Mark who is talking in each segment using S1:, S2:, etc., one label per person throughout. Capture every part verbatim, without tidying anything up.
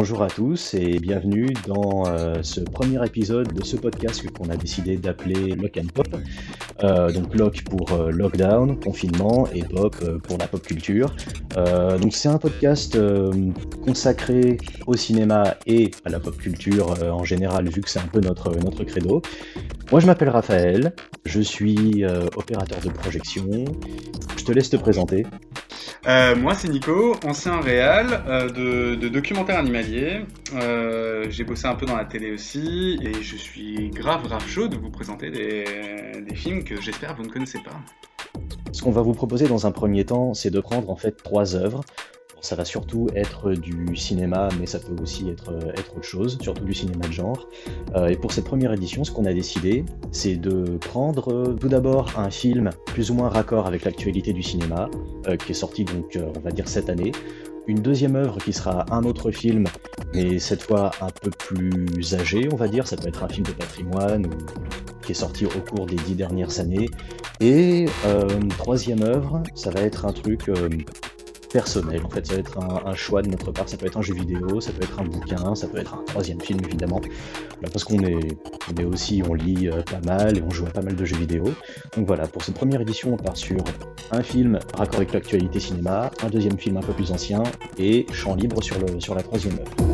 S1: Bonjour à tous et bienvenue dans euh, ce premier épisode de ce podcast qu'on a décidé d'appeler Lock and Pop. Euh, donc Lock pour euh, lockdown, confinement, et Pop euh, pour la pop culture. Euh, donc c'est un podcast euh, consacré au cinéma et à la pop culture euh, en général, vu que c'est un peu notre, notre credo. Moi je m'appelle Raphaël, je suis euh, opérateur de projection. Je te laisse te présenter.
S2: Euh, moi c'est Nico, ancien réal euh, de, de documentaire animalier. Euh, j'ai bossé un peu dans la télé aussi et je suis grave grave chaud de vous présenter des, des films que j'espère vous ne connaissez pas.
S1: Ce qu'on va vous proposer dans un premier temps, c'est de prendre en fait trois œuvres. Bon, ça va surtout être du cinéma, mais ça peut aussi être, être autre chose, surtout du cinéma de genre. Euh, et pour cette première édition, ce qu'on a décidé, c'est de prendre euh, tout d'abord un film plus ou moins raccord avec l'actualité du cinéma, euh, qui est sorti donc, euh, on va dire, cette année. Une deuxième œuvre qui sera un autre film, mais cette fois un peu plus âgé, on va dire. Ça peut être un film de patrimoine ou qui est sorti au cours des dix dernières années. Et euh, une troisième œuvre, ça va être un truc euh, personnel. En fait, ça va être un, un choix de notre part. Ça peut être un jeu vidéo, ça peut être un bouquin, ça peut être un troisième film évidemment. Là, parce qu'on est, on est aussi, on lit euh, pas mal et on joue à pas mal de jeux vidéo. Donc voilà, pour cette première édition, on part sur un film raccord avec l'actualité cinéma, un deuxième film un peu plus ancien et champ libre sur, le, sur la troisième œuvre.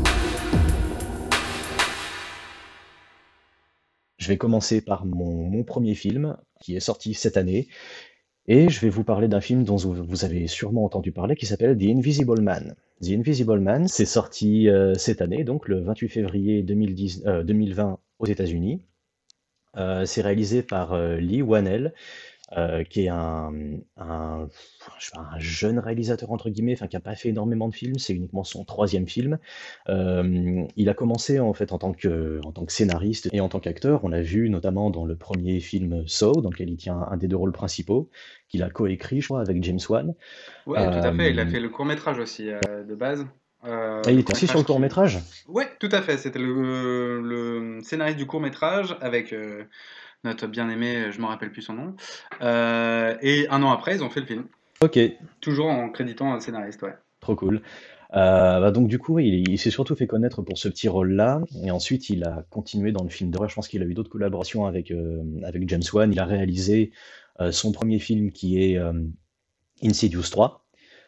S1: Je vais commencer par mon, mon premier film qui est sorti cette année. Et je vais vous parler d'un film dont vous avez sûrement entendu parler qui s'appelle The Invisible Man. The Invisible Man, c'est sorti euh, cette année, donc le vingt-huit février deux mille dix, euh, deux mille vingt aux États-Unis. Euh, c'est réalisé par euh, Lee Whannell, euh, qui est un, un, je sais pas, un jeune réalisateur entre guillemets, enfin qui n'a pas fait énormément de films, c'est uniquement son troisième film. Euh, il a commencé en fait en tant que, en tant que scénariste et en tant qu'acteur. On l'a vu notamment dans le premier film Saw, dans lequel il tient un des deux rôles principaux, qu'il a coécrit, je crois, avec James Wan.
S2: Ouais, tout à fait, il a
S1: Euh,
S2: fait le court-métrage aussi euh, de base. Euh,
S1: et il
S2: le
S1: était aussi sur le
S2: court-métrage qui...
S1: court-métrage.
S2: Ouais, tout à fait, c'était le, le scénariste du court-métrage avec euh, notre bien-aimé, je me rappelle plus son nom. Euh, et un an après, ils ont fait le film.
S1: Ok,
S2: Toujours en créditant un scénariste, ouais.
S1: trop cool. Euh, bah donc du coup, oui, il, il s'est surtout fait connaître pour ce petit rôle-là, et ensuite il a continué dans le film d'horreur. Je pense qu'il a eu d'autres collaborations avec, euh, avec James Wan. Il a réalisé euh, son premier film qui est euh, Insidious trois,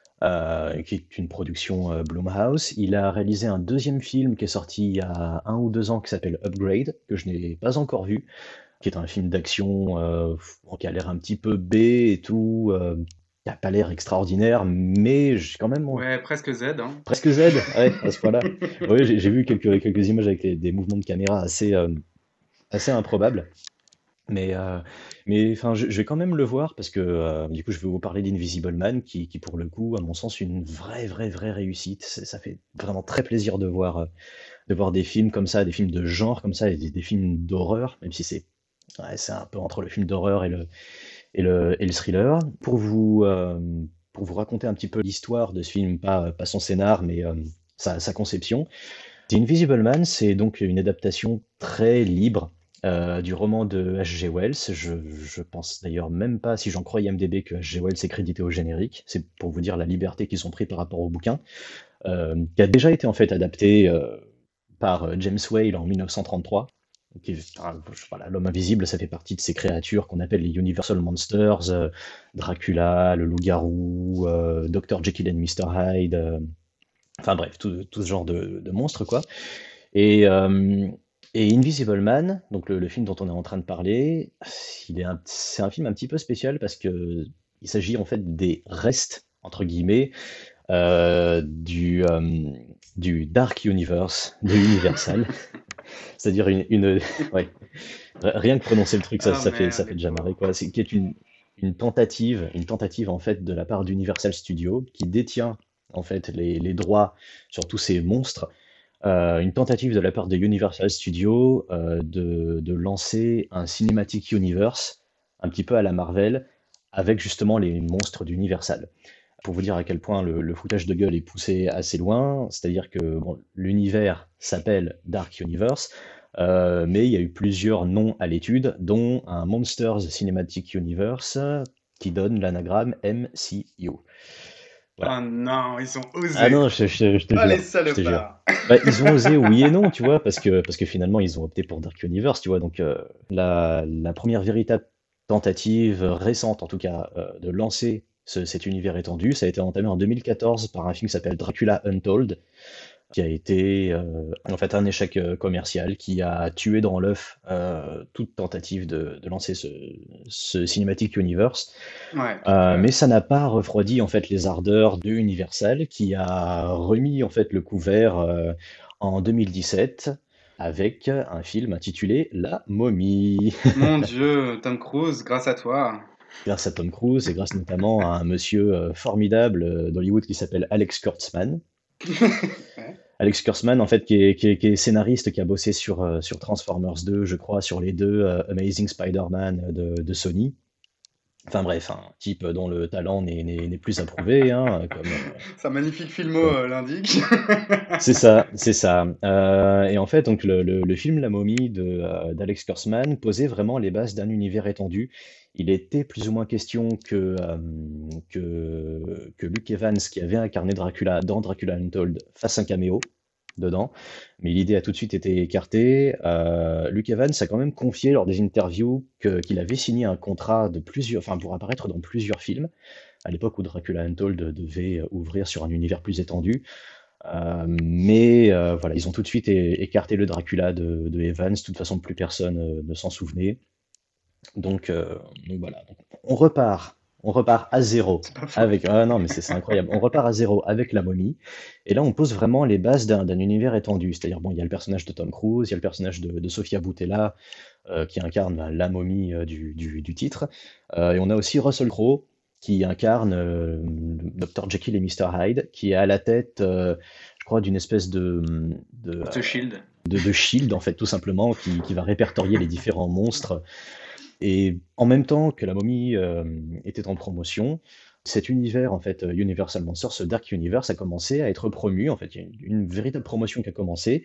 S1: euh, qui est une production euh, Blumhouse. Il a réalisé un deuxième film qui est sorti il y a un ou deux ans qui s'appelle Upgrade, que je n'ai pas encore vu, qui est un film d'action euh, bon, qui a l'air un petit peu B et tout, euh, qui n'a pas l'air extraordinaire, mais j'ai quand même
S2: Ouais, presque Z, hein.
S1: presque Z, ouais, à ce point-là. Oui, j'ai j'ai vu quelques, quelques images avec les- des mouvements de caméra assez, euh, assez improbables. Mais, euh, mais enfin, je, je vais quand même le voir parce que euh, du coup, je vais vous parler d'Invisible Man qui, qui, pour le coup, à mon sens, une vraie, vraie, vraie réussite. C'est- Ça fait vraiment très plaisir de voir, euh, de voir des films comme ça, des films de genre comme ça, et des, des films d'horreur, même si c'est ouais, c'est un peu entre le film d'horreur et le, et le, et le thriller. Pour vous, euh, pour vous raconter un petit peu l'histoire de ce film, pas, pas son scénar, mais euh, sa, sa conception. The Invisible Man, c'est donc une adaptation très libre euh, du roman de H G. Wells. Je, je pense d'ailleurs même pas, si j'en crois I M D B, que H G. Wells est crédité au générique. C'est pour vous dire la liberté qu'ils ont pris par rapport au bouquin, euh, qui a déjà été en fait adapté euh, par euh, James Whale en mille neuf cent trente-trois. Qui est- enfin, voilà, l'homme invisible, ça fait partie de ces créatures qu'on appelle les Universal Monsters, euh, Dracula, le loup-garou, euh, docteur Jekyll and mister Hyde, euh, enfin bref, tout, tout ce genre de, de monstres, quoi. Et, euh, et Invisible Man, donc le, le film dont on est en train de parler, il est un- c'est un film un petit peu spécial parce que il s'agit en fait des restes, entre guillemets, euh, du, euh, du Dark Universe de Universal. C'est-à-dire une, une- ouais, rien que prononcer le truc, ça,
S2: Ah
S1: ça fait, ça
S2: merde,
S1: fait
S2: les
S1: déjà marrer,
S2: pauvres.
S1: quoi. C'est qui est une, une tentative, une tentative en fait de la part d'Universal Studios qui détient en fait les, les droits sur tous ces monstres. Euh, une tentative de la part de Universal Studios euh, de, de lancer un Cinematic Universe un petit peu à la Marvel avec justement les monstres d'Universal. Pour vous dire à quel point le, le foutage de gueule est poussé assez loin, c'est-à-dire que bon, l'univers s'appelle Dark Universe, euh, mais il y a eu plusieurs noms à l'étude, dont un Monsters Cinematic Universe qui donne l'anagramme M C U. Voilà.
S2: Oh non, ils ont
S1: Ah
S2: osé.
S1: non, je, je- je te
S2: Oh les
S1: jure, je te jure.
S2: salopards.
S1: Bah, ils ont osé oui et non, tu vois, parce que, parce que finalement, ils ont opté pour Dark Universe, tu vois. Donc, euh, la, la première véritable tentative euh, récente, en tout cas, euh, de lancer ce- cet univers étendu, ça a été entamé en deux mille quatorze par un film qui s'appelle Dracula Untold, qui a été euh, en fait un échec euh, commercial qui a tué dans l'œuf euh, toute tentative de, de lancer ce, ce Cinematic Universe.
S2: Ouais,
S1: Euh,
S2: ouais.
S1: mais ça n'a pas refroidi en fait les ardeurs de Universal, qui a remis en fait le couvert euh, en deux mille dix-sept avec un film intitulé La Momie,
S2: Mon Dieu, Tom Cruise, grâce à toi.
S1: grâce à Tom Cruise et grâce notamment à un monsieur euh, formidable euh, d'Hollywood qui s'appelle Alex Kurtzman.
S2: Ouais.
S1: Alex Kurtzman, en fait, qui est, qui est- qui est scénariste, qui a bossé sur, euh, sur Transformers deux, je crois, sur les deux euh, Amazing Spider-Man de, de Sony. Enfin bref, un type dont le talent n'est n'est- n'est plus approuvé, hein, comme, euh,
S2: C'est un magnifique filmo
S1: comme-
S2: euh, l'indique.
S1: C'est ça, c'est ça. Euh, et en fait, donc le, le- le film La Momie de, euh, d'Alex Kurtzman posait vraiment les bases d'un univers étendu. Il était plus ou moins question que, euh, que, que Luke Evans, qui avait incarné Dracula dans Dracula Untold, fasse un caméo dedans. Mais l'idée a tout de suite été écartée. Euh, Luke Evans a quand même confié lors des interviews que- qu'il avait signé un contrat de plusieurs, enfin, pour apparaître dans plusieurs films, à l'époque où Dracula Untold devait ouvrir sur un univers plus étendu. Euh, mais euh, voilà, ils ont tout de suite é- écarté le Dracula de, de Evans. De toute façon, plus personne euh, ne s'en souvenait. Donc, euh, donc voilà, donc, on repart, on repart à zéro
S2: C'est pas faux.
S1: avec. Ah non, mais c'est c'est incroyable. On repart à zéro avec la momie. Et là, on pose vraiment les bases d'un d'un univers étendu. C'est-à-dire, bon, il y a le personnage de Tom Cruise, il y a le personnage de, de Sofia Boutella euh, qui incarne ben, la momie euh, du, du- du titre. Euh, et on a aussi Russell Crowe qui incarne euh, docteur Jekyll et mister Hyde, qui est à la tête, euh, je crois, d'une espèce de, de, euh,
S2: The Shield.
S1: de, de shield, en fait, tout simplement, qui, qui va répertorier les différents monstres. Et en même temps que la momie euh, était en promotion, cet univers, en fait, euh, Universal Monsters, ce Dark Universe, a commencé à être promu. En fait, il y a une, une véritable promotion qui a commencé.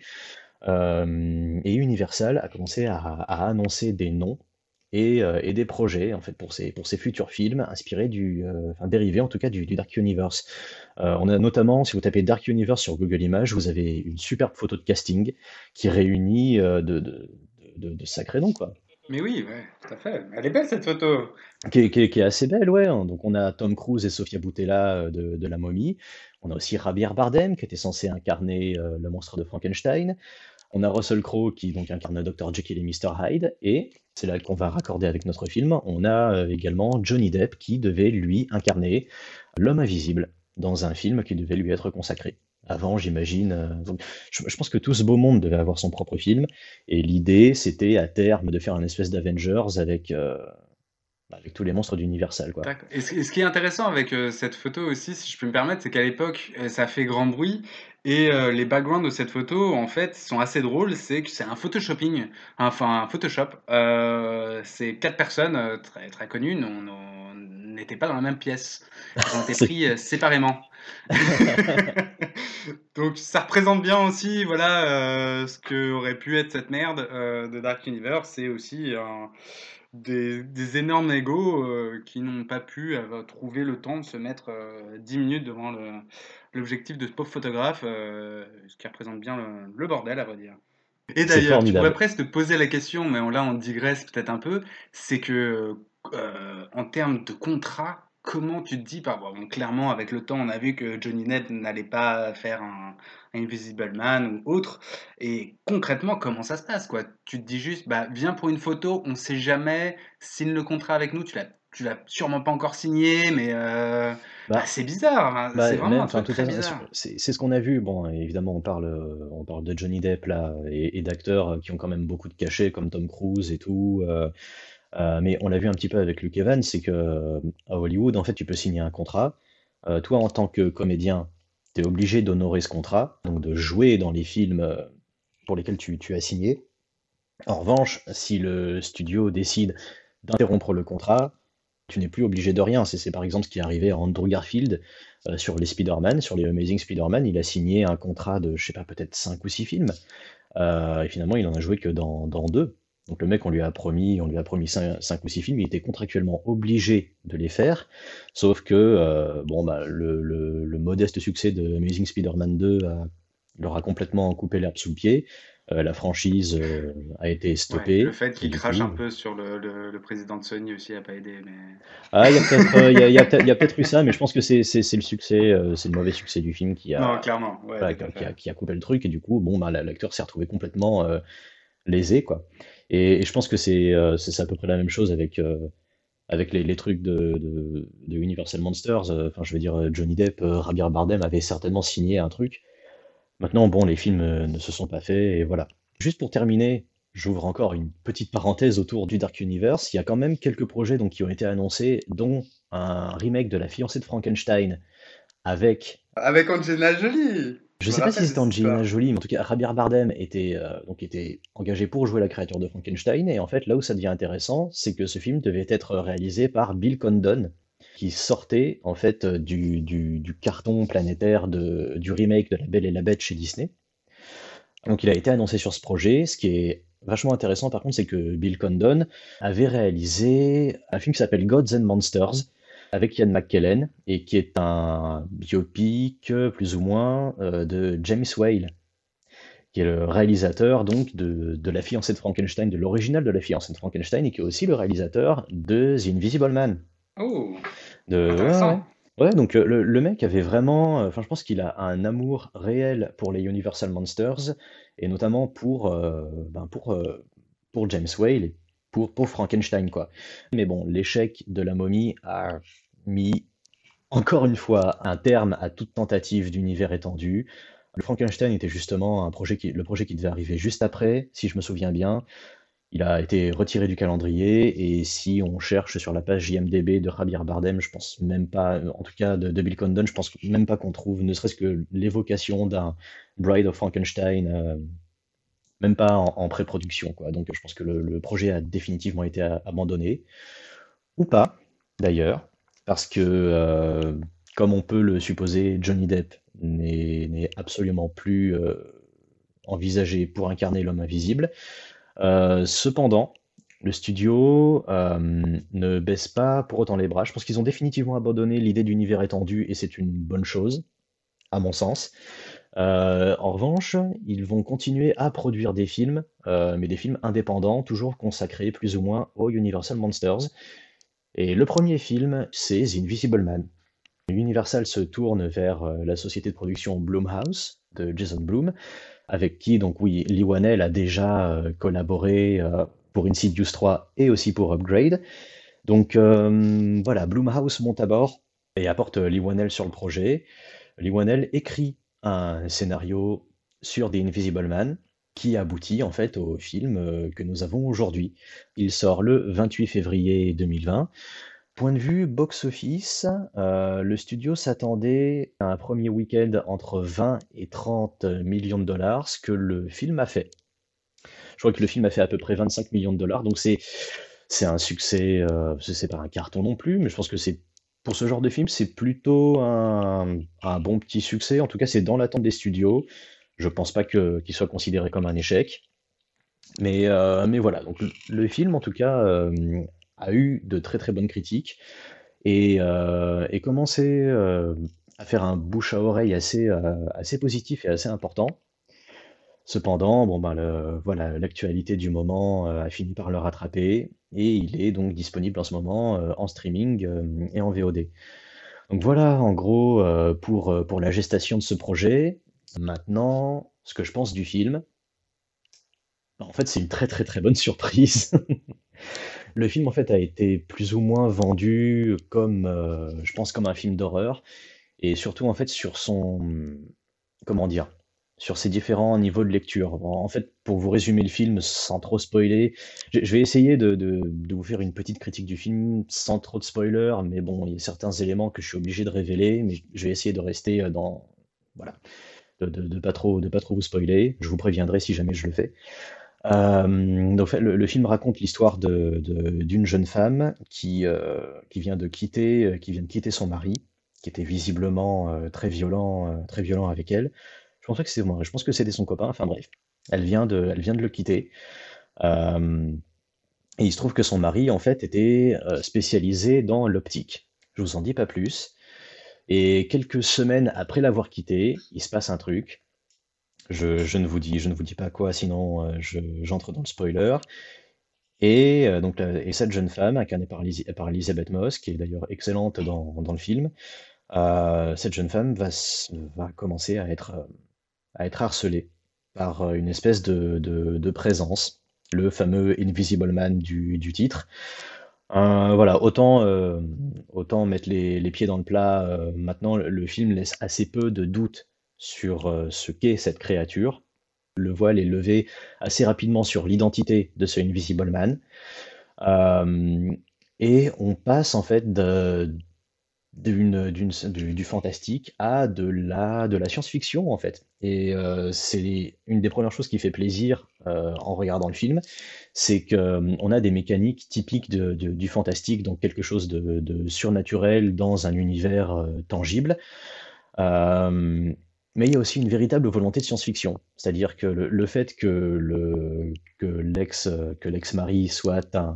S1: Euh, et Universal a commencé à, à annoncer des noms et, euh, et des projets en fait pour ces, pour ces futurs films inspirés du, euh, enfin dérivés en tout cas du, du Dark Universe. Euh, on a notamment, si vous tapez Dark Universe sur Google Images, vous avez une superbe photo de casting qui réunit euh, de, de, de, de sacrés noms quoi.
S2: Mais oui, ouais, tout à fait. Elle est belle cette photo.
S1: Qui est, qui est- qui est assez belle, ouais, hein. Donc on a Tom Cruise et Sofia Boutella euh, de, de La Momie. On a aussi Javier Bardem qui était censé incarner euh, le monstre de Frankenstein. On a Russell Crowe qui donc incarne docteur Jekyll et mister Hyde, et c'est là qu'on va raccorder avec notre film. On a euh, également Johnny Depp qui devait lui incarner l'homme invisible dans un film qui devait lui être consacré. Avant, j'imagine. euh, donc, je, je pense que tout ce beau monde devait avoir son propre film, et l'idée c'était à terme de faire un espèce d'Avengers avec, euh, avec tous les monstres d'Universal, quoi.
S2: D'accord. Et ce, et ce qui est intéressant avec euh, cette photo aussi, si je peux me permettre, c'est qu'à l'époque, euh, ça fait grand bruit et euh, les backgrounds de cette photo, en fait, sont assez drôles. C'est que c'est un photoshopping, enfin un Photoshop. Euh, c'est quatre personnes euh, très très connues, on on n'était pas dans la même pièce. Ils ont été
S1: C'est
S2: pris euh, séparément. Donc ça représente bien aussi, voilà, euh, ce que aurait pu être cette merde euh, de Dark Universe. C'est aussi un des, des énormes égos euh, qui n'ont pas pu euh, trouver le temps de se mettre euh, dix minutes devant le- l'objectif de ce pauvre photographe, euh, ce qui représente bien le, le bordel, à vrai dire. Et
S1: c'est
S2: d'ailleurs, tu pourrais
S1: formidable.
S2: presque te poser la question, mais on- là on digresse peut-être un peu, c'est que euh, en termes de contrat, comment tu te dis, bah, bon, clairement avec le temps on a vu que Johnny Depp n'allait pas faire un, un Invisible Man ou autre, et concrètement comment ça se passe quoi? Tu te dis juste, bah viens pour une photo, on sait jamais, signe le contrat avec nous, tu l'as tu l'as sûrement pas encore signé, mais euh, bah,
S1: Bah,
S2: c'est bizarre, hein, c'est
S1: Bah,
S2: vraiment
S1: même,
S2: un
S1: enfin,
S2: truc
S1: tout
S2: très
S1: à-
S2: bizarre.
S1: c'est c'est ce qu'on a vu. Bon, évidemment, on parle, euh, on parle de Johnny Depp là et, et d'acteurs euh, qui ont quand même beaucoup de cachets, comme Tom Cruise et tout. euh, euh, mais on l'a vu un petit peu avec Luke Evans, c'est que euh, à Hollywood, en fait, tu peux signer un contrat. Euh, toi, en tant que comédien, tu es obligé d'honorer ce contrat, donc de jouer dans les films euh, pour lesquels tu, tu as signé. En revanche, si le studio décide d'interrompre le contrat, tu n'es plus obligé de rien. C'est c'est par exemple ce qui est arrivé à Andrew Garfield euh, sur les Spider-Man, sur les Amazing Spider-Man. Il a signé un contrat de, je sais pas, peut-être cinq ou six films. Euh, et finalement, il en a joué que dans, dans deux. Donc le mec, on lui a promis, on lui a promis cinq, cinq ou six films, il était contractuellement obligé de les faire, sauf que euh, bon, bah, le, le- le modeste succès de Amazing Spider-Man deux a- leur a complètement coupé l'herbe sous le pied. Euh, la franchise euh, a été
S2: Ouais, le
S1: stoppée,
S2: fait
S1: et
S2: qu'il
S1: du
S2: crache un
S1: coup,
S2: peu sur le, le- le président de Sony aussi a pas aidé, mais...
S1: ah, il y a peut-être euh, il y a, il y a peut-être il y a peut-être eu ça, mais je pense que c'est c'est- c'est le succès, euh, c'est le mauvais succès du film qui
S2: Non,
S1: a,
S2: clairement, ouais,
S1: voilà,
S2: tout
S1: qui
S2: à
S1: a, qui
S2: fait.
S1: a- qui a coupé le truc, et du coup, bon, bah, la- l'acteur s'est retrouvé complètement euh, lésé, quoi. Et, et je pense que c'est euh, c'est c'est à peu près la même chose avec, euh, avec les, les trucs de, de, de Universal Monsters. euh, Enfin, je veux dire, euh, Johnny Depp, euh, Javier Bardem avaient certainement signé un truc. Maintenant, bon, les films euh, ne se sont pas faits, et voilà. Juste pour terminer, j'ouvre encore une petite parenthèse autour du Dark Universe. Il y a quand même quelques projets donc, qui ont été annoncés, dont un remake de La fiancée de Frankenstein avec,
S2: Avec Angelina Jolie!
S1: je
S2: Je me
S1: sais pas si
S2: rappelle de
S1: c'était
S2: cette
S1: Angelina
S2: histoire.
S1: Jolie, mais en tout cas, Javier Bardem était, euh, donc était engagé pour jouer la créature de Frankenstein. Et en fait, là où ça devient intéressant, c'est que ce film devait être réalisé par Bill Condon, qui sortait en fait euh, du, du- du carton planétaire de- du remake de La Belle et la Bête chez Disney. Donc il a été annoncé sur ce projet. Ce qui est vachement intéressant par contre, c'est que Bill Condon avait réalisé un film qui s'appelle Gods and Monsters avec Ian McKellen et qui est un biopic euh, plus ou moins euh, de James Whale, qui est le réalisateur donc de, de La fiancée de Frankenstein, de l'original de La fiancée de Frankenstein, et qui est aussi le réalisateur de The Invisible Man.
S2: Oh,
S1: De... Ouais, ouais.
S2: intéressant.
S1: Ouais, donc euh, le, le mec avait vraiment, euh, enfin je pense qu'il a un amour réel pour les Universal Monsters, et notamment pour, euh, ben, pour, euh, pour James Whale et pour, pour Frankenstein, quoi. Mais bon, l'échec de la momie a mis encore une fois un terme à toute tentative d'univers étendu. Le Frankenstein était justement un projet qui, le projet qui devait arriver juste après, si je me souviens bien. Il a été retiré du calendrier, et si on cherche sur la page I M D B de Javier Bardem, je pense même pas, en tout cas de, de Bill Condon, je pense même pas qu'on trouve ne serait-ce que l'évocation d'un Bride of Frankenstein, euh, même pas en, en pré-production, quoi. Donc je pense que le, le projet a définitivement été a- abandonné, ou pas, d'ailleurs, parce que, euh, comme on peut le supposer, Johnny Depp n'est n'est absolument plus euh, envisagé pour incarner l'homme invisible. Euh, cependant, le studio euh, ne baisse pas pour autant les bras. Je pense qu'ils ont définitivement abandonné l'idée d'univers étendu, et c'est une bonne chose, à mon sens. Euh, en revanche, ils vont continuer à produire des films, euh, mais des films indépendants, toujours consacrés plus ou moins aux Universal Monsters. Et le premier film, c'est The Invisible Man. Universal se tourne vers euh, la société de production Blumhouse de Jason Blum, avec qui, donc oui, Lee Whannell a déjà euh, collaboré euh, pour Insidious trois et aussi pour Upgrade. Donc euh, voilà, Blumhouse monte à bord et apporte euh, Lee Whannell sur le projet. Lee Whannell écrit un scénario sur The Invisible Man qui aboutit en fait au film euh, que nous avons aujourd'hui. Il sort le vingt-huit février deux mille vingt. Point de vue box-office, euh, le studio s'attendait à un premier week-end entre vingt et trente millions de dollars, ce que le film a fait. Je crois que le film a fait à peu près vingt-cinq millions de dollars, donc c'est c'est un succès, euh, c'est pas un carton non plus, mais je pense que c'est pour ce genre de film, c'est plutôt un, un bon petit succès. En tout cas, c'est dans l'attente des studios. Je pense pas que qu'il soit considéré comme un échec. Mais, euh, mais voilà, donc le, le film en tout cas euh, a eu de très très bonnes critiques, et, euh, et commençait euh, à faire un bouche à oreille assez, euh, assez positif et assez important. Cependant, bon ben le- voilà, l'actualité du moment euh, a fini par le rattraper, et il est donc disponible en ce moment euh, en streaming euh, et en V O D. Donc voilà en gros euh, pour, euh, pour la gestation de ce projet. Maintenant, ce que je pense du film, en fait c'est une très très très bonne surprise. Le film en fait a été plus ou moins vendu comme, euh, je pense, comme un film d'horreur, et surtout en fait sur son, comment dire, sur ses différents niveaux de lecture. En en fait, pour vous résumer le film sans trop spoiler, je je vais essayer de, de- de vous faire une petite critique du film sans trop de spoilers, mais bon, il y a certains éléments que je suis obligé de révéler, mais je vais essayer de rester euh, dans, voilà, de, de, de pas trop, de pas trop vous spoiler. Je vous préviendrai si jamais je le fais. Euh, donc, le, le film raconte l'histoire de, de- d'une jeune femme qui, euh, qui vient de quitter, euh, qui vient de quitter son mari, qui était visiblement euh, très violent, euh, très violent avec elle. Je pense pas que c'était moi, je pense que c'était son copain. Enfin bref, elle vient de, elle vient de le quitter. Euh, et il se trouve que son mari, en fait, était euh, spécialisé dans l'optique. Je vous en dis pas plus. Et quelques semaines après l'avoir quitté, il se passe un truc. Je, je ne vous dis, je ne vous dis pas quoi, sinon euh, je- j'entre dans le spoiler. Et, euh, donc, la- et cette jeune femme, incarnée par, Lisi- par Elisabeth Moss, qui est d'ailleurs excellente dans, dans le film, euh, cette jeune femme va, s- va commencer à être, euh, à être harcelée par euh, une espèce de, de- de présence, le fameux Invisible Man du, du titre. Euh, voilà, autant, euh, autant mettre les, les pieds dans le plat. Euh, maintenant, le, le film laisse assez peu de doutes sur euh, ce qu'est cette créature. Le voile est levé assez rapidement sur l'identité de ce Invisible Man. Euh, et on passe en fait de- d'une, d'une- du, du fantastique à de la, de la science-fiction en fait. Et euh, c'est une des premières choses qui fait plaisir euh, en regardant le film, c'est qu'on a des mécaniques typiques de- de- du fantastique, donc quelque chose de, de surnaturel dans un univers euh, tangible. Euh, mais il y a aussi une véritable volonté de science-fiction, c'est-à-dire que le, le fait que le que l'ex que l'ex-mari soit un,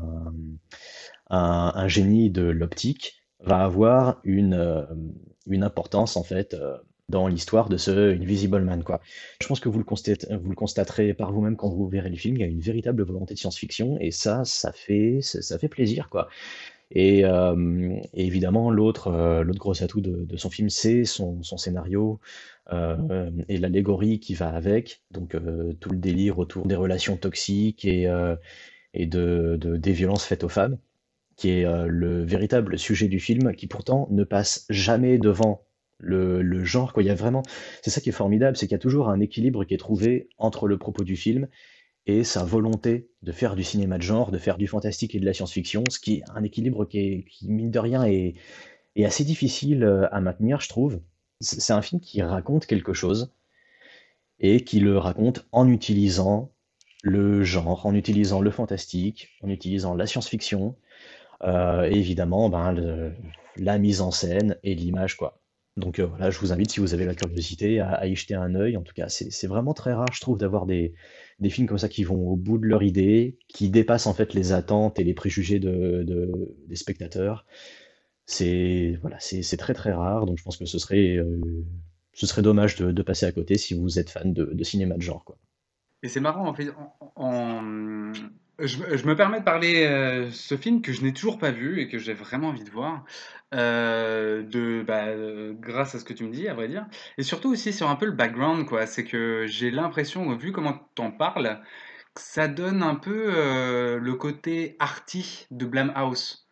S1: un, un génie de l'optique va avoir une, euh, une importance en fait euh, dans l'histoire de ce Invisible Man, quoi. Je pense que vous le constatez, vous le constaterez par vous-même quand vous verrez le film, il y a une véritable volonté de science-fiction et ça, ça fait, ça, ça fait plaisir, quoi. Et, euh, et évidemment, l'autre euh, l'autre gros atout de, de son film, c'est son, son scénario euh, et l'allégorie qui va avec, donc euh, tout le délire autour des relations toxiques et, euh, et de, de- des violences faites aux femmes qui est euh, le véritable sujet du film, qui pourtant ne passe jamais devant le, le genre, quoi. Il y a vraiment, c'est ça qui est formidable, c'est qu'il y a toujours un équilibre qui est trouvé entre le propos du film et sa volonté de faire du cinéma de genre, de faire du fantastique et de la science-fiction, ce qui est un équilibre qui, est, qui mine de rien, est, est assez difficile euh, à maintenir, je trouve. C'est c'est un film qui raconte quelque chose et qui le raconte en utilisant le genre, en utilisant le fantastique, en utilisant la science-fiction, euh, et évidemment, ben, le- la mise en scène et l'image, quoi. Donc euh, voilà, je vous invite, si vous avez la curiosité, à, à y jeter un œil. En tout cas, c'est c'est vraiment très rare, je trouve, d'avoir des, des films comme ça qui vont au bout de leur idée, qui dépassent en fait les attentes et les préjugés de, de- des spectateurs. C'est voilà, c'est c'est très très rare, donc je pense que ce serait, euh, ce serait dommage de, de passer à côté si vous êtes fan de, de cinéma de genre, quoi.
S2: Et c'est marrant, en fait, en, en- je, me je me permets de parler euh, ce film que je n'ai toujours pas vu et que j'ai vraiment envie de voir, euh, de, bah, euh, grâce à ce que tu me dis, à vrai dire. Et surtout aussi sur un peu le background, quoi. C'est que j'ai l'impression, vu comment t'en parles, que ça donne un peu euh, le côté arty de Blumhouse.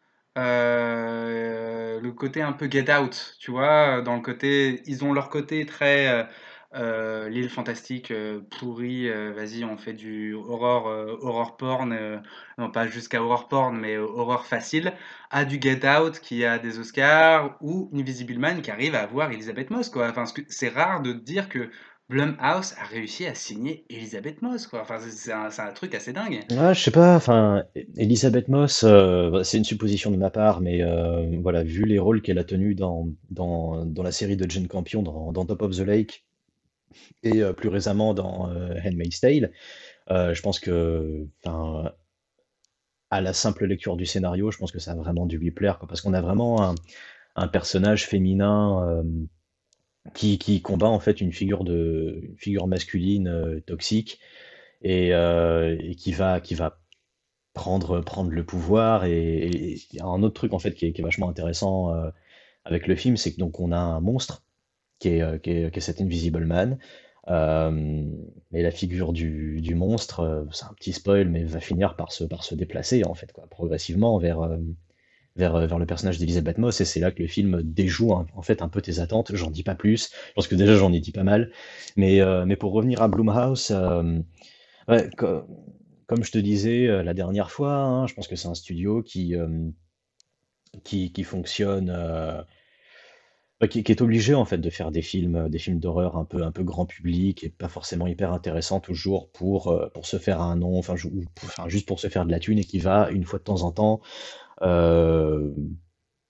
S2: Euh, le côté un peu Get Out, tu vois, dans le côté, ils ont leur côté très euh, euh, l'île fantastique euh, pourrie, euh, vas-y, on fait du horror, euh, horror porn, euh, non pas jusqu'à horror porn, mais euh, horreur facile, à du Get Out qui a des Oscars, ou Invisible Man qui arrive à avoir Elisabeth Moss, quoi. Enfin, c'est rare de dire que Blumhouse a réussi à signer Elisabeth Moss, quoi. Enfin, c'est c'est un, c'est un truc assez dingue.
S1: Ah, je sais pas, enfin, Elisabeth Moss, euh, bah, c'est une supposition de ma part, mais euh, voilà, vu les rôles qu'elle a tenus dans, dans, dans la série de Jane Campion, dans, dans Top of the Lake, et euh, plus récemment dans euh, Handmaid's Tale, euh, je pense que, enfin, à la simple lecture du scénario, je pense que ça a vraiment dû lui plaire, quoi, parce qu'on a vraiment un, un personnage féminin euh, qui, qui combat en fait une figure de, une figure masculine euh, toxique et, euh, et qui va, qui va prendre, prendre le pouvoir. Et et il y a un autre truc en fait qui est, qui est vachement intéressant euh, avec le film, c'est que donc on a un monstre qui est, euh, qui est, qui est cet Invisible Man. Euh, et la figure du, du monstre, euh, c'est un petit spoil, mais va finir par se, par se déplacer en fait, quoi, progressivement vers, euh, vers, euh, vers le personnage d'Elisabeth Moss. Et c'est là que le film déjoue hein, en fait un peu tes attentes. J'en dis pas plus. Je pense que déjà j'en ai dit pas mal. Mais, euh, mais pour revenir à Blumhouse, euh, ouais, co- comme je te disais euh, la dernière fois, hein, je pense que c'est un studio qui, euh, qui, qui fonctionne, euh, bah, qui, qui est obligé en fait de faire des films, euh, des films d'horreur un peu, un peu grand public et pas forcément hyper intéressants toujours pour, euh, pour se faire un nom, enfin, ju- ou pour- enfin, juste pour se faire de la thune et qui va une fois de temps en temps euh,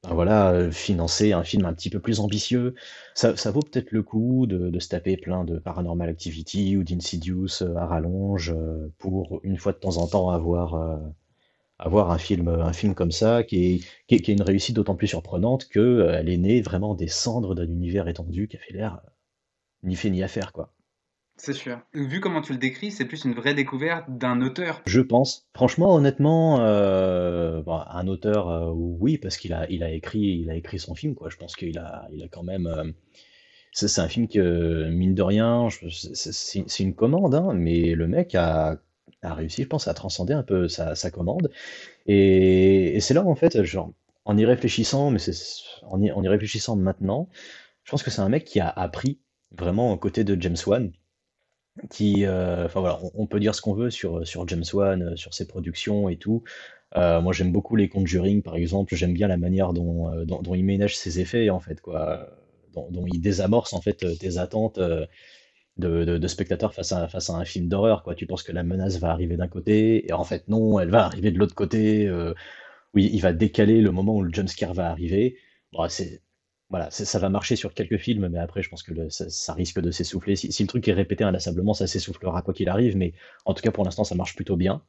S1: voilà, heu, financer un film un petit peu plus ambitieux. Ça ça vaut peut-être le coup de de se taper plein de Paranormal Activity ou d'Insidious, heu, à rallonge, heu, pour une fois de temps en temps avoir, heu, avoir un film, un film comme ça qui est qui est qui est une réussite d'autant plus surprenante que, heu, elle est née vraiment des cendres d'un univers étendu qui a fait l'air, ni fait ni à faire, quoi.
S2: C'est sûr. Vu comment tu le décris, c'est plus une vraie découverte d'un auteur.
S1: Je pense. Franchement, honnêtement, heu, bah, un auteur, heu, oui, parce qu'il a il a écrit il a écrit son film, quoi. Je pense qu'il a il a quand même, hem, c'est c'est un film que, mine de rien, je c'est c'est c'est c'est une commande, hein, mais le mec a a réussi, je pense, à transcender un peu sa sa commande et et c'est là, en fait, genre, en y réfléchissant, mais c'est en y en y réfléchissant maintenant, je pense que c'est un mec qui a appris vraiment aux côtés de James Wan qui, heu, enfin voilà, on on peut dire ce qu'on veut sur, sur James Wan, heu, sur ses productions et tout. Heu, moi, j'aime beaucoup les Conjuring, par exemple. J'aime bien la manière dont, heu, dont dont il ménage ses effets, en fait, quoi, dont dont il désamorce, en fait, heu, tes attentes, heu, de de de spectateur face à face à un film d'horreur, quoi. Tu penses que la menace va arriver d'un côté et en fait, non, elle va arriver de l'autre côté, heu, oui, il va décaler le moment où le jumpscare va arriver. Bon, c'est voilà, c'est ça va marcher sur quelques films, mais après, je pense que le ça ça risque de s'essouffler. Si si le truc est répété inlassablement, ça s'essoufflera quoi qu'il arrive, mais en tout cas, pour l'instant, ça marche plutôt bien.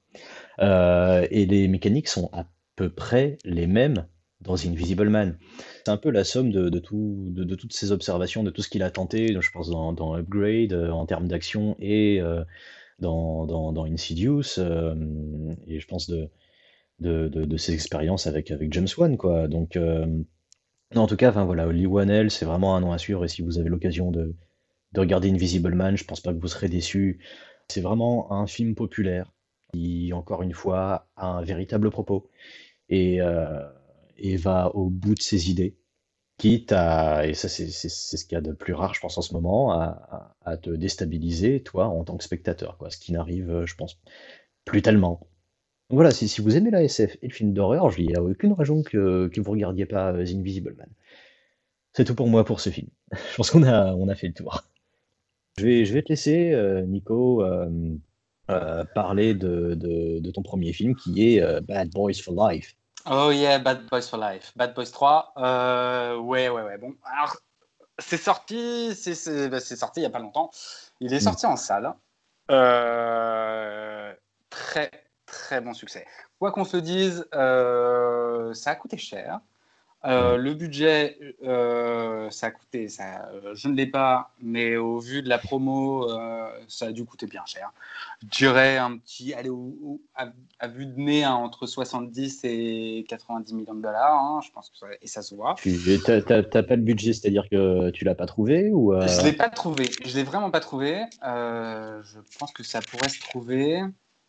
S1: Heu et les mécaniques sont à peu près les mêmes dans Invisible Man. C'est un peu la somme de de tout de de toutes ces observations, de tout ce qu'il a tenté, je pense dans dans Upgrade, heu, en termes d'action et heu, dans dans dans Insidious, hem et je pense de de de de ses expériences avec avec James Wan, quoi. Donc, hem, non, en tout cas, enfin, voilà, Lee Wanell, c'est vraiment un nom à suivre et si vous avez l'occasion de de regarder Invisible Man, je pense pas que vous serez déçus. C'est vraiment un film populaire qui, encore une fois, a un véritable propos et heu et va au bout de ses idées, quitte à et ça, c'est c'est c'est ce qu'il y a de plus rare, je pense, en ce moment, à à à te déstabiliser, toi, en tant que spectateur, quoi. Ce qui n'arrive, heu, je pense, plus tellement. Donc voilà, si si vous aimez la S F et le film d'horreur, il y a aucune raison que que vous regardiez pas, heu, The Invisible Man. C'est tout pour moi pour ce film. Je pense qu'on a on a fait le tour. Je vais je vais te laisser, heu, Nico, hem, heu, parler de de de ton premier film qui est, heu, Bad Boys for Life.
S2: Oh yeah, Bad Boys for Life. Bad Boys trois, euh, ouais, ouais, ouais. Bon, alors, c'est sorti, c'est, c'est, bah, c'est sorti il y a pas longtemps. Il est
S1: Mmh.
S2: sorti en salle. Euh, très, très bon succès. Quoi qu'on se dise, euh, ça a coûté cher. Euh,
S1: Ouais.
S2: le budget, euh, ça a coûté, ça, euh, je ne l'ai pas, mais au vu de la promo, euh, ça a dû coûter bien cher. Je dirais un petit, allez, au- au- à, à vue de nez, hein, entre soixante-dix et quatre-vingt-dix millions de dollars, hein, je pense que ça, et ça se voit.
S1: Tu t'as t'as tu pas le budget, c'est-à-dire que tu l'as pas trouvé ou,
S2: Je
S1: heu?
S2: l'ai pas trouvé, je l'ai vraiment pas trouvé. Euh, je pense que ça pourrait se trouver.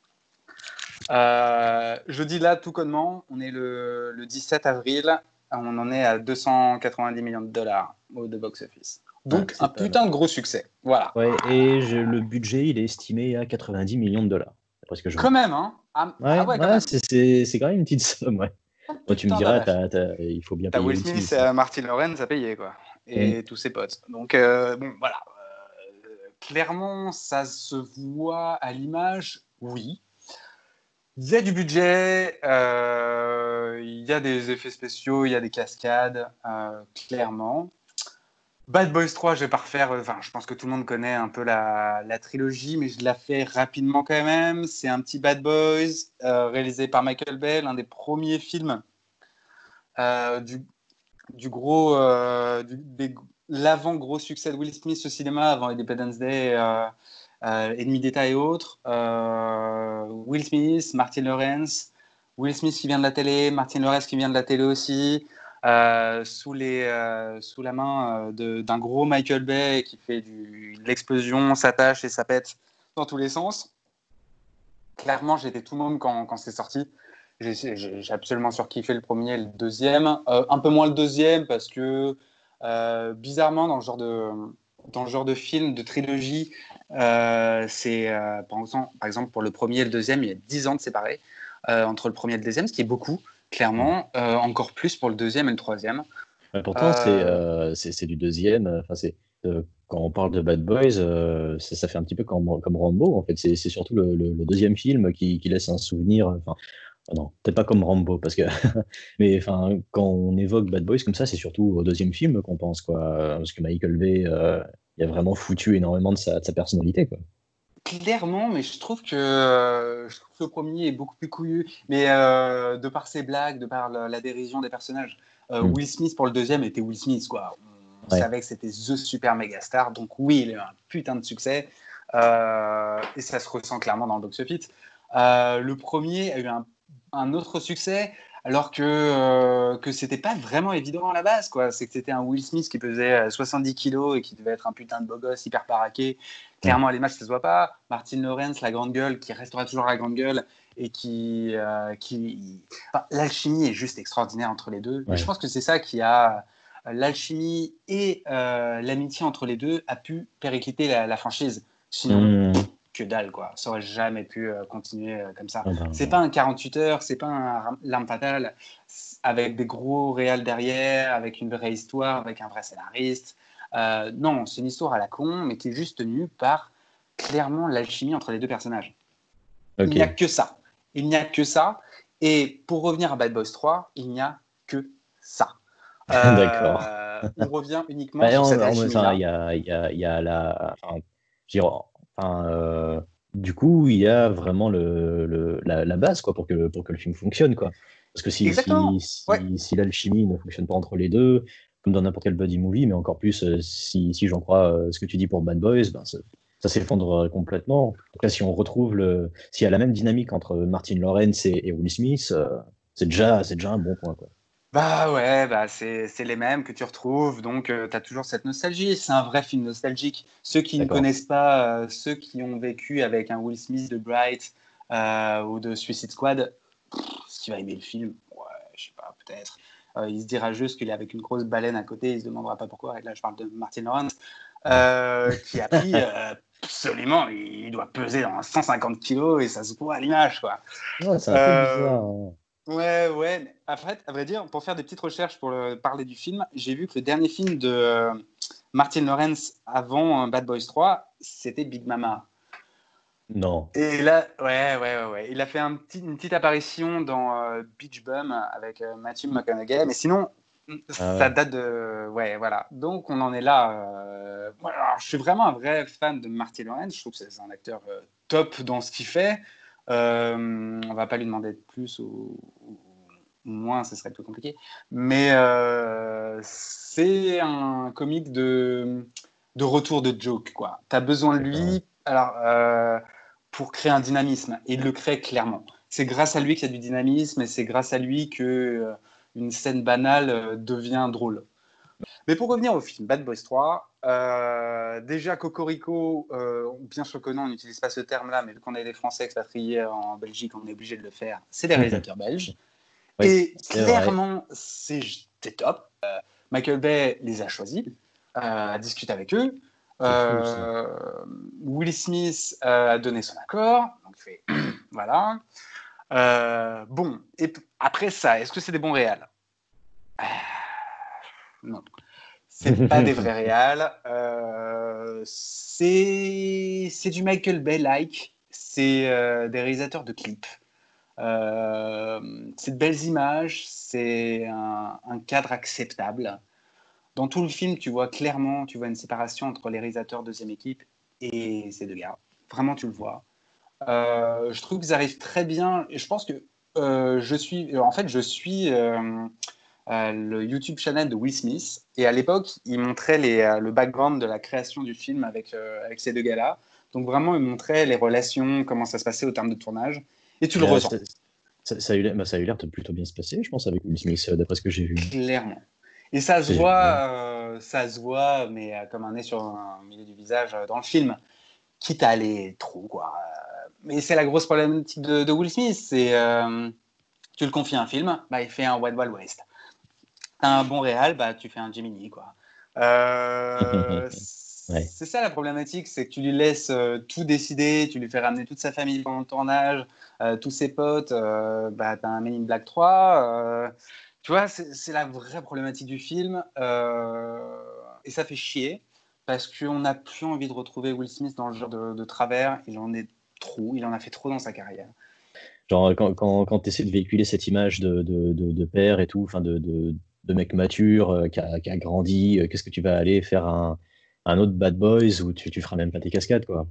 S2: Euh, je dis là tout connement, on est le, le dix-sept avril, on en est à deux cent quatre-vingt-dix millions de dollars au de box-office.
S1: Ah,
S2: Donc un
S1: c'est pas mal.
S2: putain de gros succès. Voilà.
S1: Ouais et je le budget, il est estimé à quatre-vingt-dix millions de dollars d'après ce que je
S2: Quand
S1: vois.
S2: même, hein. Ah, ah
S1: Ouais,
S2: ouais, quand
S1: ouais,
S2: même.
S1: c'est c'est c'est quand même une petite somme, ouais.
S2: Oh,
S1: Bon, tu me
S2: putain de la
S1: diras,
S2: vache.
S1: t'as t'as il faut bien
S2: T'as
S1: payer
S2: Will
S1: Will
S2: Smith
S1: Smith,
S2: et
S1: hein.
S2: euh, Martin Lawrence à payer, quoi.
S1: Mmh.
S2: Et tous ses potes. Donc, euh, bon, voilà. Euh, clairement, ça se voit à l'image, oui. Il y a du budget, euh, il y a des effets spéciaux, il y a des cascades, euh, clairement. Bad Boys trois, je vais pas refaire. Enfin, je pense que tout le monde connaît un peu la, la trilogie, mais je la fais rapidement quand même. C'est un petit Bad Boys euh, réalisé par Michael Bay, l'un des premiers films euh, du, du gros, euh, du, des, l'avant gros succès de Will Smith au cinéma avant Independence Day, euh, euh, Ennemi d'État et autres. Euh, Will Smith, Martin Lawrence, Will Smith qui vient de la télé, Martin Lawrence qui vient de la télé aussi. Euh, sous, les, euh, sous la main euh, de, d'un gros Michael Bay qui fait du, de l'explosion, s'attache et ça pète dans tous les sens. Clairement, j'étais tout môme quand, quand c'est sorti. J'ai, j'ai, j'ai absolument surkiffé le premier et le deuxième. Euh, un peu moins le deuxième parce que, euh, bizarrement, dans le genre de, dans le genre de film, de trilogie, euh, c'est, euh, par exemple, par exemple, pour le premier et le deuxième, il y a dix ans de séparé euh, entre le premier et le deuxième, ce qui est beaucoup,
S1: Mmh.
S2: clairement. Euh, encore plus pour le deuxième et le troisième.
S1: Ouais, pourtant, c'est
S2: Euh,
S1: euh, c'est c'est du deuxième. euh, Enfin, c'est euh, quand on parle de Bad Boys, euh, ça, ça fait un petit peu comme, comme Rambo. En fait, c'est c'est surtout le, le, le deuxième film qui, qui laisse un souvenir. Enfin, Oh non, peut-être pas comme Rambo, parce que mais enfin, quand on évoque Bad Boys comme ça, c'est surtout au deuxième film qu'on pense, quoi. Parce que Michael Bay, euh, il a vraiment foutu énormément de sa, de sa personnalité, quoi.
S3: Clairement, mais je trouve que, euh, je trouve que le premier est beaucoup plus couillu. Mais euh, de par ses blagues, de par la, la dérision des personnages, euh,
S1: Hmm.
S3: Will Smith pour le deuxième était Will Smith, quoi. On
S1: Ouais.
S3: savait que c'était The Super Mega Star. Donc oui, il a eu un putain de succès. Euh, et ça se ressent clairement dans le box-office. Euh, le premier a eu un, un autre succès, alors que, euh, que c'était pas vraiment évident à la base, quoi. C'est que c'était un Will Smith qui pesait euh, soixante-dix kilos et qui devait être un putain de beau gosse hyper paraqué.
S1: Ouais.
S3: Clairement, à l'image, ça se voit pas. Martin Lawrence, la grande gueule, qui restera toujours la grande gueule et qui, euh, qui... Enfin, l'alchimie est juste extraordinaire entre les deux.
S1: Ouais.
S3: Et je pense que c'est ça qui a l'alchimie et euh, l'amitié entre les deux a pu péricliter la, la franchise. Sinon,
S1: Hmm.
S3: que dalle, quoi. Ça aurait jamais pu euh, continuer euh, comme ça.
S1: Ah ben,
S3: C'est pas un quarante-huit heures, c'est pas un L'Arme Fatale avec des gros réals derrière, avec une vraie histoire, avec un vrai scénariste. Euh, non, c'est une histoire à la con, mais qui est juste tenue par clairement l'alchimie entre les deux personnages.
S1: ok.
S3: Il n'y a que ça. Il n'y a que ça. Et pour revenir à Bad Boys trois, il n'y a que ça.
S1: D'accord.
S3: Euh, on revient uniquement
S1: Bah,
S3: sur
S1: en,
S3: cette
S1: en- enfin, il
S3: alchimie-là.
S1: y a, il y a, il y a la. Enfin, je veux dire, enfin, euh, du coup, il y a vraiment le, le- la, la base, quoi, pour que, pour que le film fonctionne, quoi. Parce que si, si,
S3: Exactement. Ouais.
S1: si, si l'alchimie ne fonctionne pas entre les deux, comme dans n'importe quel buddy movie, mais encore plus euh, si, si j'en crois euh, ce que tu dis pour Bad Boys, ben, ça, ça s'effondre euh, complètement. Donc là, si on retrouve le, s'il y a la même dynamique entre Martin Lawrence et, et Will Smith, euh, c'est déjà, c'est déjà un bon point, quoi.
S3: Bah ouais, bah c'est, c'est les mêmes que tu retrouves, donc tu as toujours cette nostalgie. C'est un vrai film nostalgique. Ceux qui ne
S1: D'accord.
S3: connaissent pas, euh, ceux qui ont vécu avec un Will Smith de Bright euh, ou de Suicide Squad, pff, ce qui va aimer le film, ouais, je sais pas, peut-être. Euh, il se dira juste qu'il est avec une grosse baleine à côté, il se demandera pas pourquoi. Et là, je parle de Martin Lawrence,
S1: Ouais.
S3: euh, qui a pris euh, absolument, il doit peser dans cent cinquante kilos et ça se voit à l'image, quoi.
S1: Ouais, c'est un peu
S3: Euh,
S1: bizarre, hein.
S3: Ouais, ouais. Mais après, à vrai dire, pour faire des petites recherches pour le- parler du film, j'ai vu que le dernier film de euh, Martin Lawrence avant euh, Bad Boys trois, c'était Big Mama.
S1: Non.
S3: Et là, ouais, ouais, ouais, ouais. Il a fait un petit, une petite apparition dans euh, Beach Bum avec euh, Matthew McConaughey, mais sinon,
S1: Ah
S3: ça
S1: ouais.
S3: date de. Ouais, voilà. Donc, on en est là. euh, voilà. Alors, je suis vraiment un vrai fan de Martin Lawrence. Je trouve que c'est un acteur euh, top dans ce qu'il fait. Euh, on va pas lui demander de plus ou, ou moins, ce serait plus compliqué. Mais euh, c'est un comique de, de retour de joke, quoi. Tu as besoin de
S1: D'accord, ouais.
S3: lui. Alors. Euh, pour créer un dynamisme. Et il le crée clairement. C'est grâce à lui qu'il y a du dynamisme et c'est grâce à lui que euh, une scène banale euh, devient drôle. Mais pour revenir au film Bad Boys trois, euh, déjà Cocorico, euh, bien sûr que non, on n'utilise pas ce terme-là, mais vu qu'on est des Français expatriés en Belgique, on est obligé de le faire. C'est des réalisateurs belges.
S1: Oui,
S3: Et
S1: c'est vrai.
S3: clairement, c'est c'est top. Michael Bay les a choisis, euh, a discuté avec eux.
S1: C'est fou, ça.
S3: Euh, Will Smith euh, a donné son accord. Donc, il fait voilà. Euh, bon, et p- après ça, est-ce que c'est des bons réals? Euh, Non, c'est pas des vrais réals. Euh, c'est c'est du Michael Bay-like. C'est euh, des réalisateurs de clips. Euh, c'est de belles images, c'est un, un cadre acceptable. Dans tout le film, tu vois clairement, tu vois une séparation entre les réalisateurs deuxième équipe et ces deux gars. Vraiment, tu le vois. Euh, je trouve qu'ils arrivent très bien. Et je pense que euh, je suis, en fait, je suis euh, euh, le YouTube channel de Will Smith. Et à l'époque, il montrait les, euh, le background de la création du film avec, euh, avec ces deux gars-là. Donc vraiment, il montrait les relations, comment ça se passait au terme de tournage. Et tu le
S1: Mais, euh,
S3: ressens,
S1: c'est- ça, ça a eu l'air bah, ça a eu l'air de plutôt bien se passer, je pense, avec Will Smith, euh, d'après ce que j'ai vu.
S3: clairement. Et ça se
S1: C'est génial.
S3: voit, euh, ça se voit, mais euh, comme un nez sur un milieu du visage euh, dans le film, quitte à aller trop, quoi. Euh, Mais c'est la grosse problématique de, de Will Smith, c'est euh, tu le confies à un film, bah, il fait un Wild Wild West. T'as un bon réal, bah, tu fais un Gemini, quoi. Euh,
S1: Ouais.
S3: c'est ça la problématique, c'est que tu lui laisses euh, tout décider, tu lui fais ramener toute sa famille pendant le tournage, euh, tous ses potes, euh, bah, t'as un Men in Black trois. Euh, tu vois, c'est, c'est la vraie problématique du film. Euh, et ça fait chier, parce qu'on n'a plus envie de retrouver Will Smith dans le genre de, de travers. Il en est trop, il en a fait trop dans sa carrière.
S1: Genre, quand, quand, quand tu essaies de véhiculer cette image de, de, de, de père et tout, enfin de, de, de mec mature, euh, qui a, qui a grandi, euh, qu'est-ce que tu vas aller faire un, un autre Bad Boys où tu, tu feras même pas tes cascades, quoi.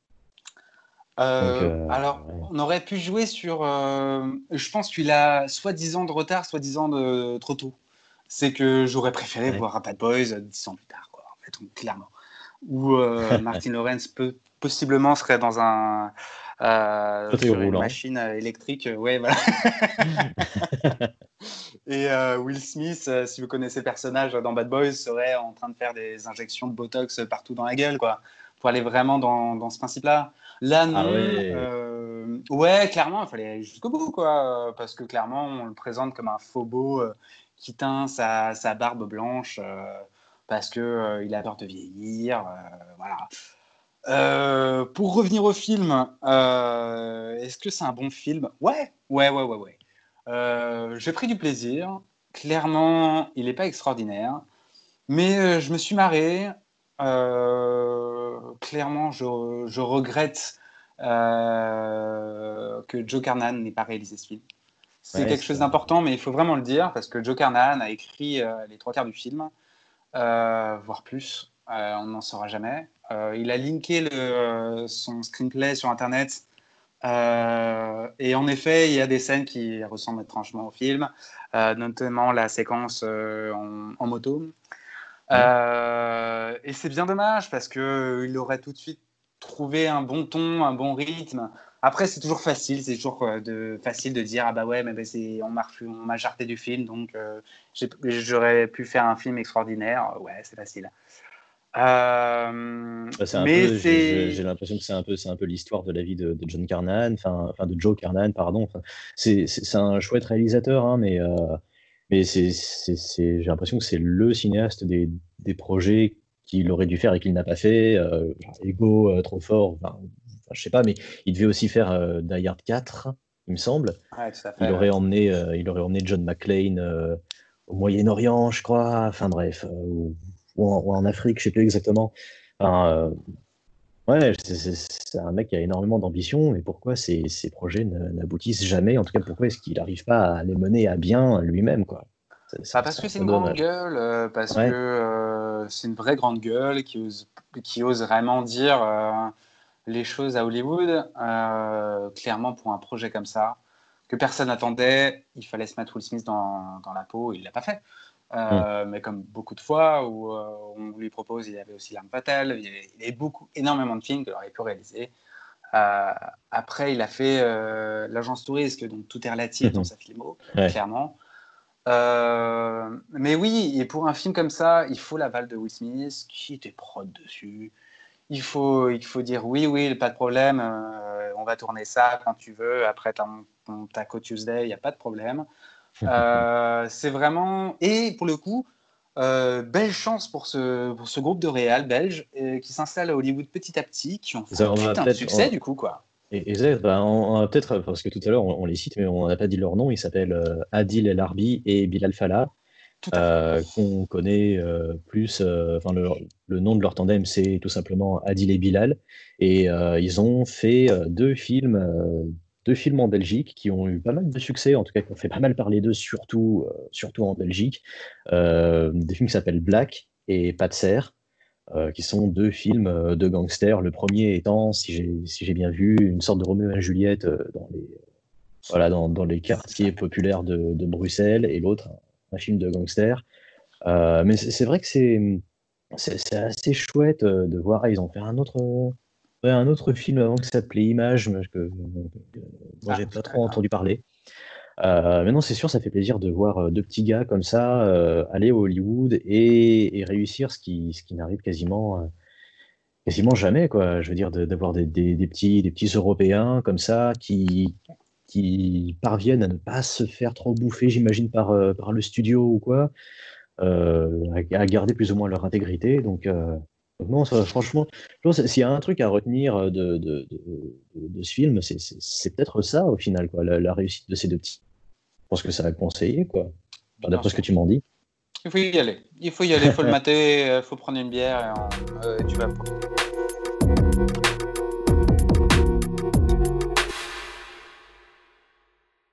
S1: Donc,
S3: Euh,
S1: euh,
S3: alors,
S1: ouais.
S3: on aurait pu jouer sur. euh, je pense qu'il a soit dix ans de retard, soit dix ans de trop tôt. C'est que j'aurais préféré
S1: Ouais.
S3: voir un Bad Boys dix ans plus tard, quoi, en fait, clairement. Où euh, Martin Lawrence peut, possiblement serait dans un. euh,
S1: Fauteuil
S3: sur une
S1: roulant.
S3: machine euh, électrique. euh, Ouais, voilà. Et euh, Will Smith, euh, si vous connaissez le personnage dans Bad Boys, serait en train de faire des injections de Botox partout dans la gueule, quoi, pour aller vraiment dans, dans ce principe-là. Là,
S1: Ah
S3: non.
S1: ouais.
S3: euh, Ouais, clairement, il fallait aller jusqu'au bout, quoi, euh, parce que clairement, on le présente comme un faux beau euh, qui teint sa, sa barbe blanche euh, parce que euh, il a peur de vieillir. euh, voilà. Euh, pour revenir au film, euh, est-ce que c'est un bon film? Ouais, ouais, ouais, ouais, ouais. Euh, j'ai pris du plaisir. Clairement, il n'est pas extraordinaire, mais euh, je me suis marré. Euh, clairement, je, je regrette euh, que Joe Carnahan n'ait pas réalisé ce film. C'est
S1: Ouais,
S3: quelque
S1: c'est
S3: chose
S1: ça.
S3: d'important, mais il faut vraiment le dire, parce que Joe Carnahan a écrit euh, les trois quarts du film, euh, voire plus. Euh, on n'en saura jamais. Euh, il a linké le, son screenplay sur Internet. Euh, et en effet, il y a des scènes qui ressemblent étrangement au film, euh, notamment la séquence euh, en, en moto.
S1: Hmm.
S3: Euh, et c'est bien dommage parce qu'il aurait tout de suite trouvé un bon ton, un bon rythme. Après, c'est toujours facile, c'est toujours quoi, de, facile de dire ah bah ouais, mais bah, c'est, on m'a on m'a jarté du film, donc euh, j'ai, j'aurais pu faire un film extraordinaire. Ouais, c'est facile. Euh,
S1: Bah, c'est un
S3: mais
S1: peu, j'ai j'ai- j'ai
S3: c'est
S1: l'impression que c'est un peu, c'est un peu l'histoire de la vie de, de John Carnahan, enfin, enfin de Joe Carnahan, pardon. Enfin, c'est, c'est c'est un chouette réalisateur, hein, mais, euh, mais c'est, c'est, c'est- j'ai l'impression que c'est le cinéaste des, des projets qu'il aurait dû faire et qu'il n'a pas fait. Euh, genre Ego, euh, trop fort, enfin, enfin, je sais pas, mais il devait aussi faire euh, Die Hard quatre, il me semble.
S3: ouais, tout à
S1: Il
S3: fait.
S1: aurait
S3: Ouais.
S1: emmené, euh, il aurait emmené John McClane euh, au Moyen-Orient, je crois. Enfin bref, euh, ou, ou en, ou en Afrique, je sais plus exactement. Enfin, euh, ouais, c'est c'est- c'est un mec qui a énormément d'ambition, mais pourquoi ces, ces projets ne- n'aboutissent jamais? En tout cas, pourquoi est-ce qu'il n'arrive pas à les mener à bien lui-même, quoi? C'est
S3: Bah
S1: c'est-
S3: parce
S1: c'est
S3: que
S1: un
S3: c'est
S1: peu
S3: une grande
S1: dommage.
S3: gueule, euh, parce que
S1: Ouais.
S3: euh, c'est une vraie grande gueule qui ose, qui ose vraiment dire euh, les choses à Hollywood. Euh, clairement, pour un projet comme ça, que personne n'attendait, il fallait se mettre Will Smith dans, dans la peau, il l'a pas fait.
S1: Hmm.
S3: Euh, mais comme beaucoup de fois où euh, on lui propose, il y avait aussi L'Arme Fatale, il y avait, il y avait beaucoup, énormément de films qu'il aurait pu réaliser. Euh, après, il a fait euh, l'Agence Touriste, donc tout est relatif dans sa filmo,
S1: Ouais.
S3: clairement. Euh, mais oui, et pour un film comme ça, il faut l'aval de Will Smith, qui était prod dessus. Il faut, il faut dire oui, oui, pas de problème, euh, on va tourner ça quand tu veux, après ton, ton Taco Tuesday, il n'y a pas de problème. Euh, c'est vraiment... Et pour le coup, euh, belle chance pour ce, pour ce groupe de réal belge euh, qui s'installe à Hollywood petit à petit, qui ont fait
S1: Ça,
S3: un
S1: on va
S3: putain de
S1: peut-être,
S3: succès
S1: on-
S3: du coup, quoi.
S1: et- exact, bah, on, on va peut-être, parce que tout à l'heure on, on les cite, mais on n'a pas dit leur nom. Ils s'appellent euh, Adil El Arbi et Bilal Fallah.
S3: Tout à fait.
S1: Euh, qu'on connaît euh, plus, euh, enfin le, le nom de leur tandem c'est tout simplement Adil et Bilal, et euh, ils ont fait euh, deux films, euh, deux films en Belgique qui ont eu pas mal de succès, en tout cas qui ont fait pas mal parler d'eux, surtout, euh, surtout en Belgique. Euh, des films qui s'appellent Black et Pas de serre, euh, qui sont deux films euh, de gangsters. Le premier étant, si j'ai si j'ai bien vu, une sorte de Roméo et Juliette euh, dans les voilà dans, dans les quartiers populaires de, de Bruxelles, et l'autre un film de gangsters. Euh, mais c'est c'est vrai que c'est c'est c'est assez chouette euh, de voir. Ah, ils ont fait un autre, euh, ouais, un autre film avant qui s'appelait Image, mais que, que moi
S3: Ah,
S1: j'ai pas trop
S3: d'accord.
S1: entendu parler. Euh, mais non, c'est sûr, ça fait plaisir de voir euh, deux petits gars comme ça euh, aller au Hollywood et, et réussir ce qui, ce qui n'arrive quasiment, euh, quasiment jamais, quoi. Je veux dire, de- d'avoir des, des, des petits, des petits Européens comme ça qui, qui parviennent à ne pas se faire trop bouffer, j'imagine, par, euh, par le studio ou quoi, euh, à, à garder plus ou moins leur intégrité. Donc, euh, donc non, ça, franchement, je pense que s'il y a un truc à retenir de, de, de, de- de ce film, c'est c'est- c'est peut-être ça au final, quoi, la, la réussite de ces deux petits. Je pense que ça a conseillé, quoi. Enfin,
S3: Bien
S1: d'après ce que
S3: sûr.
S1: tu m'en dis.
S3: Il faut y aller. Il faut y aller, il faut le mater, il faut prendre une bière et on- euh, tu vas profiter.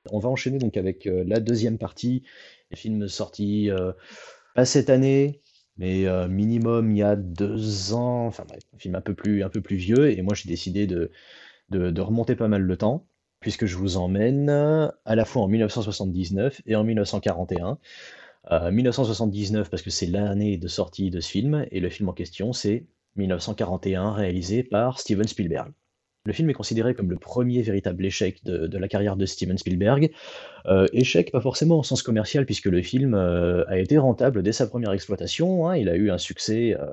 S1: On va enchaîner donc avec euh, la deuxième partie, les films sortis euh, pas cette année, mais euh, minimum il y a deux ans, enfin bref, un film un peu plus, un peu plus vieux, et moi j'ai décidé de, de, de remonter pas mal le temps, puisque je vous emmène euh, à la fois en mille neuf cent soixante-dix-neuf et en mille neuf cent quarante et un. Euh, mille neuf cent soixante-dix-neuf parce que c'est l'année de sortie de ce film, et le film en question c'est mille neuf cent quarante et un, réalisé par Steven Spielberg. Le film est considéré comme le premier véritable échec de, de la carrière de Steven Spielberg. Euh, échec pas forcément au sens commercial, puisque le film euh, a été rentable dès sa première exploitation, hein. Il a eu un succès, euh,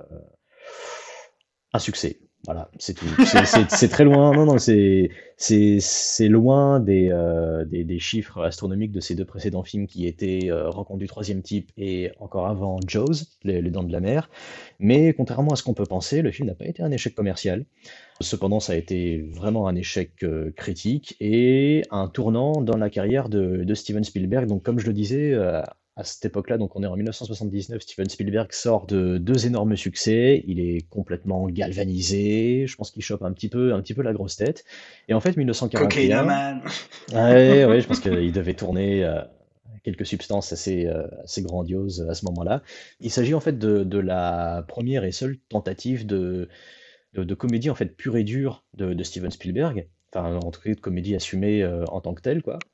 S1: un succès. Voilà, c'est tout. C'est c'est- c'est très loin. Non, non, c'est c'est c'est loin des, euh, des des chiffres astronomiques de ces deux précédents films qui étaient euh, Rencontre du troisième type et encore avant Jaws, les, les Dents de la Mer. Mais contrairement à ce qu'on peut penser, le film n'a pas été un échec commercial. Cependant, ça a été vraiment un échec euh, critique et un tournant dans la carrière de, de Steven Spielberg. Donc, comme je le disais, euh, à cette époque-là, donc on est en mille neuf cent soixante-dix-neuf, Steven Spielberg sort de deux énormes succès. Il est complètement galvanisé. Je pense qu'il chope un petit peu, un petit peu la grosse tête. Et en fait, mille neuf cent quarante et un,
S3: Cocaïnomane.
S1: ouais, ouais, je pense qu'il devait tourner euh, quelques substances assez, euh, assez grandioses à ce moment-là. Il s'agit en fait de, de la première et seule tentative de de, de comédie en fait pure et dure de, de Steven Spielberg, enfin en tout cas de comédie assumée euh, en tant que telle quoi.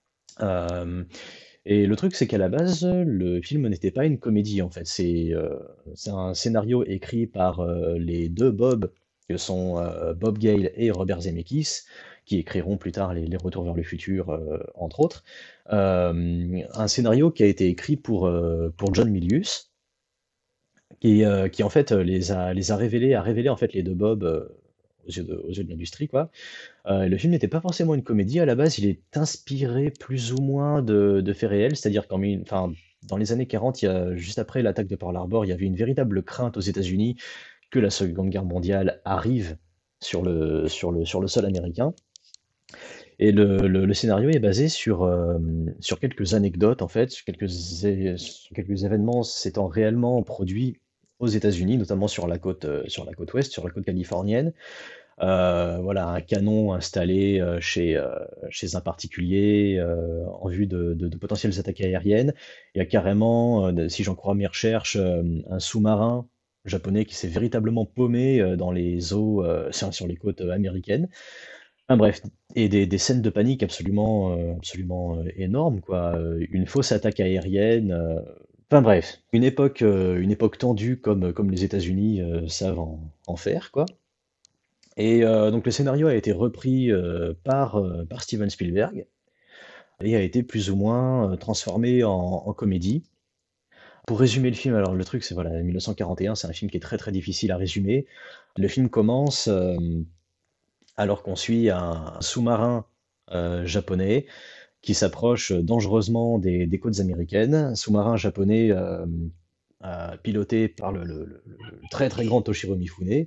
S1: Euh, et le truc c'est qu'à la base le film n'était pas une comédie en fait, c'est euh, c'est un scénario écrit par euh, les deux Bob que sont euh, Bob Gale et Robert Zemeckis qui écriront plus tard les, les Retours vers le futur euh, entre autres. Euh, un scénario qui a été écrit pour, euh, pour John Milius qui, euh, qui en fait euh, les a, les a révélés, a révélé en fait les deux Bob euh, aux yeux de, aux yeux de l'industrie quoi. Euh, le film n'était pas forcément une comédie à la base, il est inspiré plus ou moins de, de faits réels, c'est-à-dire qu'en mille- enfin, dans les années quarante, il y a, juste après l'attaque de Pearl Harbor, il y avait une véritable crainte aux États-Unis que la Seconde Guerre mondiale arrive sur le, sur le, sur le sol américain. Et le, le- le scénario est basé sur, euh, sur quelques anecdotes, en fait, sur quelques, é- sur quelques événements s'étant réellement produits aux États-Unis, notamment sur la côte, euh, sur la côte ouest, sur la côte californienne. Euh, voilà, un canon installé euh, chez, euh, chez un particulier euh, en vue de, de- de potentielles attaques aériennes. Il y a carrément, euh, si j'en crois mes recherches, euh, un sous-marin japonais qui s'est véritablement paumé euh, dans les eaux, euh, sur, sur les côtes euh, américaines. Enfin bref, et des, des scènes de panique absolument, euh, absolument euh, énormes, quoi. Euh, Une fausse attaque aérienne. euh, Enfin bref, une époque, euh, une époque tendue comme, comme les États-Unis euh, savent en, en faire, quoi. Et euh, donc le scénario a été repris euh, par, euh, par Steven Spielberg et a été plus ou moins euh, transformé en, en comédie. Pour résumer le film, alors le truc c'est voilà, mille neuf cent quarante et un, c'est un film qui est très très difficile à résumer. Le film commence euh, alors qu'on suit un sous-marin euh, japonais qui s'approche dangereusement des, des côtes américaines. Un sous-marin japonais euh, euh, piloté par le, le- le- le très très grand Toshiro Mifune.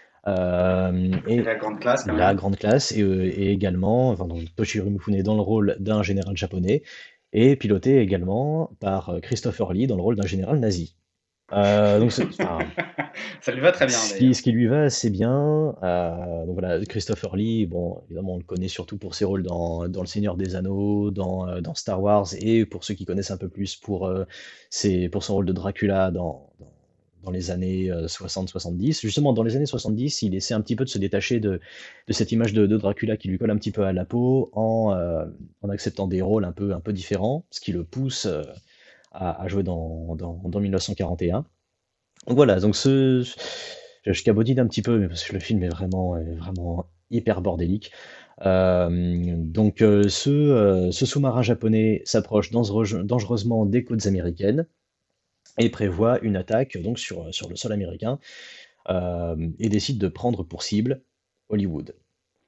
S1: Euh,
S2: C'est
S1: et
S2: la grande classe quand
S1: la
S2: même.
S1: grande classe, et, euh, et également enfin, donc, Toshiro Mifune dans le rôle d'un général japonais, et piloté également par euh, Christopher Lee dans le rôle d'un général nazi. Euh, donc, c'est- enfin,
S2: Ça lui va très bien
S1: ce qui, ce
S2: d'ailleurs.
S1: qui lui va assez bien. Euh, donc voilà, Christopher Lee, bon, évidemment, on le connaît surtout pour ses rôles dans, dans Le Seigneur des Anneaux, dans, euh, dans Star Wars, et pour ceux qui connaissent un peu plus, pour, euh, ses- pour son rôle de Dracula dans, dans, dans les années euh, soixante soixante-dix. Justement, dans les années soixante-dix, il essaie un petit peu de se détacher de, de cette image de, de Dracula qui lui colle un petit peu à la peau en, euh, en acceptant des rôles un peu, un peu différents, ce qui le pousse euh, à, à jouer dans, dans, dans mille neuf cent quarante et un. Donc voilà, donc ce, je, je cabotine un petit peu, mais parce que le film est vraiment, est vraiment hyper bordélique. Euh, donc euh, ce, euh, ce sous-marin japonais s'approche dangereux- dangereusement des côtes américaines et prévoit une attaque donc sur, sur le sol américain euh, et décide de prendre pour cible Hollywood.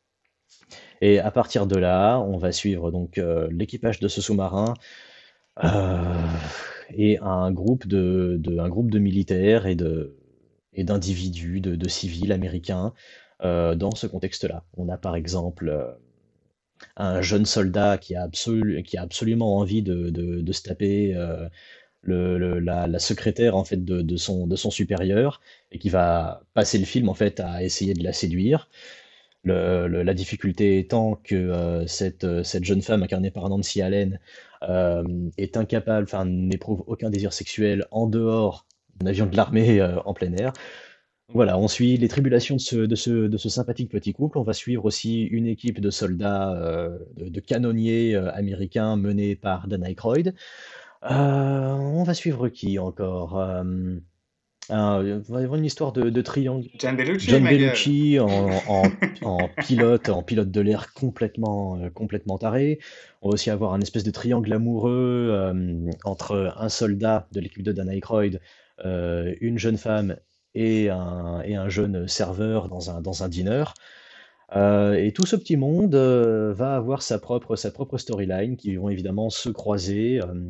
S1: Et à partir de là, on va suivre donc euh, l'équipage de ce sous-marin euh, et un groupe de, de- un groupe de militaires et de, et d'individus, de, de civils américains euh, dans ce contexte-là. On a par exemple euh, un jeune soldat qui a, absolu- qui a absolument envie de, de- de se taper euh, le, le- la, la secrétaire en fait de, de son, de son supérieur et qui va passer le film en fait à essayer de la séduire. Le- le- la difficulté étant que euh, cette, euh, cette jeune femme incarnée par Nancy Allen euh, est incapable, enfin n'éprouve aucun désir sexuel en dehors d'un avion de l'armée euh, en plein air. Voilà, on suit les tribulations de ce, de ce, de ce sympathique petit couple. On va suivre aussi une équipe de soldats, euh, de, de canonniers euh, américains menés par Dan Aykroyd. Euh, on va suivre qui encore? Euh, un- Il va y avoir une histoire de, de triangle.
S2: Gian Bellucci,
S1: John
S2: ma gueule.
S1: Bellucci en, en- en pilote, en pilote de l'air complètement, euh, complètement taré. On va aussi avoir un espèce de triangle amoureux euh, entre un soldat de l'équipe de Dan Aykroyd, euh, une jeune femme et un, et un jeune serveur dans un, dans un diner. Euh, et tout ce petit monde euh, va avoir sa propre, sa propre storyline qui vont évidemment se croiser. Euh,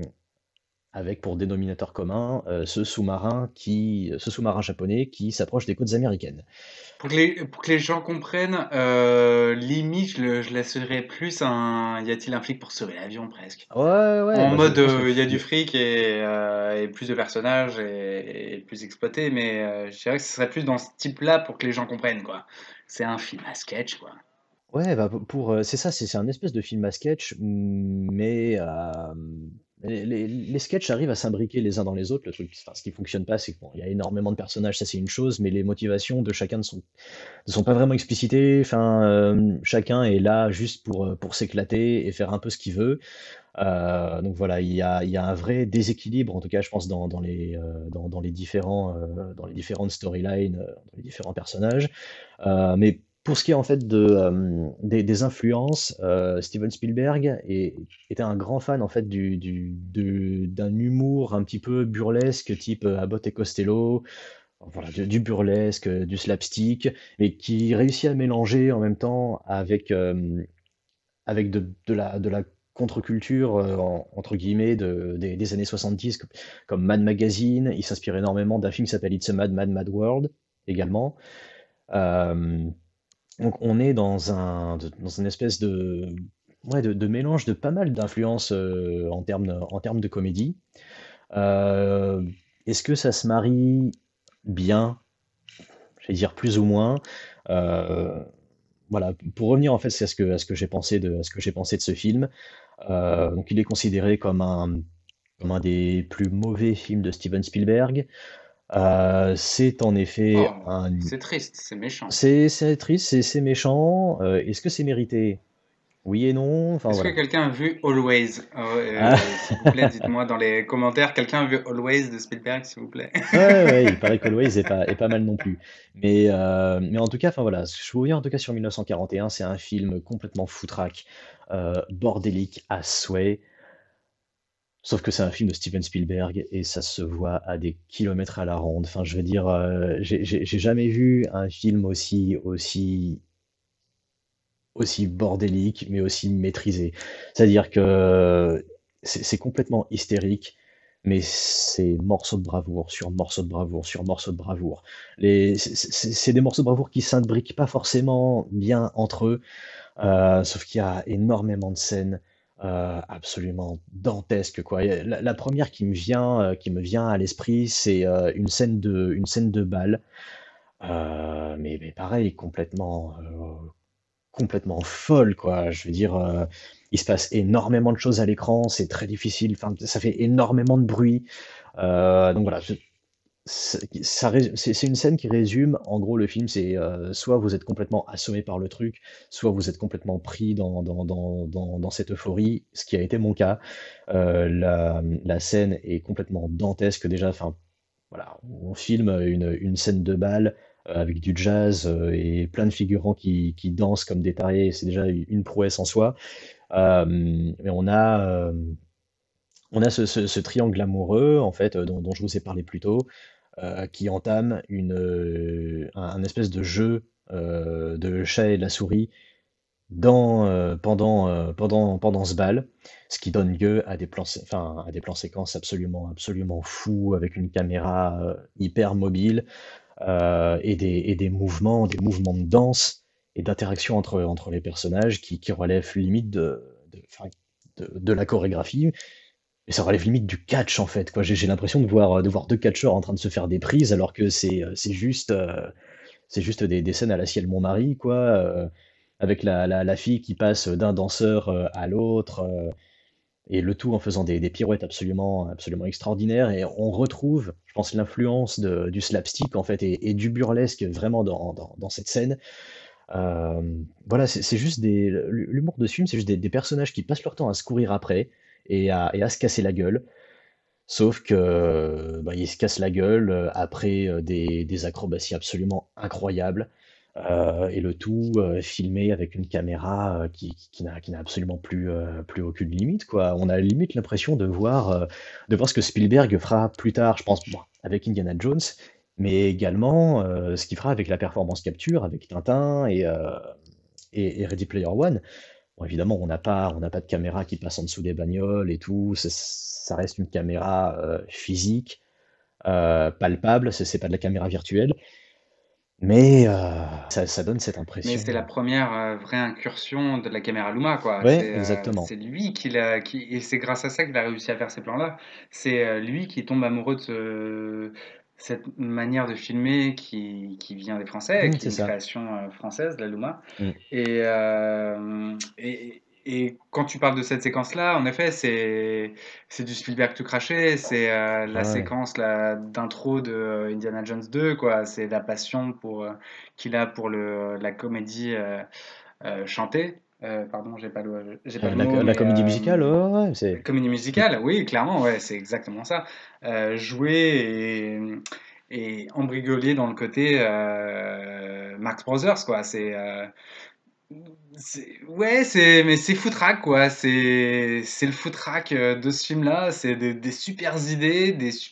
S1: avec pour dénominateur commun euh, ce sous-marin qui, ce sous-marin japonais qui s'approche des côtes américaines.
S2: Pour que les, pour que les gens comprennent, euh, limite, je, le- je laisserais plus un. Y a-t-il un flic pour sauver l'avion presque?
S1: Ouais, ouais,
S2: En
S1: bah je,
S2: mode,
S1: je pense que
S2: euh, il y a du
S1: le-
S2: fric et, euh, et plus de personnages et, et plus exploité, mais euh, je dirais que ce serait plus dans ce type-là pour que les gens comprennent, quoi. C'est un film à sketch, quoi.
S1: ouais, bah pour, pour, euh, c'est ça, c'est c'est un espèce de film à sketch, mais euh, les, les, les sketchs arrivent à s'imbriquer les uns dans les autres. Le truc, enfin, ce qui fonctionne pas, c'est qu'il y a énormément de personnages, ça c'est une chose, mais les motivations de chacun ne sont ne sont pas vraiment explicitées. Enfin, euh, chacun est là juste pour, euh, pour s'éclater et faire un peu ce qu'il veut. Euh, donc voilà, il y a, il y a un vrai déséquilibre, en tout cas, je pense, dans, dans les, euh, dans, dans les différents, euh, dans les différentes storylines, euh, dans les différents personnages. Euh, mais pour ce qui est en fait de, euh, des, des influences, euh, Steven Spielberg est- était un grand fan en fait du, du, de- d'un humour un petit peu burlesque, type euh, Abbott et Costello, voilà, du, du burlesque, du slapstick, mais qui réussit à mélanger en même temps avec, euh, avec de, de la, de la contre-culture, euh, en- entre guillemets, de, des, des années soixante-dix, comme, comme Mad Magazine. Il s'inspire énormément d'un film qui s'appelle It's a Mad, Mad, Mad World, également. Euh, donc on est dans un, de- dans une espèce de, ouais, de, de mélange de pas mal d'influences euh, en termes, en termes de comédie. Euh, Est-ce que ça se marie bien? Je vais dire plus ou moins. Euh, voilà, pour revenir en fait c'est à ce que, à ce que j'ai pensé de, à ce que j'ai pensé de ce film. Euh, donc il est considéré comme un, comme un des plus mauvais films de Steven Spielberg. Euh, c'est en effet
S2: Oh,
S1: un,
S2: c'est triste, c'est méchant.
S1: c'est c'est triste, c'est c'est méchant. Euh, est-ce que c'est mérité? Oui et non. Enfin
S2: Est-ce que
S1: voilà.
S2: quelqu'un a vu Always? Euh,
S1: Ah,
S2: euh, s'il vous plaît, dites-moi dans les commentaires, quelqu'un a vu Always de Spielberg, s'il vous plaît?
S1: ouais, ouais, ouais, il paraît qu'Always est pas, est pas mal non plus. Mais, euh, mais en tout cas, enfin voilà, ce que je reviens en tout cas sur mille neuf cent quarante et un, c'est un film complètement foutraque, euh, bordélique à souhait. Sauf que c'est un film de Steven Spielberg et ça se voit à des kilomètres à la ronde. Enfin, je veux dire, euh, j'ai j'ai- j'ai jamais vu un film aussi, aussi, aussi bordélique, mais aussi maîtrisé. C'est-à-dire que c'est c'est complètement hystérique, mais c'est morceau de bravoure sur morceau de bravoure sur morceau de bravoure. Les, c'est c'est- c'est des morceaux de bravoure qui s'imbriquent pas forcément bien entre eux. Euh, sauf qu'il y a énormément de scènes euh, absolument dantesques, quoi. Et La, la première qui me vient, euh, qui me vient à l'esprit, c'est euh, une scène de, une scène de bal, euh, mais, mais pareil, complètement, euh, complètement folle, quoi. Je veux dire, euh, il se passe énormément de choses à l'écran, c'est très difficile, enfin, ça fait énormément de bruit. Euh, donc voilà, je- c'est ça rés- c'est- c'est une scène qui résume, en gros, le film, c'est euh, soit vous êtes complètement assommé par le truc, soit vous êtes complètement pris dans, dans, dans, dans, dans cette euphorie, ce qui a été mon cas. Euh, la, la scène est complètement dantesque déjà, enfin, voilà, on filme une, une scène de bal euh, avec du jazz euh, et plein de figurants qui, qui dansent comme des tarés, c'est déjà une prouesse en soi. Euh, mais on a, euh, on a ce, ce- ce triangle amoureux, en fait, euh, dont, dont je vous ai parlé plus tôt, euh, qui entame une, euh, un, un espèce de jeu euh, de chat et de la souris dans, euh, pendant, euh, pendant, pendant ce bal, ce qui donne lieu à des plans, sé- enfin, à des plans séquences absolument, absolument fous, avec une caméra euh, hyper mobile euh, et des, et des mouvements, des mouvements de danse et d'interaction entre, entre les personnages qui, qui relèvent limite de, de, enfin, de, de la chorégraphie, mais ça relève limite du catch en fait, quoi. J'ai j'ai l'impression de voir, de voir deux catcheurs en train de se faire des prises alors que c'est euh, c'est juste, euh, c'est juste des, des scènes à la Ciel Montmarie, quoi. euh. avec la, la, la fille qui passe d'un danseur euh, à l'autre, euh, et le tout en faisant des, des pirouettes absolument, absolument extraordinaires. Et on retrouve, je pense, l'influence de- du slapstick en fait et, et du burlesque vraiment dans, dans, dans cette scène. Euh, voilà, c'est c'est juste des. L'humour de ce film, c'est juste des, des personnages qui passent leur temps à se courir après et à, et à se casser la gueule. Sauf que bah, ils se cassent la gueule euh, après euh, des, des acrobaties absolument incroyables. Euh, et le tout euh, filmé avec une caméra euh, qui, qui, qui n'a qui n'a absolument plus, euh, plus aucune limite, quoi. On a limite l'impression de voir, euh, de voir ce que Spielberg fera plus tard, je pense, bon, avec Indiana Jones, mais également euh, ce qu'il fera avec la performance capture, avec Tintin et, euh, et, et Ready Player One. Bon, évidemment, on n'a pas, on n'a pas de caméra qui passe en dessous des bagnoles et tout. Ça, ça reste une caméra euh, physique, euh, palpable. C'est c'est pas de la caméra virtuelle, mais euh, ça, ça donne cette
S2: Mais
S1: impression.
S2: c'est la première euh, vraie incursion de la caméra Luma, quoi.
S1: Ouais,
S2: C'est euh,
S1: exactement.
S2: c'est lui qui l'a, qui, et c'est grâce à ça qu'il a réussi à faire ces plans-là. C'est euh, lui qui tombe amoureux de ce- cette manière de filmer qui, qui vient des Français,
S1: Mm,
S2: qui est
S1: c'est
S2: une
S1: ça.
S2: création euh, française, la Luma.
S1: Mm.
S2: Et, euh, et, et quand tu parles de cette séquence-là, en effet, c'est c'est du Spielberg tout craché. C'est euh, la
S1: Ah ouais.
S2: séquence là, d'intro de euh, Indiana Jones deux, quoi. C'est la passion pour, euh, qu'il a pour le, la comédie euh, euh, chantée. Euh, pardon, j'ai pas le, j'ai pas
S1: Euh,
S2: le
S1: la,
S2: mot,
S1: la
S2: mais
S1: comédie
S2: euh,
S1: musicale, ouais, ouais, ouais, c'est.
S2: comédie
S1: Mm.
S2: musicale, oui, clairement, ouais, c'est exactement ça. Euh, jouer et, et embrigoler dans le côté euh, Marx Brothers, quoi. C'est, euh, c'est- ouais, c'est, mais c'est foutraque, quoi. C'est, c'est le foutraque euh, de ce film-là. C'est des, des super idées, des, su-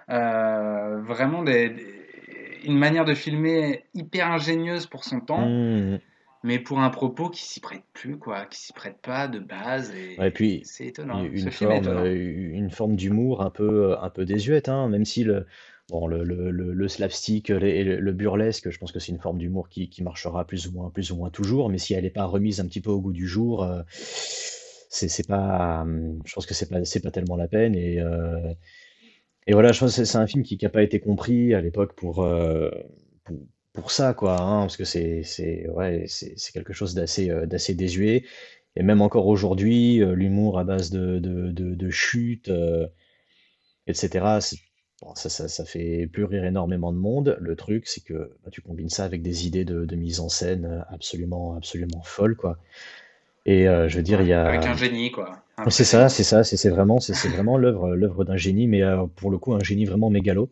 S2: euh, vraiment des, des- une manière de filmer hyper ingénieuse pour son temps,
S1: Mm.
S2: mais pour un propos qui s'y prête plus, quoi, qui s'y prête pas de base,
S1: Ouais, et
S2: et
S1: puis
S2: c'est
S1: y-
S2: étonnant. Ce
S1: une
S2: film est
S1: forme,
S2: étonnant.
S1: euh, une forme d'humour un peu, un peu désuète, hein, même si le, bon, le, le, le, le slapstick le- et le, le burlesque, je pense que c'est une forme d'humour qui, qui marchera plus ou moins, plus ou moins toujours, mais si elle n'est pas remise un petit peu au goût du jour, euh, c'est c'est pas, hum, je pense que c'est pas, c'est pas tellement la peine. Et, euh, et voilà, je pense que c'est c'est un film qui n'a pas été compris à l'époque pour, euh, pour, pour ça, quoi, hein, parce que c'est c'est ouais, c'est c'est quelque chose d'assez euh, d'assez désuet. Et même encore aujourd'hui, euh, l'humour à base de, de, de, de chutes, euh, et cetera, c'est- bon, ça, ça, ça fait plus rire énormément de monde. Le truc, c'est que bah, tu combines ça avec des idées de, de mise en scène euh, absolument, absolument folles, quoi. Et euh, je veux dire, il
S2: Ouais,
S1: y
S2: avec
S1: a.
S2: un génie, quoi, un
S1: C'est
S2: vrai
S1: ça,
S2: génie.
S1: c'est ça, c'est c'est vraiment, c'est c'est vraiment l'œuvre, l'œuvre d'un génie, mais euh, pour le coup, un génie vraiment mégalo,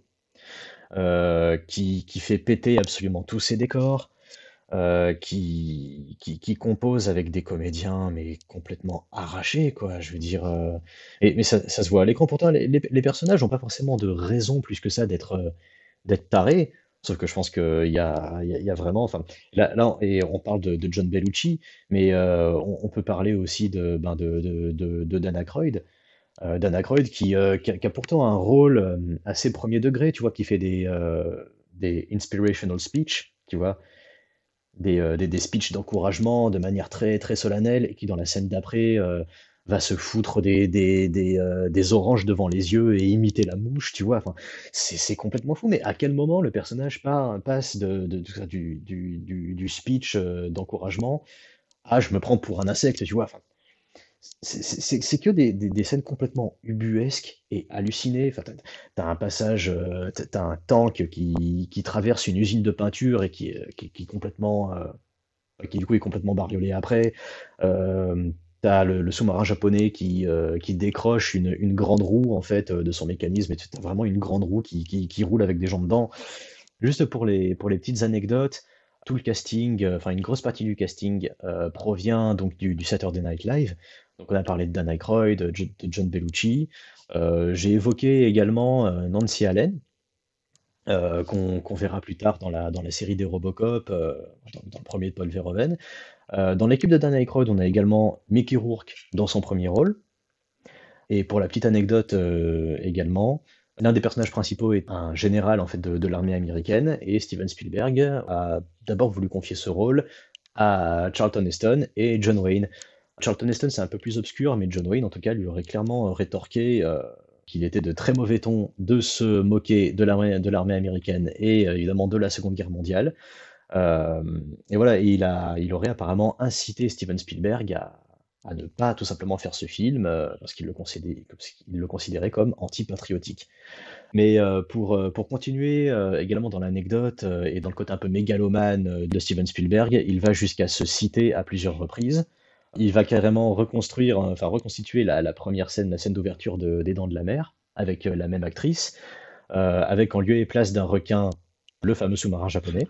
S1: euh, qui, qui fait péter absolument tous ses décors, euh, qui, qui, qui compose avec des comédiens, mais complètement arrachés, quoi. Je veux dire, euh, et, mais ça, ça se voit à l'écran. Pourtant, les, les- les personnages n'ont pas forcément de raison plus que ça d'être euh, d'être tarés. Sauf que je pense qu'il y a, il y a, il y a vraiment, enfin, là, là, et on parle de, de John Bellucci, mais euh, on, on peut parler aussi de, ben de, de, de, de Dan Aykroyd, euh, Dan Aykroyd qui, euh, qui a, qui a pourtant un rôle euh, assez premier degré, tu vois, qui fait des, euh, des inspirational speech, tu vois, des, euh, des, des speeches d'encouragement de manière très, très solennelle, et qui dans la scène d'après euh, va se foutre des, des, des, euh, des oranges devant les yeux et imiter la mouche, tu vois. Enfin, c'est c'est complètement fou, mais à quel moment le personnage part, passe de, de, de- du, du, du, du speech euh, d'encouragement à je me prends pour un insecte, tu vois. Enfin, c'est c'est- c'est que des, des- des scènes complètement ubuesques et hallucinées. Enfin, t'as, t'as un passage, euh, t'as t'as un tank qui, qui traverse une usine de peinture et qui, est- qui, qui est complètement, euh, qui du coup est complètement bariolé après. Euh, t'as le, le sous-marin japonais qui, euh, qui décroche une, une grande roue en fait euh, de son mécanisme, et t'as vraiment une grande roue qui, qui, qui roule avec des gens dedans. Juste pour les, pour les petites anecdotes, tout le casting, euh, enfin une grosse partie du casting euh, provient donc du, du Saturday Night Live. Donc on a parlé de Dan Aykroyd, de, Jo- de John Bellucci. Euh, j'ai évoqué également euh, Nancy Allen, euh, qu'on qu'on verra plus tard dans la, dans la série des Robocop, euh, dans, dans le premier de Paul Verhoeven. Euh, dans l'équipe de Dan Aykroyd, on a également Mickey Rourke dans son premier rôle. Et pour la petite anecdote euh, également, l'un des personnages principaux est un général en fait de, de l'armée américaine, et Steven Spielberg a d'abord voulu confier ce rôle à Charlton Heston et John Wayne. Charlton Heston c'est un peu plus obscur, mais John Wayne en tout cas lui aurait clairement rétorqué euh, qu'il était de très mauvais ton de se moquer de l'armée de l'armée américaine et euh, évidemment de la Seconde Guerre mondiale, Euh, et voilà, et il a, il aurait apparemment incité Steven Spielberg à, à ne pas tout simplement faire ce film euh, parce qu'il le considérait, parce qu'il le considérait comme anti-patriotique. Mais euh, pour, euh, pour continuer euh, également dans l'anecdote euh, et dans le côté un peu mégalomane euh, de Steven Spielberg, il va jusqu'à se citer à plusieurs reprises. Il va carrément reconstruire, euh, enfin reconstituer la, la première scène, la scène d'ouverture de, des Dents de la Mer, avec euh, la même actrice, euh, avec en lieu et place d'un requin le fameux sous-marin japonais.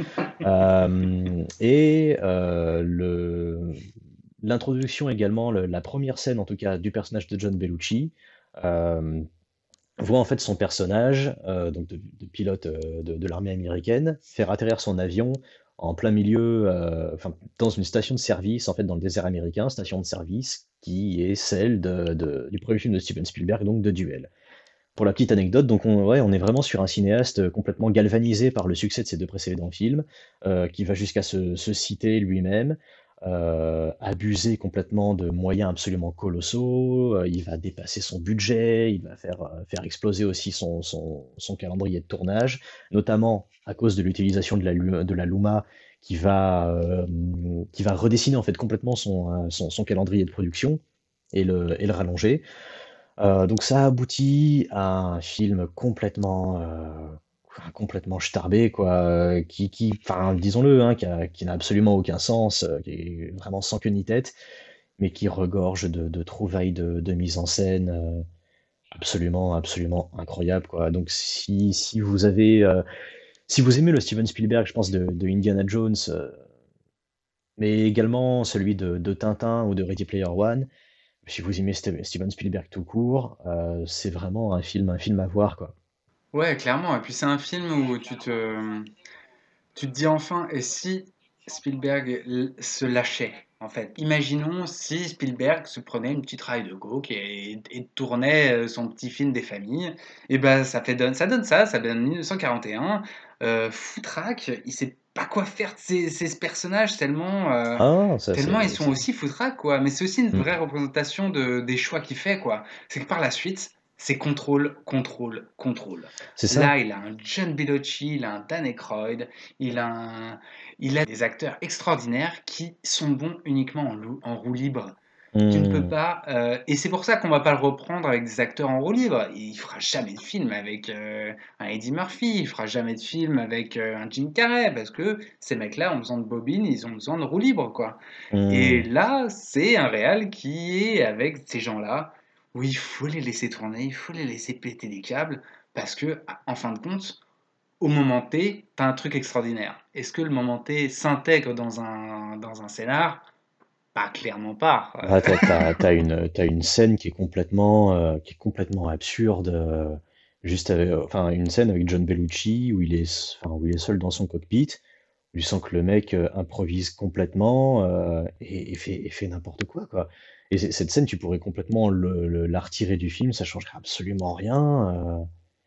S1: Euh, et euh, le, l'introduction également, le- la première scène en tout cas du personnage de John Bellucci, euh, voit en fait son personnage, euh, donc de, de pilote euh, de, de l'armée américaine, faire atterrir son avion en plein milieu, euh, enfin dans une station de service en fait dans le désert américain, station de service qui est celle de, de- du premier film de Steven Spielberg, donc de Duel. Pour la petite anecdote, donc on, ouais, on est vraiment sur un cinéaste complètement galvanisé par le succès de ses deux précédents films, euh, qui va jusqu'à se, se citer lui-même, euh, abuser complètement de moyens absolument colossaux, euh, il va dépasser son budget, il va faire, euh, faire exploser aussi son, son, son calendrier de tournage, notamment à cause de l'utilisation de la, lu- de la Luma qui va, euh, qui va redessiner en fait complètement son, euh, son, son calendrier de production et le, et le rallonger. Euh, donc ça aboutit à un film complètement, euh, complètement starbé, quoi, euh, qui, qui, enfin, disons-le, hein, qui a- qui n'a absolument aucun sens, euh, qui est vraiment sans queue ni tête, mais qui regorge de, de trouvailles de, de mise en scène euh, absolument, absolument incroyables, quoi. Donc si, si vous avez, euh, si vous aimez le Steven Spielberg, je pense de, de Indiana Jones, euh, mais également celui de, de Tintin ou de Ready Player One, si vous aimez Ste- Steven Spielberg tout court, euh, c'est vraiment un film, un film à voir, quoi.
S2: Ouais, clairement. Et puis c'est un film où tu te, tu te dis enfin, et si Spielberg l- se lâchait, en fait? Imaginons si Spielberg se prenait une petite raille de coke et, et tournait euh, son petit film des familles. Et ben ça fait donne, ça donne ça, ça donne mille neuf cent quarante et un. Euh, foutraque, il sait pas quoi faire de ces, ces personnages tellement, euh,
S1: Ah, ça,
S2: tellement ils
S1: c'est,
S2: sont
S1: c'est-
S2: aussi foutraques, quoi. Mais c'est aussi une
S1: Hmm.
S2: vraie représentation de, des choix qu'il fait, quoi. C'est que par la suite, c'est contrôle, contrôle, contrôle.
S1: C'est ça.
S2: Là, il a un John Belushi, il a un Dan Aykroyd, il a, un- il a des acteurs extraordinaires qui sont bons uniquement en, lou- en roue libre. Tu ne peux
S1: Hmm.
S2: pas. euh, et c'est pour ça qu'on va pas le reprendre avec des acteurs en roue libre. Il fera jamais de film avec euh, un Eddie Murphy, il fera jamais de film avec euh, un Jim Carrey, parce que ces mecs-là ont besoin de bobines, ils ont besoin de roue libre, quoi. Et
S1: Hmm.
S2: là, c'est un réal qui est avec ces gens-là, où il faut les laisser tourner, il faut les laisser péter des câbles, parce que, en fin de compte, au moment T, t'as un truc extraordinaire. Est-ce que le moment T s'intègre dans un, dans un scénar? Pas clairement pas.
S1: Ah,
S2: Euh,
S1: t'as, t'as- t'as une, t'as une scène qui est complètement, euh, qui est complètement absurde, euh, juste avec, enfin, une scène avec John Bellucci où il est, enfin, où il est seul dans son cockpit. Tu sens que le mec euh, improvise complètement euh, et, et fait, et fait n'importe quoi, quoi. Et c- cette scène, tu pourrais complètement le, le- la retirer du film, ça changerait absolument rien. euh,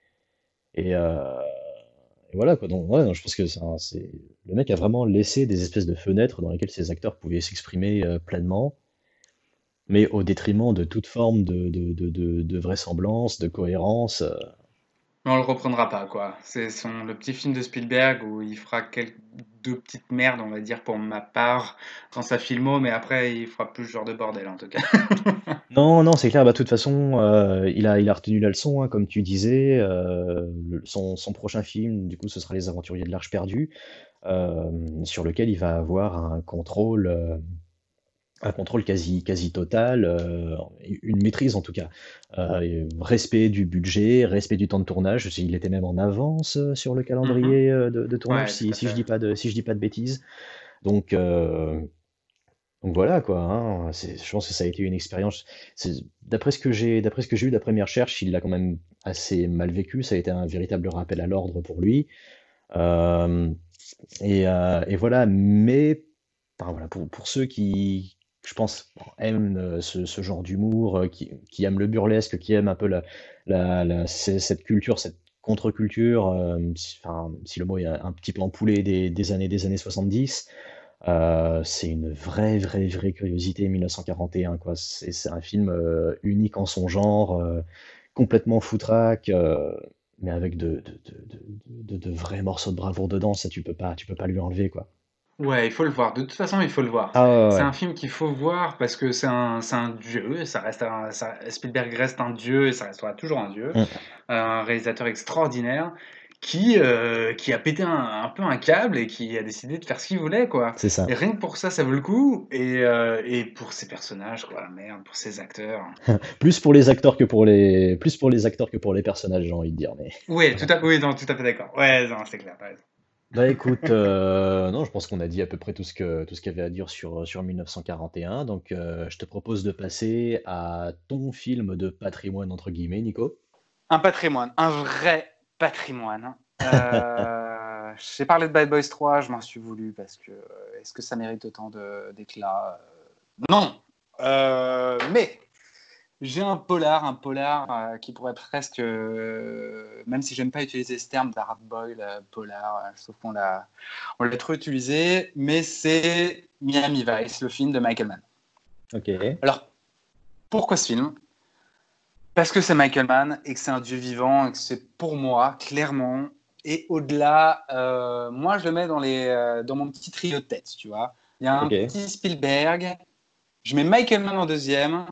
S1: et, euh, et voilà, quoi. Donc, ouais, non, je pense que c'est un- c'est- le mec a vraiment laissé des espèces de fenêtres dans lesquelles ses acteurs pouvaient s'exprimer euh, pleinement, mais au détriment de toute forme de, de, de, de- de vraisemblance, de cohérence. euh.
S2: Mais on le reprendra pas, quoi. C'est son, le petit film de Spielberg où il fera quelques, deux petites merdes, on va dire, pour ma part, dans sa filmo, mais après, il fera plus ce genre de bordel, en tout cas.
S1: Non, non, c'est clair, bah, de toute façon, euh, il a, il a retenu la leçon, hein, comme tu disais. euh, le- son, son prochain film, du coup, ce sera Les Aventuriers de l'Arche perdue, euh, sur lequel il va avoir un contrôle, euh, un contrôle quasi, quasi total, euh, une maîtrise en tout cas. Euh, et respect du budget, respect du temps de tournage. Il était même en avance euh, sur le
S2: Mhm.
S1: calendrier euh, de, de tournage,
S2: Ouais, tout
S1: si,
S2: à
S1: si je
S2: fait.
S1: dis pas de, si je dis pas de bêtises. Donc, euh, donc voilà quoi. Hein, c'est- je pense que ça a été une expérience. c'est- D'après ce que j'ai, d'après ce que j'ai eu, d'après mes recherches, il l'a quand même assez mal vécu. Ça a été un véritable rappel à l'ordre pour lui. Euh, et, euh, et voilà. Mais enfin, voilà, pour, pour ceux qui, je pense, aiment euh, ce, ce genre d'humour, euh, qui, qui aiment le burlesque, qui aiment un peu la, la, la- c- cette culture, cette contre-culture, euh, si, enfin, si le mot est un petit peu empoulé des, des années, des années soixante-dix, euh, c'est une vraie, vraie, vraie curiosité mille neuf cent quarante et un, quoi. C'est c'est un film euh, unique en son genre, euh, complètement foutraque, euh, mais avec de, de, de, de, de- de vrais morceaux de bravoure dedans, ça tu peux pas, tu peux pas lui enlever quoi.
S2: Ouais, il faut le voir. De toute façon, il faut le voir.
S1: Ah ouais, ouais,
S2: C'est
S1: ouais.
S2: un film qu'il faut voir parce que c'est un, c'est un dieu. Et ça reste un, ça- Spielberg reste un dieu et ça restera toujours un dieu.
S1: Mm,
S2: Un réalisateur extraordinaire qui, euh, qui a pété un, un peu un câble et qui a décidé de faire ce qu'il voulait, quoi.
S1: c'est ça.
S2: Et rien que pour ça, ça vaut le coup. Et, euh, et pour ses personnages, quoi. Merde, pour ses acteurs.
S1: Plus pour les acteurs que pour les, plus pour les acteurs que pour les personnages, j'ai envie de dire. Mais
S2: Oui, tout
S1: voilà.
S2: à, oui, non, tout à fait d'accord. Ouais, non, c'est clair, t'as raison.
S1: Bah écoute, euh, non, je pense qu'on a dit à peu près tout ce que tout ce qu'il y avait à dire sur sur mille neuf cent quarante et un. Donc, euh, je te propose de passer à ton film de patrimoine entre guillemets, Nico.
S3: Un patrimoine, un vrai patrimoine. Euh, j'ai parlé de Bad Boys trois, je m'en suis voulu parce que euh, est-ce que ça mérite autant de, d'éclat? Euh, Non. Euh, mais j'ai un polar, un polar euh, qui pourrait presque, euh, même si j'aime pas utiliser ce terme d'hard boil euh, polar, euh, je trouve qu'on l'a, on l'a trop utilisé, mais c'est Miami Vice, le film de Michael Mann.
S1: Ok.
S3: Alors pourquoi ce film? Parce que c'est Michael Mann et que c'est un dieu vivant et que c'est pour moi, clairement, et au-delà, euh, moi je le mets dans, les, euh, dans mon petit trio de tête, tu vois. Il y a un
S1: Ok.
S3: petit Spielberg, je mets Michael Mann en deuxième,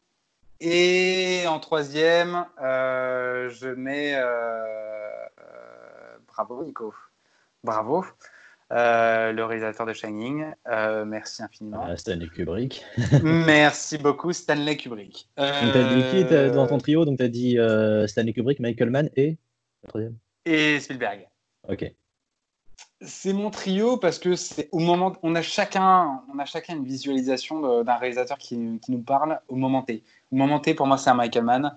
S3: et en troisième, euh, je mets... euh, euh, bravo Nico, bravo, euh, le réalisateur de Shining, euh, merci infiniment.
S1: Ah, Stanley Kubrick.
S3: Merci beaucoup Stanley Kubrick.
S1: Donc t'as dit qui t'as- dans ton
S3: Euh,
S1: trio? Donc t'as dit euh, Stanley Kubrick, Michael Mann et le troisième.
S3: et Spielberg.
S1: Ok.
S3: C'est mon trio parce que c'est au moment on a chacun on a chacun une visualisation de- d'un réalisateur qui, qui nous parle au moment T. Au moment T pour moi c'est un Michael Mann.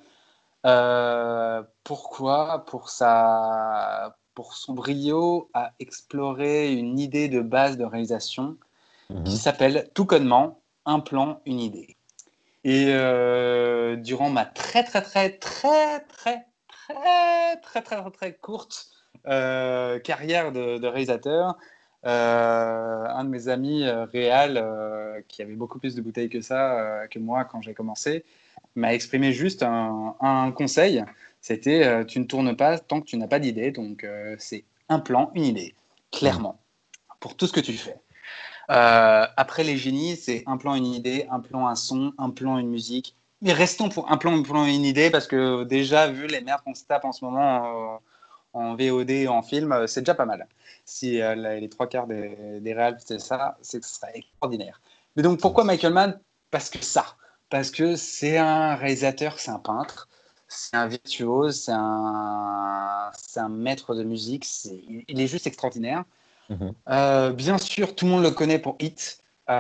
S3: Euh, pourquoi? Pour sa pour son brio à explorer une idée de base de réalisation qui
S1: Mhm.
S3: s'appelle tout connement un plan une idée. Et euh, durant ma très très très très très très très très très, très courte euh, carrière de, de réalisateur, euh, un de mes amis euh, réal euh, qui avait beaucoup plus de bouteilles que ça euh, que moi quand j'ai commencé m'a exprimé juste un, un conseil. C'était euh, tu ne tournes pas tant que tu n'as pas d'idée. Donc euh, c'est un plan, une idée,
S1: Mhm.
S3: clairement, pour tout ce que tu fais. Euh, après les génies, c'est un plan, une idée, un plan, un son, un plan, une musique. Mais restons pour un plan, un plan, une idée, parce que déjà, vu les merdes qu'on se tape en ce moment euh, en V O D, en film, euh, c'est déjà pas mal. Si euh, les, les trois quarts des, des réals, c'est ça, c'est que ce serait extraordinaire. Mais donc, pourquoi Michael Mann? Parce que ça. Parce que c'est un réalisateur, c'est un peintre, c'est un virtuose, c'est un, c'est un maître de musique, c'est, il est juste extraordinaire.
S1: Mhm.
S3: Euh, bien sûr, tout le monde le connaît pour Hit.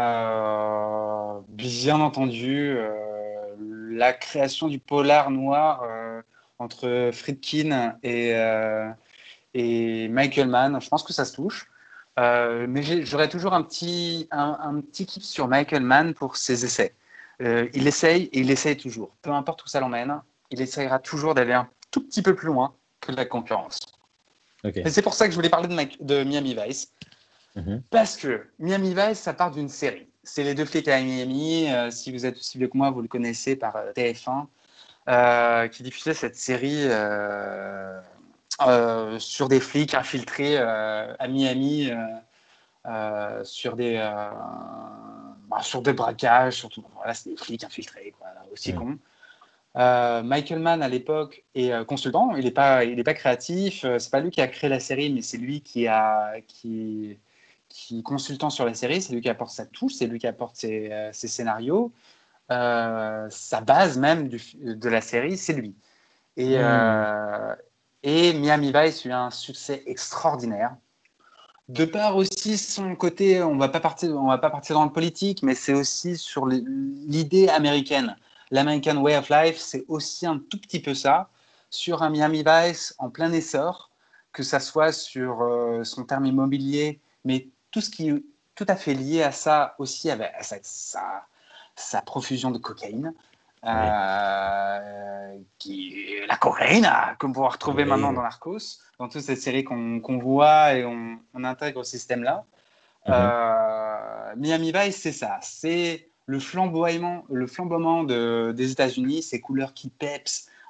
S3: Euh, bien entendu, euh, la création du polar noir euh, entre Friedkin et, euh, et Michael Mann, je pense que ça se touche. Euh, mais j'ai- j'aurais toujours un petit, un, un petit kiff sur Michael Mann pour ses essais. Euh, il essaye et il essaye toujours. Peu importe où ça l'emmène, il essayera toujours d'aller un tout petit peu plus loin que la concurrence. Et
S1: Ok.
S3: c'est pour ça que je voulais parler de, Mike- de Miami Vice.
S1: Mhm.
S3: Parce que Miami Vice, ça part d'une série. C'est les deux flics à Miami. Euh, si vous êtes aussi vieux que moi, vous le connaissez par euh, T F un, euh, qui diffusait cette série euh, euh, sur des flics infiltrés euh, à Miami, euh, euh, sur des euh, bah, sur des braquages, surtout. Voilà, c'est des flics infiltrés, quoi, aussi
S1: Mhm.
S3: con. Euh, Michael Mann à l'époque est euh, consultant. Il n'est pas, il est pas créatif. Euh, c'est pas lui qui a créé la série, mais c'est lui qui a qui qui est consultant sur la série, c'est lui qui apporte sa touche, c'est lui qui apporte ses, euh, ses scénarios, euh, sa base même du, de la série, c'est lui. Et,
S1: Mhm.
S3: euh, et Miami Vice a eu un succès extraordinaire. De part aussi son côté, on va pas partir, on va pas partir dans le politique, mais c'est aussi sur l'idée américaine. L'American Way of Life, c'est aussi un tout petit peu ça, sur un Miami Vice en plein essor, que ça soit sur euh, son terme immobilier, mais tout ce qui est tout à fait lié à ça aussi, avec sa, sa, sa profusion de cocaïne,
S1: Ouais.
S3: euh, qui, la cocaïne, comme on va retrouver maintenant dans
S1: Oui.
S3: Narcos, dans toute cette série qu'on qu'on voit et on, on intègre au système-là.
S1: Mhm.
S3: Euh, Miami Vice, c'est ça. C'est le flamboiement, le flamboiement de, des États-Unis, ces couleurs qui peps,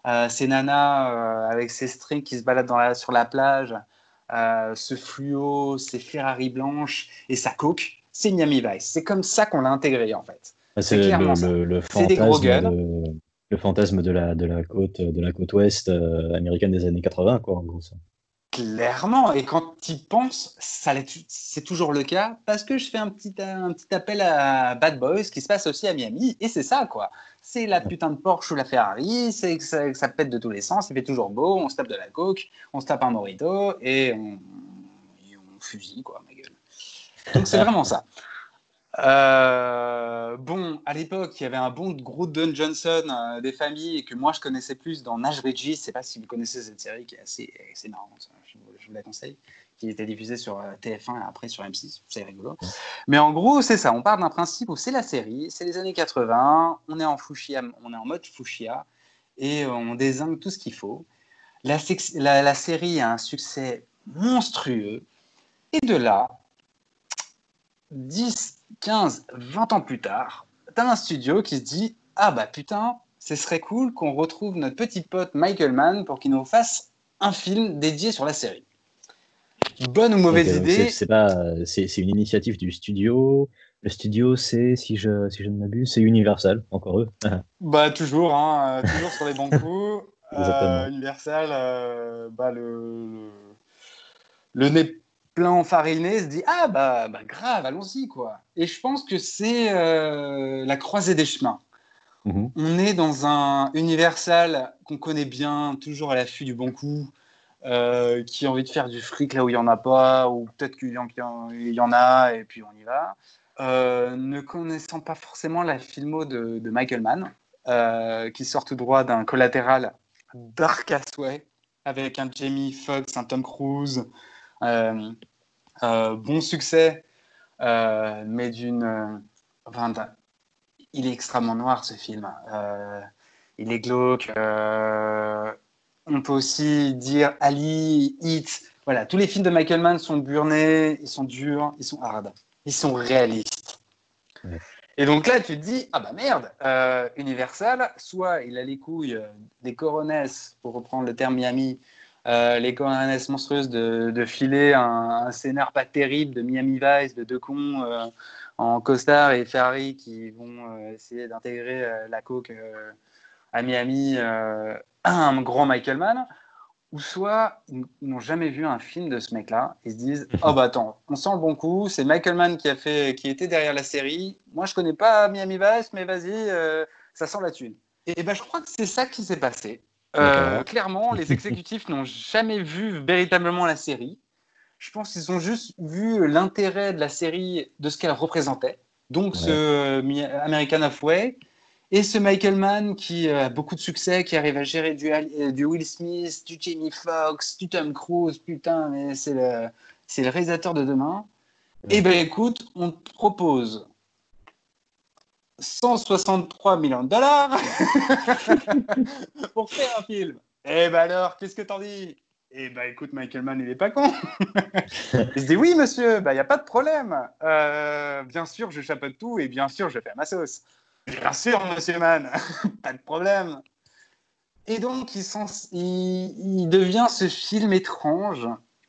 S3: Euh, ces nanas euh, avec ces strings qui se baladent dans la, sur la plage, euh, ce fluo, ces Ferrari blanches et sa coke, c'est Miami Vice. C'est comme ça qu'on l'a intégré en fait.
S1: Ah,
S3: C'est
S1: c'est le,
S3: clairement ça.
S1: le, le
S3: C'est des gros
S1: fantasme
S3: guns.
S1: de, le fantasme de la, de la côte, de la côte ouest euh, américaine des années quatre-vingts, quoi, en gros. Ça.
S3: Clairement, et quand tu y penses, ça l'est- c'est toujours le cas, parce que je fais un petit, un petit appel à Bad Boys qui se passe aussi à Miami, et c'est ça, quoi. C'est la putain de Porsche ou la Ferrari, c'est que ça, que ça pète de tous les sens, il fait toujours beau, on se tape de la coke, on se tape un mojito, et on, et on fusille, quoi, ma gueule. Donc c'est vraiment ça. Euh, bon, à l'époque, il y avait un bon gros Don Johnson euh, des familles et que moi je connaissais plus dans Nash Bridges. Je ne sais pas si vous connaissez cette série qui est assez, assez marrante. Je vous, je vous la conseille. Qui était diffusée sur euh, T F un et après sur M six. C'est rigolo. Mais en gros, c'est ça. On part d'un principe où c'est la série, c'est les années quatre-vingts. On est en fuchsia, on est en mode fuchsia et euh, on désigne tout ce qu'il faut. La, sex- la, la série a un succès monstrueux et de là, dix, quinze, vingt ans plus tard, t'as un studio qui se dit « Ah bah putain, ce serait cool qu'on retrouve notre petit pote Michael Mann pour qu'il nous fasse un film dédié sur la série. » Bonne ou
S1: Ok,
S3: mauvaise
S1: donc c'est
S3: idée?
S1: c'est pas, c'est c'est une initiative du studio. Le studio, c'est, si je, si je ne m'abuse, c'est Universal, encore eux.
S3: Bah toujours, hein, euh, toujours sur les bons coups. Euh,
S1: Exactement.
S3: Universal, euh, bah, le, le, le nez plein enfariné se dit « Ah bah, bah grave, allons-y quoi ». Et je pense que c'est euh, la croisée des chemins.
S1: Mhm.
S3: On est dans un Universal qu'on connaît bien, toujours à l'affût du bon coup, euh, qui a envie de faire du fric là où il n'y en a pas, ou peut-être qu'il y, en, il y en a, et puis on y va. Euh, ne connaissant pas forcément la filmo de, de Michael Mann, euh, qui sort tout droit d'un collatéral Dark Way, avec un Jamie Foxx, un Tom Cruise, euh, euh, bon succès, euh, mais d'une... Euh, enfin, il est extrêmement noir ce film. Euh, il est glauque. Euh, on peut aussi dire Ali, Hit. Voilà, tous les films de Michael Mann sont burnés, ils sont durs, ils sont hard, ils sont réalistes.
S1: Ouais.
S3: Et donc là, tu te dis, ah bah merde, euh, Universal, soit il a les couilles des coronesses, pour reprendre le terme Miami, euh, les coronesses monstrueuses de, de filer un, un scénar pas terrible de Miami Vice, de deux cons euh, en costard et Ferrari qui vont euh, essayer d'intégrer euh, la coke euh, à Miami euh, à un grand Michael Mann, ou soit ils n'ont jamais vu un film de ce mec-là, ils se disent oh bah attends, on sent le bon coup, c'est Michael Mann qui a fait, qui était derrière la série. Moi je connais pas Miami Vice, mais vas-y, euh, ça sent la thune. Et, et ben je crois que c'est ça qui s'est passé. Euh, clairement, les exécutifs n'ont jamais vu véritablement la série. Je pense qu'ils ont juste vu l'intérêt de la série, de ce qu'elle représentait. Donc ce
S1: Ouais.
S3: euh, American Halfway. Et ce Michael Mann qui a beaucoup de succès, qui arrive à gérer du, du Will Smith, du Jamie Foxx, du Tom Cruise, putain, mais c'est le, c'est le réalisateur de demain.
S1: Ouais.
S3: Eh ben écoute, on te propose cent soixante-trois millions de dollars pour faire un film. Eh ben alors, qu'est-ce que t'en dis? Eh ben écoute, Michael Mann, il est pas con. Il se dit oui, monsieur, il n'y a pas de problème. Euh, bien sûr, je chapeaute tout et bien sûr, je fais à ma sauce. Bien sûr, monsieur Mann, pas de problème. Et donc, il, il, il devient ce film étrange.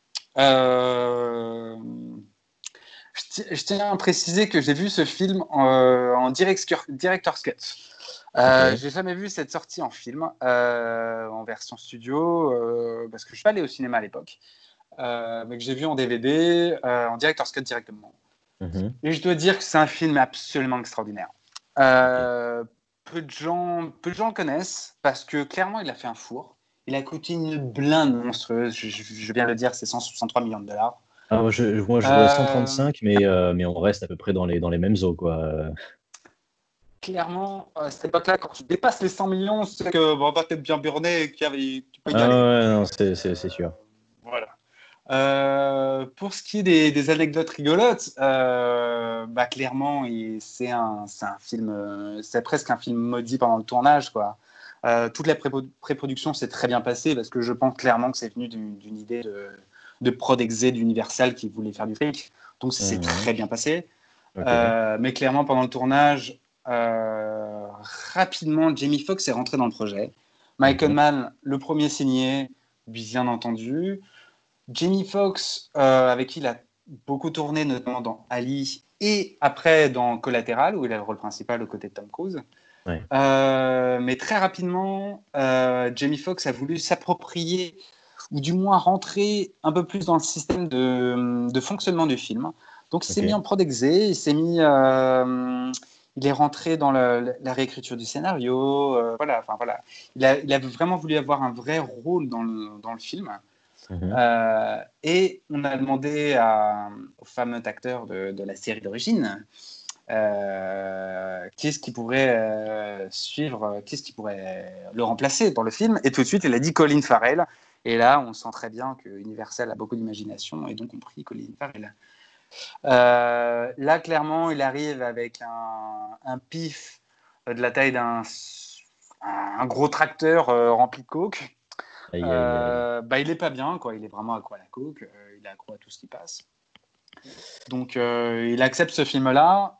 S3: Euh, je, je, tiens à préciser que j'ai vu ce film en, en director, director's cut. Euh, okay. J'ai jamais vu cette sortie en film, euh, en version studio, euh, parce que je suis pas allé au cinéma à l'époque, euh, mais que j'ai vu en D V D, euh, en director's cut directement. Mm-hmm. Et je dois dire que c'est un film absolument extraordinaire. Euh, okay. peu, de gens, peu de gens le connaissent parce que clairement il a fait un four. Il a coûté une blinde monstrueuse. Je, je, je viens de le dire, c'est cent soixante-trois millions de dollars.
S1: Ah, je, moi je vois cent trente-cinq, euh... mais, euh, mais on reste à peu près dans les, dans les mêmes eaux, quoi.
S3: Clairement, à cette époque-là, quand tu dépasses les cent millions, c'est que bon, bah, t'es bien burné et qu'il y avait, tu peux y
S1: ah,
S3: aller.
S1: Ouais, non, c'est, c'est, c'est sûr.
S3: Voilà. Euh, pour ce qui est des, des anecdotes rigolotes, euh, bah, clairement, il, c'est, un, c'est un film, c'est presque un film maudit pendant le tournage, quoi. Euh, toute la pré- pré-production s'est très bien passée parce que je pense clairement que c'est venu d'une, d'une idée de, de prod exé d'Universal qui voulait faire du fric. Donc, ça s'est mmh. très bien passé. Okay. Euh, mais clairement, pendant le tournage, euh, rapidement, Jamie Foxx est rentré dans le projet. Michael
S1: Mhm.
S3: Mann, le premier signé, bien entendu. Jamie Foxx, euh, avec qui il a beaucoup tourné, notamment dans Ali et après dans Collateral, où il a le rôle principal aux côtés de Tom Cruise.
S1: Ouais.
S3: Euh, mais très rapidement, euh, Jamie Foxx a voulu s'approprier, ou du moins rentrer un peu plus dans le système de, de fonctionnement du film. Donc il s'est
S1: Ok.
S3: mis en prod exé, il s'est mis, euh, il est rentré dans le- la réécriture du scénario. Euh, voilà, enfin voilà, il a, il a vraiment voulu avoir un vrai rôle dans le, dans le film.
S1: Mhm.
S3: Euh, et on a demandé à, au fameux acteur de, de la série d'origine, euh, qui est-ce qui pourrait euh, suivre, qui est-ce qui pourrait le remplacer dans le film. Et tout de suite, il a dit Colin Farrell. Et là, on sent très bien que Universal a beaucoup d'imagination et donc on prie Colin Farrell. Euh, là, clairement, il arrive avec un, un pif de la taille d'un un gros tracteur euh, rempli de coke.
S1: Aïe, aïe, aïe.
S3: Euh, bah, il est pas bien, quoi. Il est vraiment accro à la coke. Euh, il est accro à tout ce qui passe. Donc, euh, il accepte ce film-là.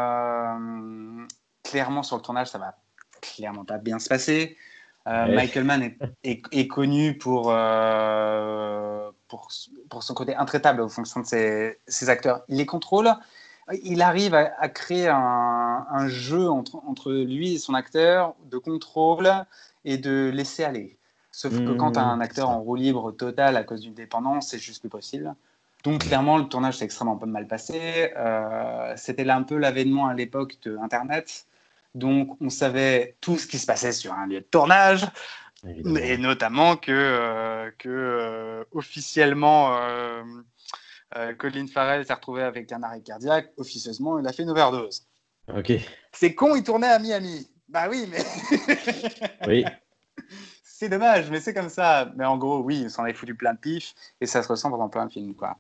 S3: Euh, clairement, sur le tournage, ça va clairement pas bien se passer. Euh,
S1: Ouais.
S3: Michael Mann est, est, est connu pour, euh, pour, pour son côté intraitable en fonction de ses, ses acteurs. Il les contrôle. Il arrive à, à créer un, un jeu entre, entre lui et son acteur de contrôle et de laisser aller. Sauf que quand tu as
S1: Hmm,
S3: un
S1: c'est
S3: acteur
S1: ça.
S3: en roue libre totale à cause d'une dépendance, c'est juste plus possible. Donc
S1: Hmm.
S3: clairement, le tournage s'est extrêmement mal passé. Euh, c'était là un peu l'avènement à l'époque de Internet. Donc on savait tout ce qui se passait sur un lieu de tournage, et
S1: Évidemment.
S3: notamment que, euh, que euh, officiellement, euh, euh, Colin Farrell s'est retrouvé avec un arrêt cardiaque. Officieusement, il a fait une overdose.
S1: Ok.
S3: C'est con, il tournait à Miami. Bah oui, mais
S1: Oui.
S3: c'est dommage, mais c'est comme ça. Mais en gros, oui, il s'en est foutu plein de pif et ça se ressent dans plein de films, quoi.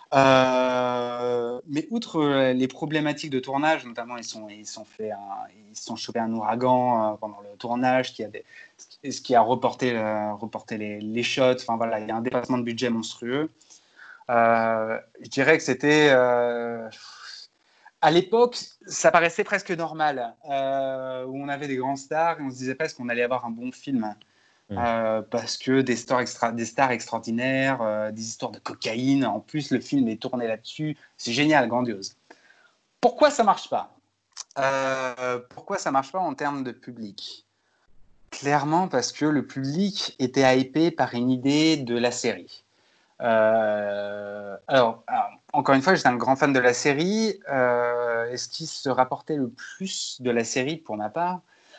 S3: Euh, mais outre euh, les problématiques de tournage, notamment, ils sont, ils sont fait, un, ils sont chopés un ouragan euh, pendant le tournage, qui a des, ce qui a reporté, euh, reporté les, les shots. Enfin voilà, il y a un dépassement de budget monstrueux. Euh, je dirais que c'était euh, à l'époque, ça paraissait presque normal, euh, où on avait des grands stars et on se disait presque qu'on allait avoir un bon film.
S1: Hmm.
S3: Euh, parce que des stars, extra, des stars extraordinaires, euh, des histoires de cocaïne, en plus le film est tourné là-dessus, c'est génial, grandiose. Pourquoi ça marche pas euh, Pourquoi ça marche pas en termes de public? Clairement parce que le public était hypé par une idée de la série. Euh, alors, alors, encore une fois, j'étais un grand fan de la série. Euh, et ce qui se rapportait le plus de la série, pour ma part,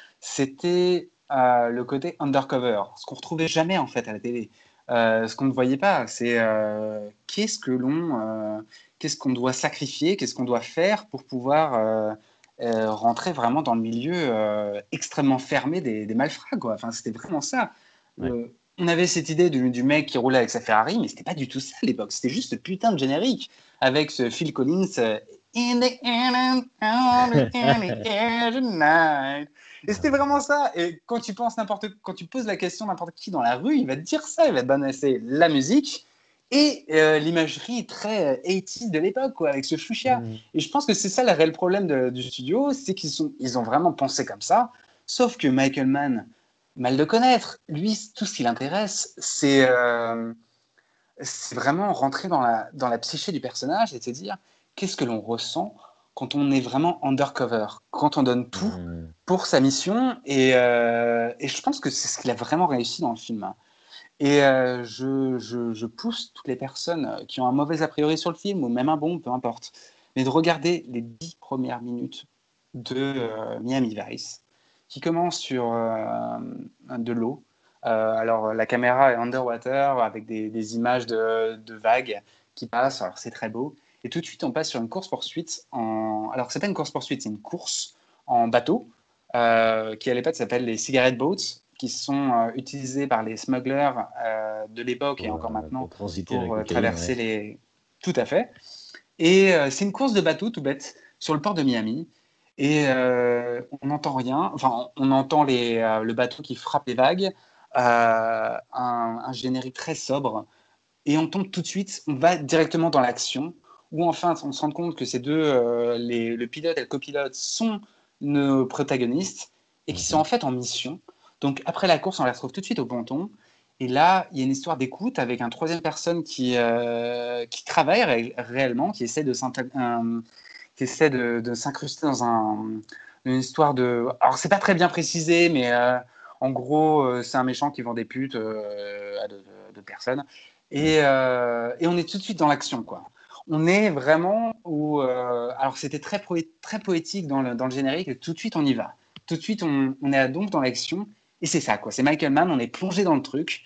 S3: c'était euh, le côté undercover, ce qu'on retrouvait jamais en fait à la télé. Euh, ce qu'on ne voyait pas, c'est euh, qu'est-ce que l'on, euh, qu'est-ce qu'on doit sacrifier, qu'est-ce qu'on doit faire pour pouvoir euh, euh, rentrer vraiment dans le milieu euh, extrêmement fermé des, des malfrats, quoi. Enfin, c'était vraiment ça.
S1: Ouais.
S3: Euh, on avait cette idée du, du mec qui roulait avec sa Ferrari, mais c'était pas du tout ça à l'époque. C'était juste ce putain de générique avec ce Phil Collins. euh, In the air, on the air tonight. Et c'était vraiment ça. Et quand tu penses n'importe, quand tu poses la question à n'importe qui dans la rue, il va te dire ça. Il va te balancer la musique et euh, l'imagerie très euh, eighties de l'époque, quoi, avec ce fuchsia.
S1: Hmm.
S3: Et je pense que c'est ça le réel problème de- du studio, c'est qu'ils sont, ils ont vraiment pensé comme ça. Sauf que Michael Mann, mal de connaître, lui, tout ce qui l'intéresse, c'est euh, c'est vraiment rentrer dans la, dans la psyché du personnage et se dire qu'est-ce que l'on ressent quand on est vraiment undercover, quand on donne tout
S1: Hmm.
S3: pour sa mission. Et, euh, et je pense que c'est ce qu'il a vraiment réussi dans le film. Et euh, je, je, je pousse toutes les personnes qui ont un mauvais a priori sur le film, ou même un bon, peu importe, mais de regarder les dix premières minutes de euh, Miami Vice, qui commence sur euh, de l'eau. Euh, alors la caméra est underwater avec des, des images de, de vagues qui passent, alors c'est très beau. Et tout de suite, on passe sur une course-poursuite. En... Alors, c'est pas une course-poursuite, c'est une course en bateau euh, qui, à l'époque, s'appelle les cigarette boats, qui sont euh, utilisés par les smugglers euh, de l'époque et
S1: Pour,
S3: encore
S1: euh, pour
S3: maintenant
S1: transiter la
S3: pour euh,
S1: cocaïne,
S3: traverser
S1: ouais.
S3: les... Tout à fait. Et euh, c'est une course de bateau, tout bête, sur le port de Miami. Et euh, on n'entend rien. Enfin, on entend les, euh, le bateau qui frappe les vagues, euh, un, un générique très sobre. Et on tombe tout de suite, on va directement dans l'action, où enfin on se rend compte que ces deux, euh, les, le pilote et le copilote, sont nos protagonistes et qui sont
S1: Mhm.
S3: en fait en mission. Donc après la course, on les retrouve tout de suite au ponton. Et là, il y a une histoire d'écoute avec un troisième personne qui, euh, qui travaille ré- réellement, qui essaie de, s'inté- euh, qui essaie de, de s'incruster dans un, une histoire de... Alors, c'est pas très bien précisé, mais euh, en gros, euh, c'est un méchant qui vend des putes euh, à de, de- de personnes. Et, euh, et on est tout de suite dans l'action, quoi. On est vraiment où... euh, alors, c'était très, poé- très poétique dans le, dans le générique, et tout de suite, on y va. Tout de suite, on, on est donc dans l'action. Et c'est ça, quoi. C'est Michael Mann, on est plongé dans le truc.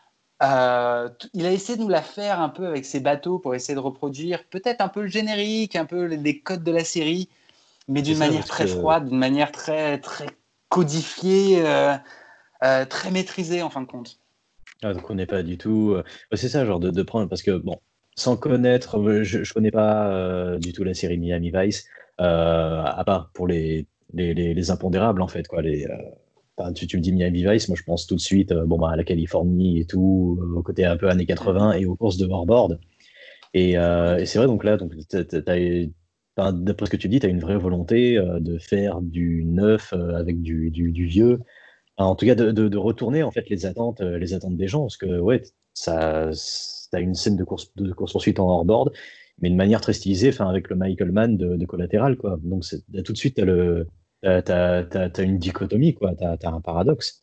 S3: Euh, t- il a essayé de nous la faire un peu avec ses bateaux pour essayer de reproduire peut-être un peu le générique, un peu les, les codes de la série, mais
S1: C'est
S3: d'une
S1: ça,
S3: manière
S1: parce
S3: très
S1: que
S3: froide, d'une manière très, très codifiée, euh, euh, très maîtrisée en fin de compte.
S1: ah, donc on n'est pas du tout. euh, ouais, c'est ça, genre de, de prendre. Parce que, bon, sans connaître, euh, je ne connais pas euh, du tout la série Miami Vice, euh, à part pour les, les, les, les impondérables, en fait, quoi. Les, euh, enfin, tu, tu me dis Miami Vice, moi je pense tout de suite euh, bon, bah, à la Californie et tout, euh, au côté un peu années quatre-vingts
S3: Mhm.
S1: et aux courses de hardboard. Et, euh,
S3: Oui.
S1: et c'est vrai, donc là, donc, t'as- t'as- t'as- enfin, d'après ce que tu dis, tu as une vraie volonté euh, de faire du neuf euh, avec du, du, du vieux. Enfin, en tout cas, de, de, de retourner en fait les attentes, euh, les attentes des gens, parce que ouais, ça, t'as une scène de course de course poursuite en hors-board, mais de manière très stylisée, enfin avec le Michael Mann de, de Collatéral, quoi. Donc c'est, là, tout de suite, t'as le, t'as, t'as, t'as, t'as une dichotomie, quoi. T'as, t'as un paradoxe.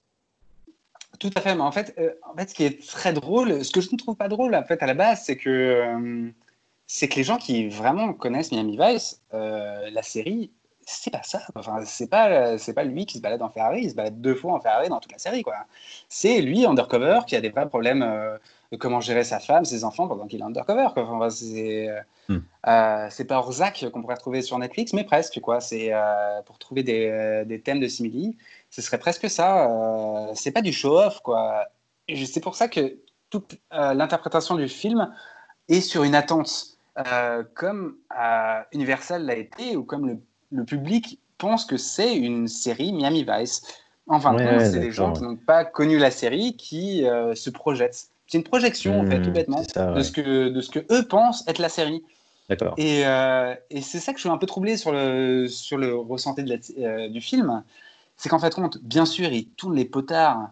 S3: Tout à fait, mais en fait, euh, en fait, ce qui est très drôle, ce que je ne trouve pas drôle en fait à la base, c'est que euh, c'est que les gens qui vraiment connaissent Miami Vice, euh, la série, c'est pas ça. Enfin, c'est pas, c'est pas lui qui se balade en Ferrari, il se balade deux fois en Ferrari dans toute la série, quoi. C'est lui undercover qui a des vrais problèmes euh, de comment gérer sa femme, ses enfants pendant qu'il est undercover, quoi. Enfin, c'est
S1: Hmm.
S3: euh, c'est pas Orzac qu'on pourrait retrouver sur Netflix, mais presque, quoi. C'est euh, pour trouver des, euh, des thèmes de simili, ce serait presque ça. Euh, c'est pas du show-off, quoi. Et je- c'est pour ça que toute euh, l'interprétation du film est sur une attente, euh, comme euh, Universal l'a été, ou comme le, le public pense que c'est une série Miami Vice. En fin de
S1: Ouais,
S3: compte,
S1: ouais,
S3: c'est des gens
S1: d'accord.
S3: qui
S1: Ouais.
S3: n'ont pas connu la série qui euh, se projettent. C'est une projection, en fait, tout
S1: Hmm,
S3: bêtement,
S1: c'est ça,
S3: de
S1: ouais.
S3: ce que, de ce que eux pensent être la série.
S1: D'accord.
S3: Et, euh, et c'est ça que je suis un peu troublé sur le, sur le ressenti de la- euh, du film. C'est qu'en fait, compte, bien sûr, il tourne les potards,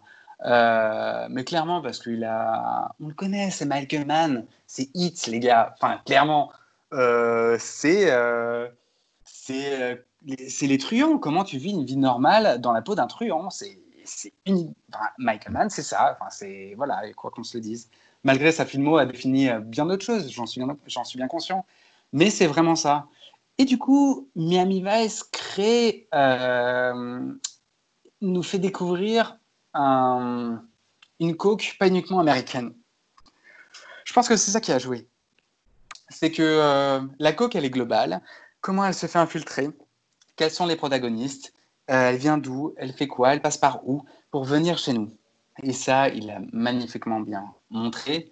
S3: euh, mais clairement, parce qu'il a. On le connaît, c'est Michael Mann, c'est Hits, les gars. Enfin, clairement, euh, c'est. euh, c'est euh, les, c'est les truands. Comment tu vis une vie normale dans la peau d'un truand? C'est c'est unique. Enfin, Michael Mann, c'est ça. Enfin, c'est voilà, et quoi qu'on se le dise. Malgré sa filmo a défini euh, bien d'autres choses, j'en suis bien, j'en suis bien conscient. Mais c'est vraiment ça. Et du coup, Miami Vice crée, euh, nous fait découvrir un- une coke pas uniquement américaine. Je pense que c'est ça qui a joué. C'est que euh, la coke, elle est globale. Comment elle se fait infiltrer? Quels sont les protagonistes? Euh, Elle vient d'où? Elle fait quoi? Elle passe par où pour venir chez nous? Et ça, il a magnifiquement bien montré.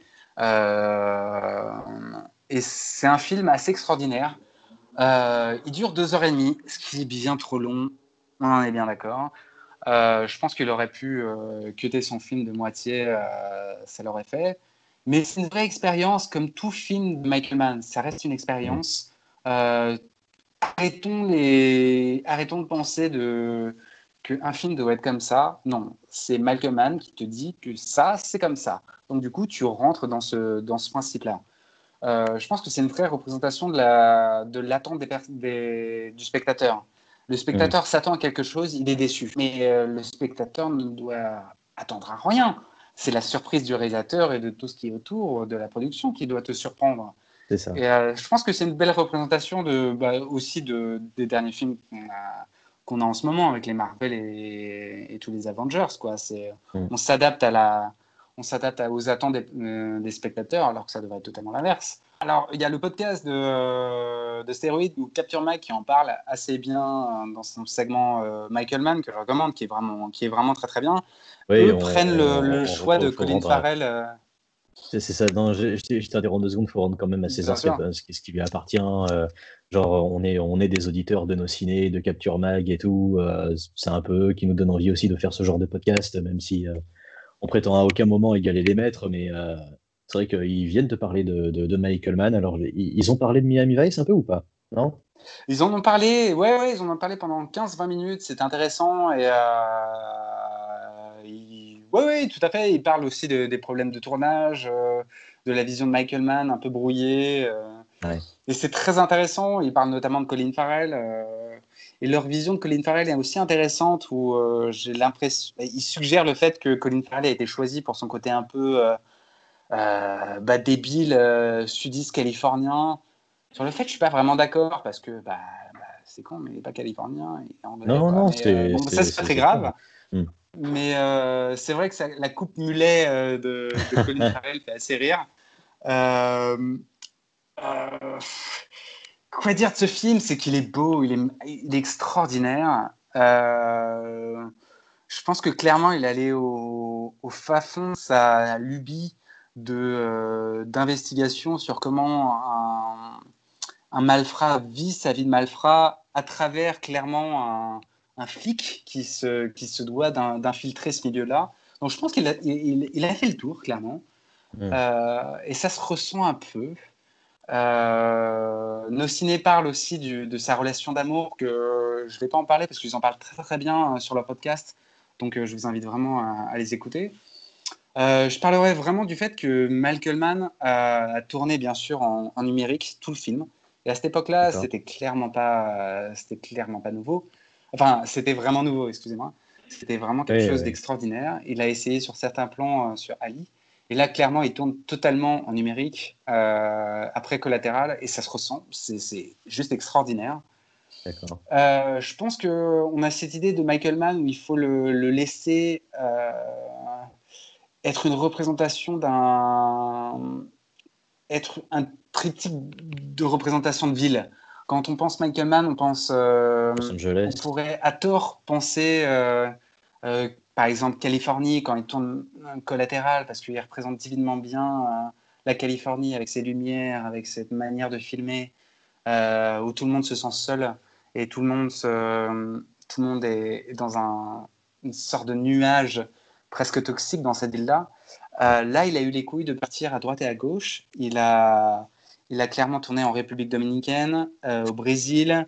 S3: Euh, et c'est un film assez extraordinaire. Euh, il dure deux heures et demie, ce qui est bien trop long. On en est bien d'accord. Euh, je pense qu'il aurait pu euh, cutter son film de moitié, euh, ça l'aurait fait. Mais c'est une vraie expérience, comme tout film de Michael Mann. Ça reste une
S1: Hmm.
S3: expérience. Euh, arrêtons, les... arrêtons de penser de... qu'un film doit être comme ça. Non, c'est Michael Mann qui te dit que ça, c'est comme ça. Donc du coup, tu rentres dans ce, dans ce principe-là. Euh, je pense que c'est une vraie représentation de la, de l'attente des pers- des- du spectateur. Le
S1: Hmm.
S3: spectateur s'attend à quelque chose, il est déçu. Mais euh, le spectateur ne doit attendre à rien. C'est la surprise du réalisateur et de tout ce qui est autour de la production qui doit te surprendre.
S1: C'est ça.
S3: Et euh, je pense que c'est une belle représentation de, bah, aussi de, des derniers films qu'on a, qu'on a en ce moment avec les Marvel et, et tous les Avengers, quoi. C'est,
S1: Hmm.
S3: on s'adapte à la, on s'adapte à- aux attentes des, euh, des spectateurs, alors que ça devrait être totalement l'inverse. Alors, il y a le podcast de, euh, de Stéroïde ou Capture Mag qui en parle assez bien euh, dans son segment euh, Michael Mann, que je recommande, qui est vraiment, qui est vraiment très très bien.
S1: Oui,
S3: Eux
S1: on,
S3: prennent le,
S1: on,
S3: le
S1: on-
S3: choix
S1: faut,
S3: de
S1: faut
S3: Colin
S1: rendre.
S3: Farrell, euh,
S1: C'est c'est ça. Non, je, je, je t'interromps deux secondes. Il faut rendre quand même à
S3: bien
S1: César ce qui,
S3: sûr.
S1: ce qui, ce qui lui appartient. euh, genre, on est, on est des auditeurs de nos ciné, de Capture Mag et tout. euh, c'est un peu eux qui nous donne envie aussi de faire ce genre de podcast, même si euh, on prétend à aucun moment égaler les maîtres. Mais euh, c'est vrai qu'ils viennent te parler de, de, de Michael Mann. Alors, ils, ils ont parlé de Miami Vice un peu ou pas? Non?
S3: Ils en ont parlé, ouais, ouais, ils en ont parlé pendant quinze vingt minutes, c'était intéressant et euh, Oui, oui, tout à fait. Il parle aussi de- des problèmes de tournage, euh, de la vision de Michael Mann un peu brouillée. euh,
S1: Ouais.
S3: et c'est très intéressant. Il parle notamment de Colin Farrell. euh, et leur vision de Colin Farrell est aussi intéressante où euh, j'ai l'impression. Il suggère le fait que Colin Farrell a été choisi pour son côté un peu euh, euh, bah, débile, euh, sudiste californien. Sur le fait, je suis pas vraiment d'accord parce que bah, bah, c'est con, mais il n'est pas californien, il est anglais,
S1: Non,
S3: quoi.
S1: non,
S3: Mais euh,
S1: c'est
S3: bon, ça,
S1: c'est-
S3: c'est pas
S1: c'est-
S3: très
S1: c'est clair.
S3: grave.
S1: Hmm.
S3: Mais euh, c'est vrai que ça- la coupe mulet euh, de, de Colin Farrell fait assez rire. Euh, euh, quoi dire de ce film? C'est qu'il est beau, il est, il est extraordinaire. Euh, je pense que clairement, il allait au, au fin fond de sa lubie de, euh, d'investigation sur comment un, un malfrat vit sa vie de malfrat à travers clairement un, un flic qui se, qui se doit d'un- d'infiltrer ce milieu-là. Donc je pense qu'il a, il, il a fait le tour, clairement.
S1: Hmm.
S3: Euh, et ça se ressent un peu. Euh, Nos ciné parlent aussi du- de sa relation d'amour, que je ne vais pas en parler parce qu'ils en parlent très très bien euh, sur leur podcast. Donc euh, je vous invite vraiment à, à les écouter. Euh, je parlerai vraiment du fait que Michael Mann a, a tourné bien sûr en, en numérique tout le film. Et à cette époque-là,
S1: D'accord.
S3: c'était clairement pas, euh, c'était clairement pas nouveau. Enfin, c'était vraiment nouveau, excusez-moi. C'était vraiment quelque
S1: Ouais,
S3: chose
S1: ouais.
S3: d'extraordinaire. Il a essayé sur certains plans euh, sur Ali. Et là, clairement, il tourne totalement en numérique euh, après Collatéral et ça se ressent. C'est c'est juste extraordinaire.
S1: D'accord.
S3: Euh, je pense qu'on a cette idée de Michael Mann où il faut le, le laisser euh, être une représentation d'un. Être un triptyque de représentation de ville. Quand on pense Michael Mann, on pense. euh,
S1: Los
S3: on
S1: Angeles.
S3: pourrait à tort penser, euh, euh, par exemple, Californie, quand il tourne un collatéral, parce qu'il représente divinement bien euh, la Californie avec ses lumières, avec cette manière de filmer, euh, où tout le monde se sent seul et tout le monde, se, tout le monde est, est dans un, une sorte de nuage presque toxique dans cette ville-là. Euh, là, il a eu les couilles de partir à droite et à gauche. Il a, il a clairement tourné en République dominicaine, euh, au Brésil,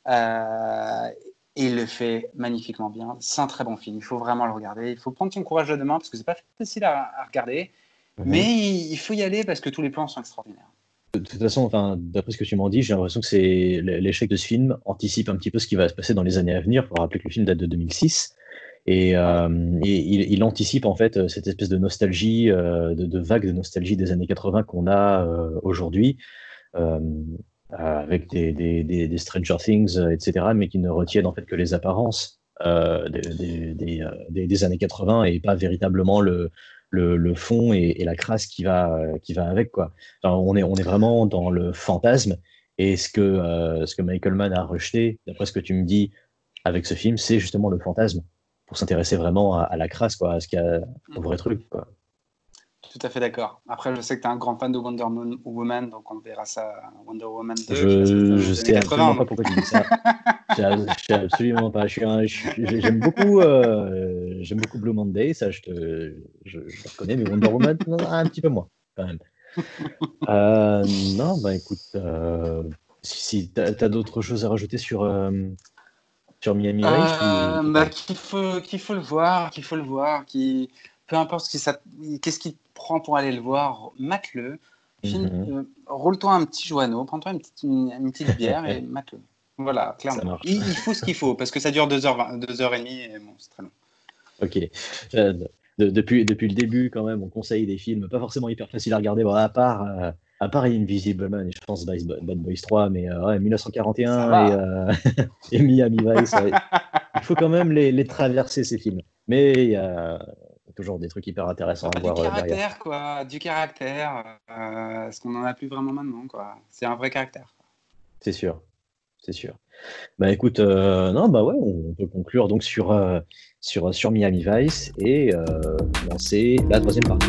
S3: euh, et il le fait magnifiquement bien. C'est un très bon film. Il faut vraiment le regarder. Il faut prendre son courage de demain parce que c'est pas facile à, à regarder, mais
S1: Mhm.
S3: il, il faut y aller parce que tous les plans sont extraordinaires.
S1: De toute façon, enfin, d'après ce que tu m'en dis, j'ai l'impression que c'est l'échec de ce film anticipe un petit peu ce qui va se passer dans les années à venir. Il faut rappeler que le film date de deux mille six. Et,
S3: Ouais.
S1: euh, et il, il anticipe en fait cette espèce de nostalgie, euh, de, de vague de nostalgie des années quatre-vingts qu'on a euh, aujourd'hui, euh, avec des, des, des, des Stranger Things, euh, et cetera, mais qui ne retiennent en fait que les apparences euh, des, des, des, euh, des- des années quatre-vingts et pas véritablement le, le, le fond et, et la crasse qui va, euh, qui va avec, quoi. Enfin, on est, on est vraiment dans le fantasme. Et ce que, euh, ce que Michael Mann a rejeté, d'après ce que tu me dis avec ce film, c'est justement le fantasme, pour s'intéresser vraiment à, à la crasse, quoi, à ce qu'il y a au vrai truc, quoi.
S3: Tout à fait d'accord. Après, je sais que tu es un grand fan de Wonder Woman, donc on verra ça Wonder Woman deux, qui va se passer
S1: Je,
S3: dans
S1: je
S3: les années
S1: sais absolument
S3: quatre-vingts.
S1: pas
S3: Donc.
S1: pourquoi tu dis ça. Je sais je sais absolument pas. Je suis un- je suis- j'aime beaucoup, euh, j'aime beaucoup Blue Monday, ça je te, je, je le reconnais, mais Wonder Woman, non, un petit peu moins, quand même. Euh, non, bah écoute, euh, si, si t'as, t'as d'autres choses à rajouter sur, euh, sur Miami Vice ou,
S3: Euh,
S1: ou
S3: bah,
S1: pas?
S3: qu'il faut, qu'il faut le voir, qu'il faut le voir, qui, peu importe ce qui ça, qu'est-ce qui te prend pour aller le voir, mate-le. Film,
S1: Mhm.
S3: euh, roule-toi un petit joanneau, prends-toi une petite, une, une petite bière et mate-le. Voilà,
S1: Ça
S3: clairement.
S1: marche.
S3: Il, il faut ce qu'il faut, parce que ça dure deux heures, vingt, deux heures et demie, et bon, c'est très long.
S1: Ok. Euh, de- depuis, depuis le début, quand même, on conseille des films pas forcément hyper faciles à regarder, bon, à part, euh, à part Invisible Man et je pense Bad, Bad Boys trois, mais euh, ouais,
S3: Ça
S1: mille neuf cent quarante et un et, un et,
S3: va.
S1: euh, et Miami Vice, ouais. Il faut quand même les, les traverser, ces films. Mais il y a toujours des trucs hyper intéressants à
S3: Bah, du
S1: voir euh, derrière.
S3: caractère, quoi, du caractère, euh, ce qu'on n'en a plus vraiment maintenant, quoi. C'est un vrai caractère.
S1: C'est sûr, c'est sûr. Bah écoute, euh, non, bah ouais, on peut conclure donc sur, euh, sur, sur Miami Vice et euh, lancer la troisième partie.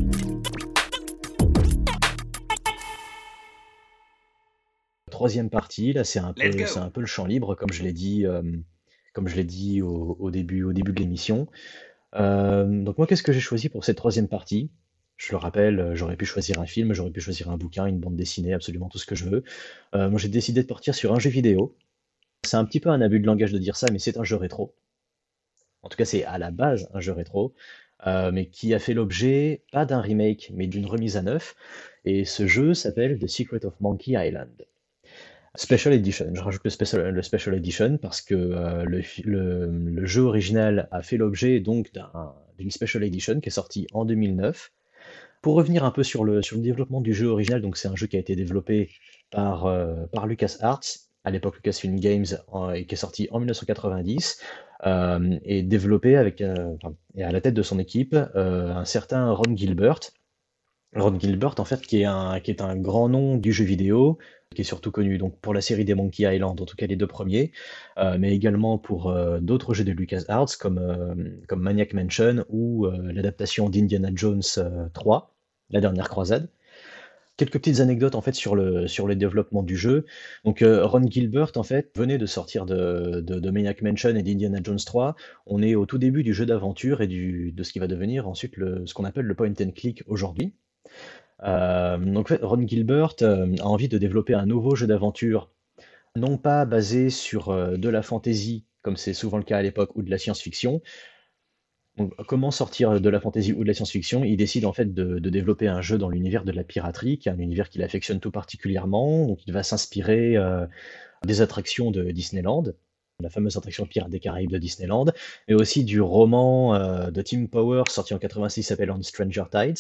S1: Troisième partie, là, c'est un
S3: Let's
S1: peu, c'est
S3: go!
S1: un peu le champ libre, comme je l'ai dit, euh, comme je l'ai dit au, au début, au début de l'émission. Euh, donc moi, qu'est-ce que j'ai choisi pour cette troisième partie? Je le rappelle, euh, j'aurais pu choisir un film, j'aurais pu choisir un bouquin, une bande dessinée, absolument tout ce que je veux. Euh, moi, j'ai décidé de partir sur un jeu vidéo. C'est un petit peu un abus de langage de dire ça, mais c'est un jeu rétro. En tout cas, c'est à la base un jeu rétro. euh, mais qui a fait l'objet pas d'un remake, mais d'une remise à neuf. Et ce jeu s'appelle The Secret of Monkey Island. Special Edition. Je rajoute le Special, le special Edition parce que euh, le, fi- le- le jeu original a fait l'objet donc d'un- d'une Special Edition qui est sortie en deux mille neuf. Pour revenir un peu sur le, sur le développement du jeu original, donc c'est un jeu qui a été développé par, euh, par LucasArts, à l'époque Lucasfilm Games, en- et qui est sorti en mille neuf cent quatre-vingt-dix, euh, et développé avec, euh, enfin, et à la tête de son équipe, euh, un certain Ron Gilbert. Ron Gilbert, en fait, qui est un, qui est un grand nom du jeu vidéo, qui est surtout connu donc pour la série des Monkey Island, en tout cas les deux premiers, euh, mais également pour euh, d'autres jeux de LucasArts comme, euh, comme Maniac Mansion ou euh, l'adaptation d'Indiana Jones euh, trois, La Dernière Croisade. Quelques petites anecdotes en fait sur le, sur le développement du jeu. Donc euh, Ron Gilbert en fait venait de sortir de, de, de Maniac Mansion et d'Indiana Jones trois. On est au tout début du jeu d'aventure et du, de ce qui va devenir ensuite le, ce qu'on appelle le point and click aujourd'hui. Euh, donc, en fait, Ron Gilbert euh, a envie de développer un nouveau jeu d'aventure, non pas basé sur euh, de la fantasy, comme c'est souvent le cas à l'époque, ou de la science-fiction. Donc, comment sortir de la fantasy ou de la science-fiction? Il décide en fait de, de développer un jeu dans l'univers de la piraterie, qui est un univers qu'il affectionne tout particulièrement. Donc, il va s'inspirer euh, des attractions de Disneyland, la fameuse attraction Pirates des Caraïbes de Disneyland, mais aussi du roman euh, de Tim Powers sorti en quatre-vingt-six, qui s'appelle On Stranger Tides,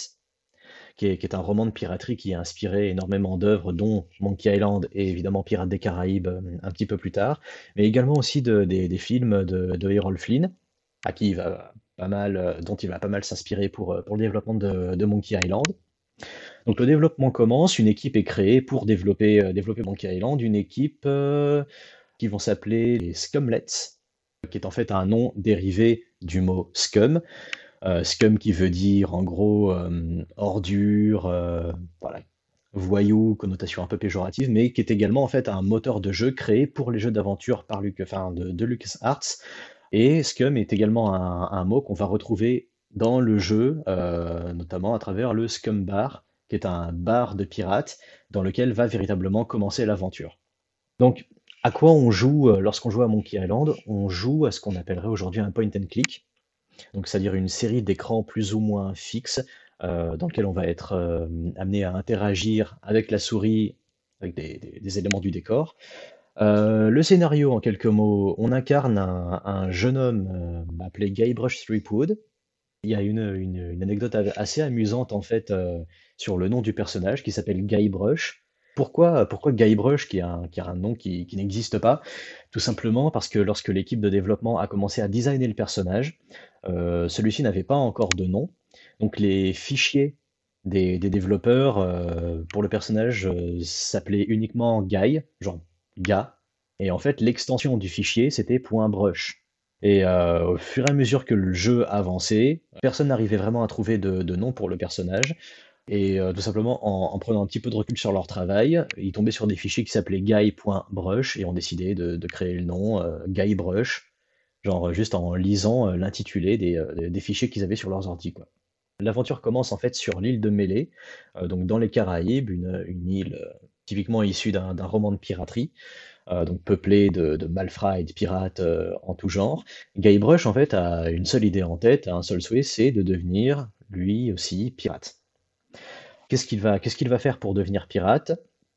S1: qui est, qui est un roman de piraterie qui a inspiré énormément d'œuvres, dont Monkey Island et évidemment Pirates des Caraïbes euh, un petit peu plus tard, mais également aussi de- des, des films de, de Errol Flynn, à qui il va pas mal, euh, dont il va pas mal s'inspirer pour, euh, pour le développement de, de Monkey Island. Donc le développement commence, une équipe est créée pour développer, euh, développer Monkey Island, une équipe euh, qui vont s'appeler les Scumlets, qui est en fait un nom dérivé du mot scum, euh, scum qui veut dire en gros euh, ordure, euh, voilà, voyou, connotation un peu péjorative, mais qui est également en fait un moteur de jeu créé pour les jeux d'aventure par Luc, enfin, de, de LucasArts. Et scum est également un, un mot qu'on va retrouver dans le jeu, euh, notamment à travers le Scum Bar, qui est un bar de pirates dans lequel va véritablement commencer l'aventure. Donc, à quoi on joue euh, lorsqu'on joue à Monkey Island? On joue à ce qu'on appellerait aujourd'hui un point and click, donc c'est-à-dire une série d'écrans plus ou moins fixes euh, dans lequel on va être euh, amené à interagir avec la souris, avec des, des- des éléments du décor. Euh, le scénario, en quelques mots, on incarne un, un jeune homme euh, appelé Guybrush Threepwood. Il y a une, une- une anecdote a- assez amusante en fait euh, sur le nom du personnage qui s'appelle Guybrush. Pourquoi, pourquoi Guybrush, qui a un, qui a un nom qui, qui n'existe pas? Tout simplement parce que lorsque l'équipe de développement a commencé à designer le personnage, euh, celui-ci n'avait pas encore de nom. Donc les fichiers des, des développeurs euh, pour le personnage euh, s'appelaient uniquement Guy, genre gars. Et en fait, l'extension du fichier, c'était .brush. Et euh, au fur et à mesure que le jeu avançait, personne n'arrivait vraiment à trouver de, de nom pour le personnage. Et euh, tout simplement, en, en prenant un petit peu de recul sur leur travail, ils tombaient sur des fichiers qui s'appelaient guy.brush et ont décidé de, de créer le nom euh, Guybrush, genre euh, juste en lisant euh, l'intitulé des, euh, des fichiers qu'ils avaient sur leurs ordi, quoi. L'aventure commence en fait sur l'île de Melee, euh, donc dans les Caraïbes, une, une île euh, typiquement issue d'un d'un roman de piraterie, euh, donc peuplée de, de malfrats et de pirates euh, en tout genre. Guybrush en fait a une seule idée en tête, un seul souhait, c'est de devenir lui aussi pirate. Qu'est-ce qu'il va, qu'est-ce qu'il va faire pour devenir pirate?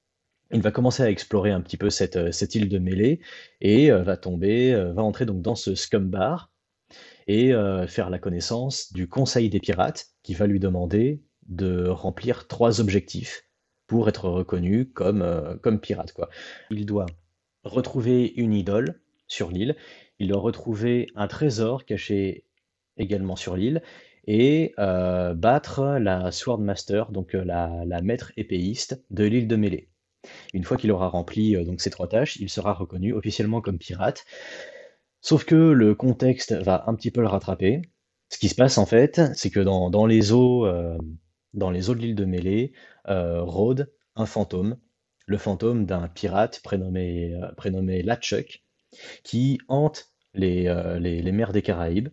S1: Il va commencer à explorer un petit peu cette, euh, cette île de Melee et euh, va tomber, euh, va entrer donc dans ce scum bar et euh, faire la connaissance du Conseil des pirates qui va lui demander de remplir trois objectifs pour être reconnu comme, euh, comme pirate, quoi. Il doit retrouver une idole sur l'île, il doit retrouver un trésor caché également sur l'île et euh, battre la Swordmaster, donc euh, la, la maître épéiste de l'île de Mêlée. Une fois qu'il aura rempli euh, donc ces trois tâches, il sera reconnu officiellement comme pirate. Sauf que le contexte va un petit peu le rattraper. Ce qui se passe en fait, c'est que dans, dans les eaux, euh, dans les eaux de l'île de Mêlée, euh, rôde un fantôme, le fantôme d'un pirate prénommé, euh, prénommé LeChuck, qui hante les, euh, les, les mers des Caraïbes,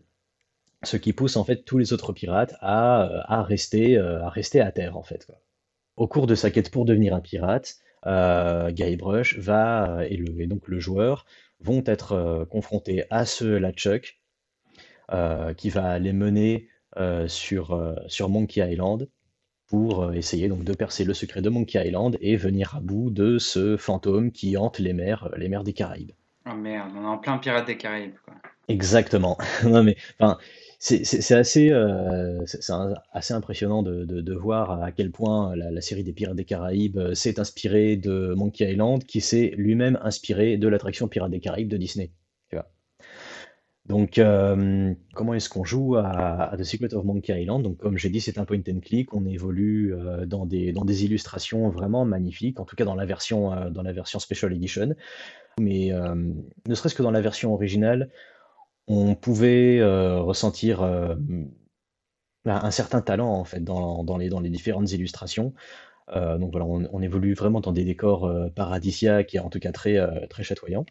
S1: ce qui pousse en fait tous les autres pirates à, euh, à rester, euh, à rester à terre en fait, quoi. Au cours de sa quête pour devenir un pirate, euh, Guybrush va, euh, et, le- et donc le joueur vont être euh, confrontés à ce LeChuck euh, qui va les mener euh, sur, euh, sur Monkey Island pour euh, essayer donc de percer le secret de Monkey Island et venir à bout de ce fantôme qui hante les mers, euh, les mers des Caraïbes.
S2: Oh merde, on est en plein Pirates des Caraïbes, quoi.
S1: Exactement. Non mais enfin, c'est c'est- c'est assez, euh, c'est c'est un- assez impressionnant de, de- de voir à quel point la, la série des Pirates des Caraïbes euh, s'est inspirée de Monkey Island, qui s'est lui-même inspiré de l'attraction Pirates des Caraïbes de Disney. Tu vois. Donc, euh, comment est-ce qu'on joue à, à The Secret of Monkey Island? Donc, comme j'ai dit, c'est un point and click. On évolue euh, dans des, dans des illustrations vraiment magnifiques, en tout cas dans la version, euh, dans la version Special Edition. Mais euh, ne serait-ce que dans la version originale, on pouvait euh, ressentir euh, un un certain talent en fait dans, dans les, dans les différentes illustrations. Euh, donc voilà, on, on évolue vraiment dans des décors euh, paradisiaques et en tout cas très, euh, très chatoyants.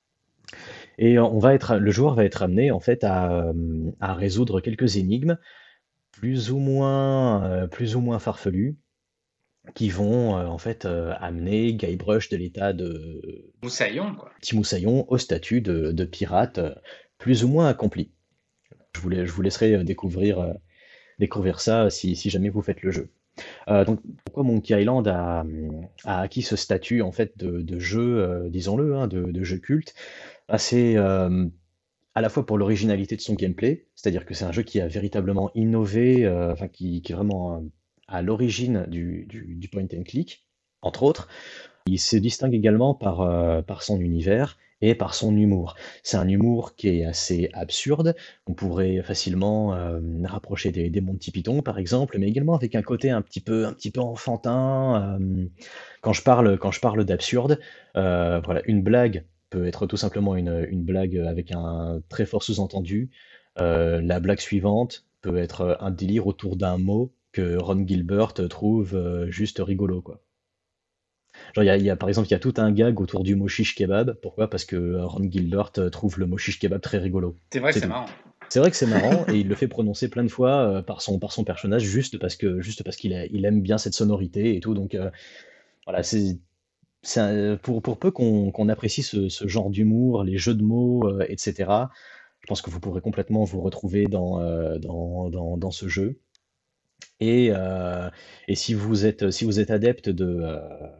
S1: Et on va être, le joueur va être amené en fait à, euh, à résoudre quelques énigmes plus ou moins, euh, plus ou moins farfelues qui vont euh, en fait euh, amener Guybrush de l'état de
S2: Moussaillon, quoi.
S1: petit moussaillon au statut de, de pirate euh, plus ou moins accompli. Je vous, la- je vous laisserai euh, découvrir, euh, découvrir ça si, si jamais vous faites le jeu. Euh, donc, pourquoi Monkey Island a, a acquis ce statut en fait de, de jeu, euh, disons-le, hein, de, de jeu culte? Ah, c'est euh, à la fois pour l'originalité de son gameplay, c'est-à-dire que c'est un jeu qui a véritablement innové, euh, enfin qui, qui est vraiment euh, à l'origine du, du- du point and click, entre autres. Il se distingue également par, euh, par son univers et par son humour. C'est un humour qui est assez absurde. On pourrait facilement euh, rapprocher des, des Monty Python, par exemple, mais également avec un côté un petit peu, un petit peu enfantin. euh, quand je parle, quand je parle d'absurde, euh, voilà, une blague peut être tout simplement une, une blague avec un très fort sous-entendu. Euh, la blague suivante peut être un délire autour d'un mot que Ron Gilbert trouve euh, juste rigolo, quoi. Genre, il y a, il y a- par exemple, il y a tout un gag autour du mot shish kebab. Pourquoi? Parce que euh, Ron Gilbert euh, trouve le mot shish kebab très rigolo.
S2: C'est vrai que
S1: C'est
S2: c'est
S1: tout.
S2: marrant.
S1: C'est vrai que c'est marrant et il le fait prononcer plein de fois euh, par son, par son personnage juste parce que, juste parce qu'il a- il aime bien cette sonorité et tout. Donc euh, voilà, c'est, c'est un- pour, pour peu qu'on qu'on apprécie ce, ce genre d'humour, les jeux de mots, euh, et cetera, je pense que vous pourrez complètement vous retrouver dans, euh, dans, dans, dans ce jeu. Et, euh, et si vous êtes, si vous êtes adepte de, euh,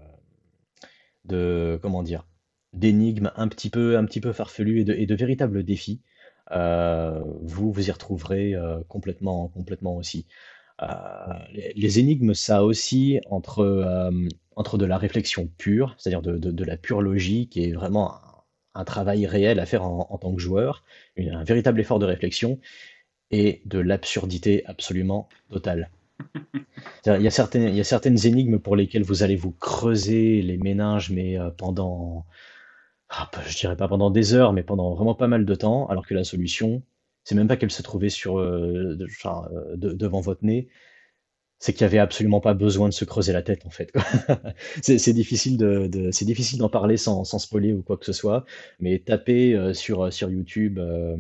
S1: de comment dire, d'énigmes un petit peu, un petit peu farfelues et de, et de véritables défis, euh, vous vous y retrouverez euh, complètement, complètement aussi. Euh, les, les énigmes, ça aussi entre, euh, entre de la réflexion pure, c'est-à-dire de, de- de la pure logique, qui est vraiment un, un travail réel à faire en, en tant que joueur, une- un véritable effort de réflexion, et de l'absurdité absolument totale. C'est-à-dire, Il y a certaines, il y a certaines énigmes pour lesquelles vous allez vous creuser les méninges, mais euh, pendant, ah, peu- je dirais pas pendant des heures, mais pendant vraiment pas mal de temps, alors que la solution, c'est même pas qu'elle se trouvait sur, euh, de- enfin, euh, de- devant votre nez, c'est qu'il y avait absolument pas besoin de se creuser la tête en fait, quoi. C'est c'est difficile de, de- c'est difficile d'en parler sans, sans spoiler ou quoi que ce soit, mais tapez euh, sur, sur YouTube euh,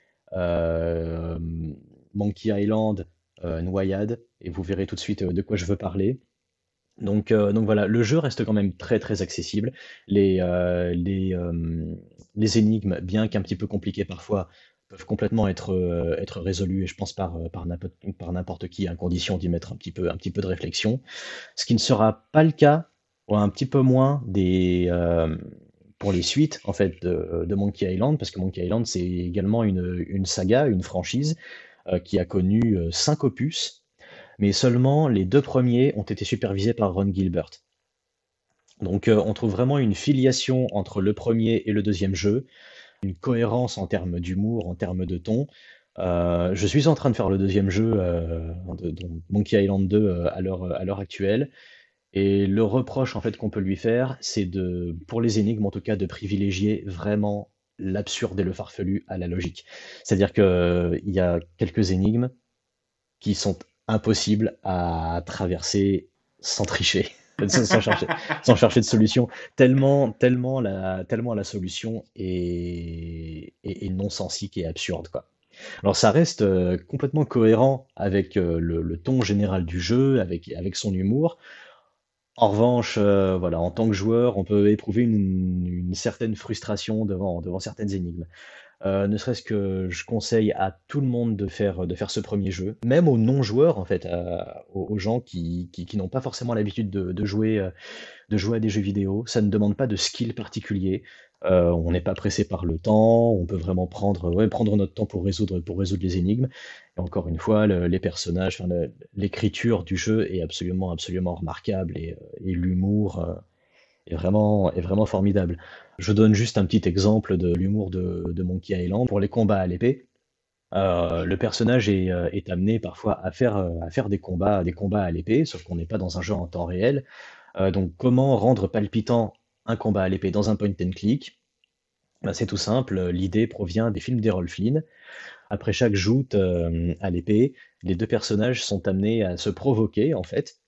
S1: euh, Monkey Island euh, noyade et vous verrez tout de suite euh, de quoi je veux parler. Donc, euh, donc voilà, le jeu reste quand même très très accessible. Les, euh, les, euh, les énigmes, bien qu'un petit peu compliquées parfois, peuvent complètement être, euh, être résolues, et je pense par, euh, par n'importe par n'importe qui, à condition d'y mettre un petit peu, un petit peu de réflexion. Ce qui ne sera pas le cas, ou un petit peu moins, des, euh, pour les suites en fait, de, de Monkey Island, parce que Monkey Island, c'est également une, une saga, une franchise, euh, qui a connu euh, cinq opus, mais seulement les deux premiers ont été supervisés par Ron Gilbert. Donc euh, on trouve vraiment une filiation entre le premier et le deuxième jeu, une cohérence en termes d'humour, en termes de ton. Euh, je suis en train de faire le deuxième jeu, euh, de, de Monkey Island deux euh, à l'heure à l'heure actuelle, et le reproche en fait qu'on peut lui faire, c'est de, pour les énigmes en tout cas, de privilégier vraiment l'absurde et le farfelu à la logique. C'est-à-dire que euh, il y a quelques énigmes qui sont impossibles à traverser sans tricher, sans, sans chercher, sans chercher de solution, tellement, tellement la, tellement la solution est, est, est non-sensique et absurde, quoi. Alors ça reste euh, complètement cohérent avec euh, le, le ton général du jeu, avec, avec son humour. En revanche, euh, voilà, en tant que joueur, on peut éprouver une, une certaine frustration devant, devant certaines énigmes. Euh, ne serait-ce que je conseille à tout le monde de faire, de faire ce premier jeu, même aux non-joueurs en fait, à- aux, aux gens qui, qui, qui n'ont pas forcément l'habitude de, de jouer, euh, de jouer à des jeux vidéo. Ça ne demande pas de skill particulier. Euh, on n'est pas pressé par le temps. On peut vraiment prendre, ouais, prendre notre temps pour résoudre, pour résoudre les énigmes. Et encore une fois, le- les personnages, enfin, le- l'écriture du jeu est absolument, absolument remarquable et, euh, et l'humour euh, est vraiment, est vraiment formidable. Je donne juste un petit exemple de l'humour de, de Monkey Island. Pour les combats à l'épée, euh, le personnage est, euh, est amené parfois à faire, euh, à faire des combats, des combats à l'épée, sauf qu'on n'est pas dans un jeu en temps réel. Euh, donc, comment rendre palpitant un combat à l'épée dans un point and click? Ben, c'est tout simple, l'idée provient des films d'Errol Flynn. Après chaque joute euh, à l'épée, les deux personnages sont amenés à se provoquer, en fait,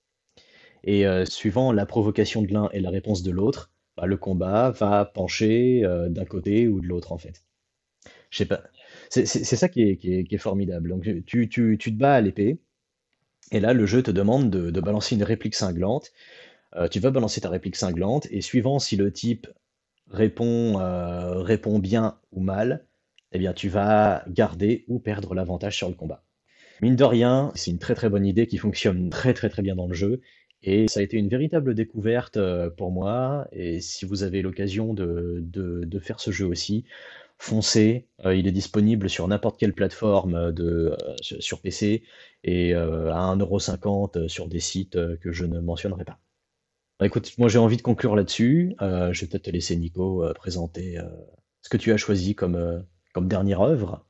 S1: et euh, suivant la provocation de l'un et la réponse de l'autre, bah, le combat va pencher euh, d'un côté ou de l'autre, en fait. Je sais pas. C'est c'est- c'est ça qui est, qui est- qui est formidable. Donc, tu, tu- tu te bats à l'épée, et là, le jeu te demande de, de balancer une réplique cinglante. Euh, tu vas balancer ta réplique cinglante, et suivant si le type répond, euh, répond bien ou mal, eh bien, tu vas garder ou perdre l'avantage sur le combat. Mine de rien, c'est une très très bonne idée qui fonctionne très très très bien dans le jeu. Et ça a été une véritable découverte euh, pour moi. Et si vous avez l'occasion de, de, de faire ce jeu aussi, foncez. Euh, il est disponible sur n'importe quelle plateforme euh, de, euh, sur sur P C et euh, à un euro cinquante sur des sites euh, que je ne mentionnerai pas. Bah, écoute, moi j'ai envie de conclure là-dessus. Euh, je vais peut-être te laisser Nico euh, présenter euh, ce que tu as choisi comme, euh, comme dernière œuvre.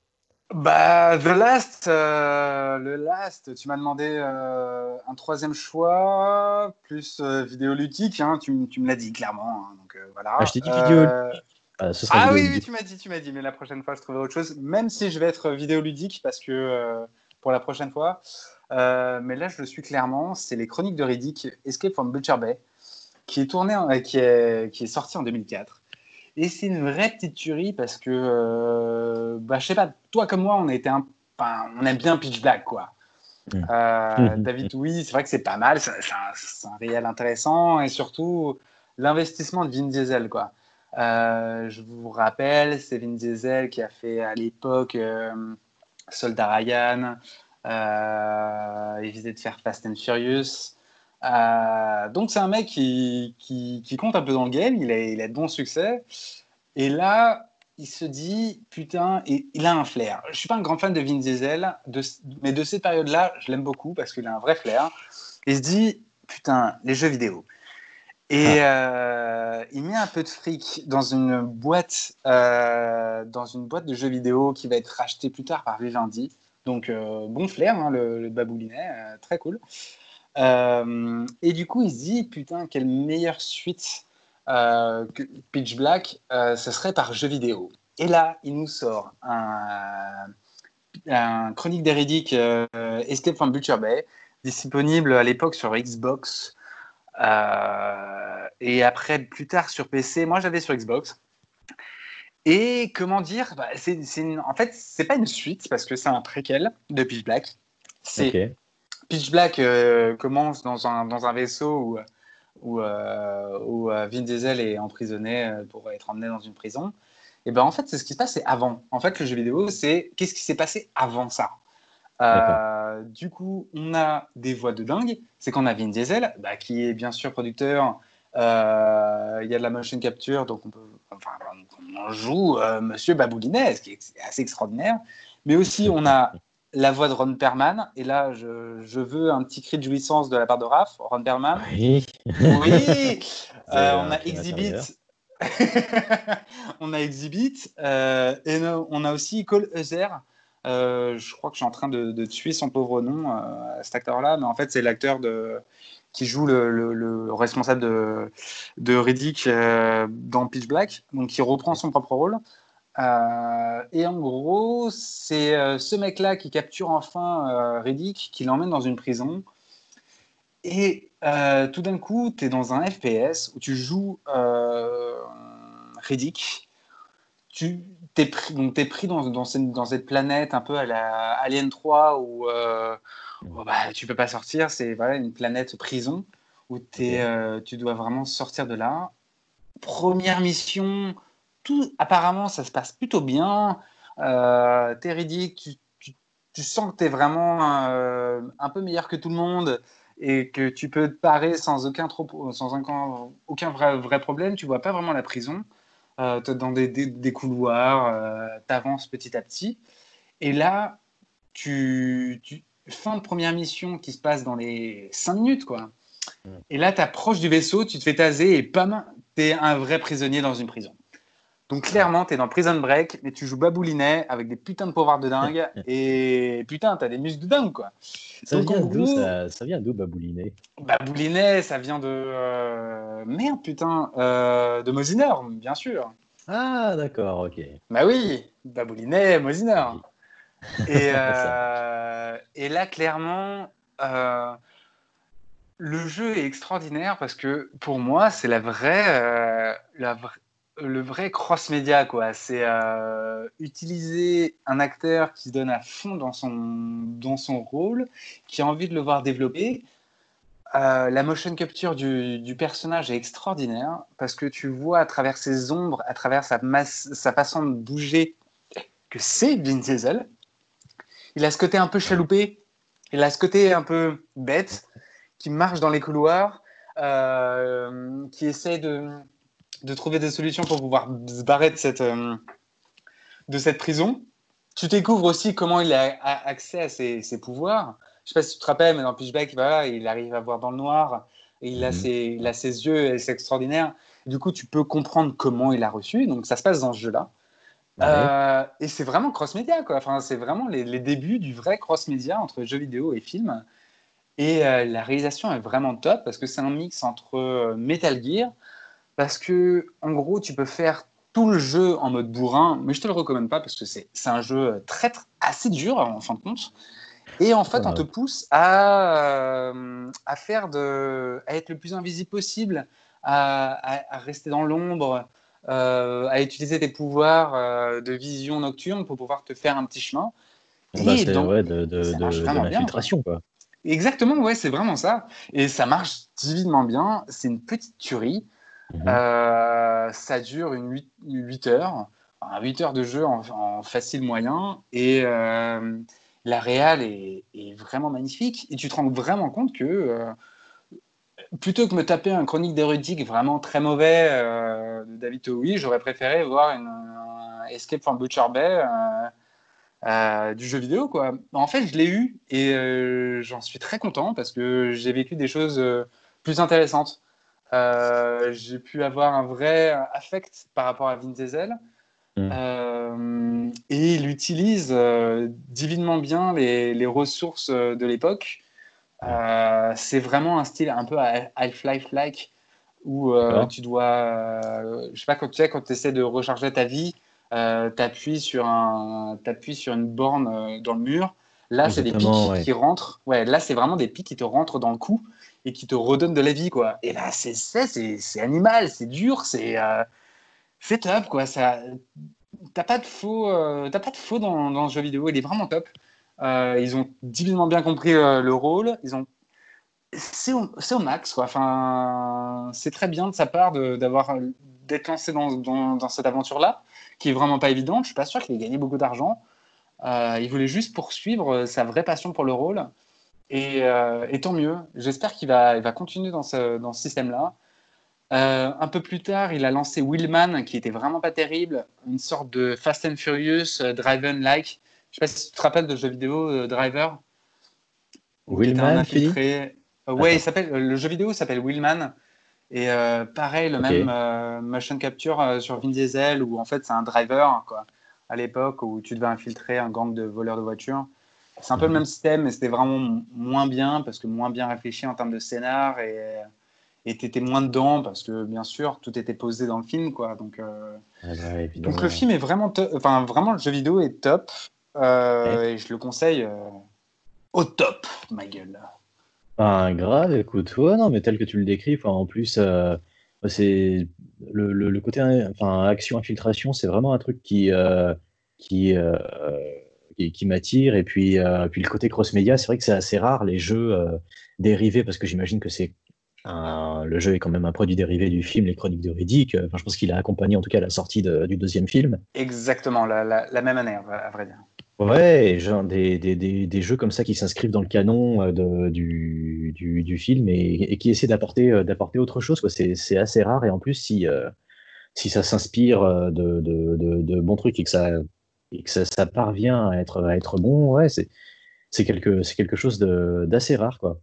S3: Bah, The Last, euh, le Last, tu m'as demandé euh, un troisième choix, plus euh, vidéoludique, hein, tu, m- tu me l'as dit clairement, hein, donc euh,
S1: Ah, je
S3: voilà.
S1: t'ai dit vidéo.
S3: Euh,
S1: Ah, ce sera
S3: Ah oui, oui,
S1: vidéoludique.
S3: tu m'as dit, tu m'as dit, mais la prochaine fois, je trouverai autre chose, même si je vais être vidéoludique, parce que euh, pour la prochaine fois. Euh, mais là, je le suis clairement, c'est les Chroniques de Riddick, Escape from Butcher Bay, qui est tourné, en- euh, qui est, qui est sorti en deux mille quatre. Et c'est une vraie petite tuerie parce que, euh, bah, je sais pas, toi comme moi, on a été un, enfin, on aime bien Pitch Black, quoi. Euh,
S1: Mm.
S3: David, oui, c'est vrai que c'est pas mal, c'est c'est un, c'est un réel intéressant et surtout l'investissement de Vin Diesel, quoi. Euh, je vous rappelle, c'est Vin Diesel qui a fait à l'époque euh, Soldat Ryan, euh, il visait de faire Fast and Furious. Euh, donc c'est un mec qui, qui, qui compte un peu dans le game, il a, il a de bons succès. Et là, il se dit, putain, et il a un flair. Je suis pas un grand fan de Vin Diesel, de, mais de cette période-là, je l'aime beaucoup parce qu'il a un vrai flair. Il se dit, putain, les jeux vidéo. Et
S1: Ah,
S3: euh, il met un peu de fric dans une boîte, euh, dans une boîte de jeux vidéo qui va être rachetée plus tard par Vivendi. Donc euh, bon flair, hein, le, le baboulinet, euh, très cool. Euh, et du coup, il se dit, putain, quelle meilleure suite euh, que Pitch Black, euh, ce serait par jeu vidéo. Et là, il nous sort un, un Chronique des Riddick, euh, Escape from Butcher Bay, disponible à l'époque sur Xbox. Euh, et après, plus tard sur P C, moi j'avais sur Xbox. Et comment dire, bah, c'est, c'est une- en fait, c'est pas une suite parce que c'est un préquel de Pitch Black. C'est
S1: ok.
S3: Pitch Black euh, commence dans un, dans un vaisseau où, où, euh, où euh, Vin Diesel est emprisonné euh, pour être emmené dans une prison. Et ben en fait, c'est ce qui se passe, c'est avant. En fait, le jeu vidéo, c'est qu'est-ce qui s'est passé avant ça.
S1: D'accord.
S3: Euh, du coup, on a des voix de dingue. C'est qu'on a Vin Diesel, bah, qui est bien sûr producteur. Euh, Il y a de la motion capture, donc on peut, enfin, on joue euh, Monsieur Baboulinet, ce qui est assez extraordinaire. Mais aussi, on a la voix de Ron Perlman. Et là, je, je veux un petit cri de jouissance de la part de Raph, Ron Perlman.
S1: Oui.
S3: Oui,
S1: C'est
S3: Euh, on
S1: un
S3: a
S1: cri
S3: Exhibit.
S1: d'intérieur.
S3: On a Exhibit. Euh, et no- on a aussi Cole Hauser. Euh, je crois que je suis en train de, de tuer son pauvre nom, euh, cet acteur-là, mais en fait, c'est l'acteur de, qui joue le, le- le responsable de, de Riddick euh, dans Pitch Black, donc il reprend son propre rôle. Euh, et en gros, c'est euh, ce mec-là qui capture enfin euh, Riddick, qui l'emmène dans une prison. Et euh, tout d'un coup, tu es dans un F P S où tu joues euh, Riddick. Tu t'es pris, donc t'es pris dans, dans, cette, dans cette planète un peu à la Alien trois où euh, oh bah, tu peux pas sortir. C'est voilà, une planète prison où t'es,
S1: Ok.
S3: euh, tu dois vraiment sortir de là. Première mission, tout, apparemment, ça se passe plutôt bien. Euh, t'es ridicule, tu, tu, tu sens que t'es vraiment euh, un peu meilleur que tout le monde et que tu peux te parer sans aucun, trop, sans aucun, aucun vrai, vrai problème. Tu vois pas vraiment la prison. Euh, t'es dans des, des, des couloirs, euh, t'avances petit à petit. Et là, tu, tu, fin de première mission qui se passe dans les cinq minutes, quoi.
S1: Mm.
S3: Et là, tu approches du vaisseau, tu te fais taser et pam, tu es un vrai prisonnier dans une prison. Donc clairement, tu es dans Prison Break, mais tu joues baboulinet avec des putains de pouvoirs de dingue et putain, tu as des muscles de dingue, quoi.
S1: Ça
S3: Donc en
S1: vient d'où,
S3: gros,
S1: ça, ça vient d'où, baboulinet?
S3: baboulinet, ça vient de... euh, Merde, putain, euh, de Mosinor, bien sûr.
S1: Ah, d'accord, ok.
S3: Bah oui, baboulinet, Mosinor.
S1: Oui.
S3: Et,
S1: Ça marche.
S3: euh, et là, clairement, euh, le jeu est extraordinaire parce que pour moi, c'est la vraie, euh, la vra- le vrai cross-média, quoi. C'est euh, utiliser un acteur qui se donne à fond dans son, dans son rôle, qui a envie de le voir développer. Euh, la motion capture du, du personnage est extraordinaire parce que tu vois à travers ses ombres, à travers sa, masse, sa façon de bouger, que c'est Vin Diesel. Il a ce côté un peu chaloupé, il a ce côté un peu bête, qui marche dans les couloirs, euh, qui essaie de, de trouver des solutions pour pouvoir se barrer de cette, euh, de cette prison. Tu découvres aussi comment il a, a accès à ses, ses pouvoirs. Je ne sais pas si tu te rappelles, mais dans Pitchback, voilà, il arrive à voir dans le noir, et il a
S1: Mhm.
S3: ses, il a ses yeux, et c'est extraordinaire. Du coup, tu peux comprendre comment il a reçu. Donc, ça se passe dans ce jeu-là.
S1: Ouais.
S3: Euh, et c'est vraiment cross-média, quoi. Enfin, c'est vraiment les, les débuts du vrai cross-média entre jeux vidéo et films. Et euh, la réalisation est vraiment top parce que c'est un mix entre euh, Metal Gear, parce que en gros, tu peux faire tout le jeu en mode bourrin, mais je te le recommande pas parce que c'est c'est un jeu très, très assez dur en fin de compte. Et en fait, on te
S1: Ah,
S3: pousse à, euh, à faire de, à être le plus invisible possible, à, à- à rester dans l'ombre, euh, à utiliser tes pouvoirs euh, de vision nocturne pour pouvoir te faire un petit chemin.
S1: bah,
S3: Et
S1: c'est
S3: donc,
S1: ouais, de,
S3: et
S1: de,
S3: ça marche
S1: de, de
S3: vraiment bien, quoi.
S1: l'infiltration, quoi.
S3: Exactement, ouais, c'est vraiment ça. Et ça marche divinement bien. C'est une petite tuerie.
S1: Mhm.
S3: Euh, ça dure une huit, huit heures, enfin, huit heures de jeu en, en facile moyen. Et euh, la réal est, est vraiment magnifique. Et tu te rends vraiment compte que euh, plutôt que me taper un chronique d'érotique vraiment très mauvais euh, de David Towie, j'aurais préféré voir une, un Escape from Butcher Bay. Euh, euh, du jeu vidéo, quoi. En fait, je l'ai eu et euh, j'en suis très content parce que j'ai vécu des choses euh, plus intéressantes. Euh, j'ai pu avoir un vrai affect par rapport à Vin Diesel
S1: Mhm.
S3: euh, et il utilise euh, divinement bien les, les ressources euh, de l'époque.
S1: Ouais.
S3: Euh, c'est vraiment un style un peu Half-Life-like où euh,
S1: D'accord.
S3: tu dois, euh, je sais pas, quand tu sais, quand tu essaies de recharger ta vie, euh, tu appuies sur, un, t'appuies sur une borne euh, dans le mur. Là, c'est des
S1: Exactement,
S3: pics
S1: ouais.
S3: qui rentrent. Ouais, là, c'est vraiment des pics qui te rentrent dans le cou et qui te redonnent de la vie, quoi. Et là, c'est c'est c'est c'est animal, c'est dur, c'est euh, c'est top, quoi. Ça, t'as pas de faux, euh, t'as pas de faux dans, dans ce jeu vidéo. Il est vraiment top. Euh, ils ont divinement bien compris euh, le rôle. Ils ont c'est au, c'est au max, quoi. Enfin, c'est très bien de sa part de, d'avoir, d'être lancé dans, dans, dans cette aventure-là, qui est vraiment pas évidente. Je suis pas sûr qu'il ait gagné beaucoup d'argent. Euh, il voulait juste poursuivre sa vraie passion pour le rôle. Et, euh, et tant mieux. J'espère qu'il va, il va continuer dans ce, dans ce système-là. Euh, un peu plus tard, il a lancé Wheelman, qui était vraiment pas terrible, une sorte de Fast and Furious, euh, Driven-like. Je sais pas si tu te rappelles de jeu vidéo euh, Driver, où tu étais un
S1: Willman, tu dis?
S3: infiltré. Euh, ouais, il
S1: D'accord.
S3: s'appelle, le jeu vidéo s'appelle Wheelman. Et euh, pareil, le même
S1: Ok.
S3: euh, motion capture euh, sur Vin Diesel, où en fait c'est un driver, quoi, à l'époque où tu devais infiltrer un gang de voleurs de voitures. C'est un peu le
S1: Mhm.
S3: même système, mais c'était vraiment m- moins bien, parce que moins bien réfléchi en termes de scénar, et et t'étais moins dedans, parce que bien sûr, tout était posé dans le film, quoi. Donc, euh,
S1: Ah bah,
S3: donc le
S1: évidemment.
S3: film est vraiment top, enfin vraiment le jeu vidéo est top,
S1: Ouais.
S3: euh, et je le conseille euh, au top, ma gueule.
S1: Ben, grave, écoute, ouais, non, mais tel que tu le décris, enfin, en plus, euh, c'est le, le, le côté, hein, enfin, action-infiltration, c'est vraiment un truc qui, euh, qui, euh, qui, qui m'attire. Et puis, euh, puis le côté cross-média, c'est vrai que c'est assez rare, les jeux euh, dérivés, parce que j'imagine que c'est un- le jeu est quand même un produit dérivé du film Les Chroniques de Riddick. Enfin, je pense qu'il a accompagné en tout cas la sortie de- du deuxième film.
S3: Exactement, la, la, la même année, à vrai dire.
S1: Ouais, et genre des, des, des, des jeux comme ça qui s'inscrivent dans le canon euh, de, du, du, du film et, et qui essaient d'apporter euh, d'apporter autre chose, quoi. C'est, c'est assez rare et en plus si, euh, si ça s'inspire euh, de, de, de, de bons trucs et que ça, et que ça, ça parvient à être, à être bon, ouais, c'est, c'est quelque, c'est quelque chose de, d'assez rare, quoi.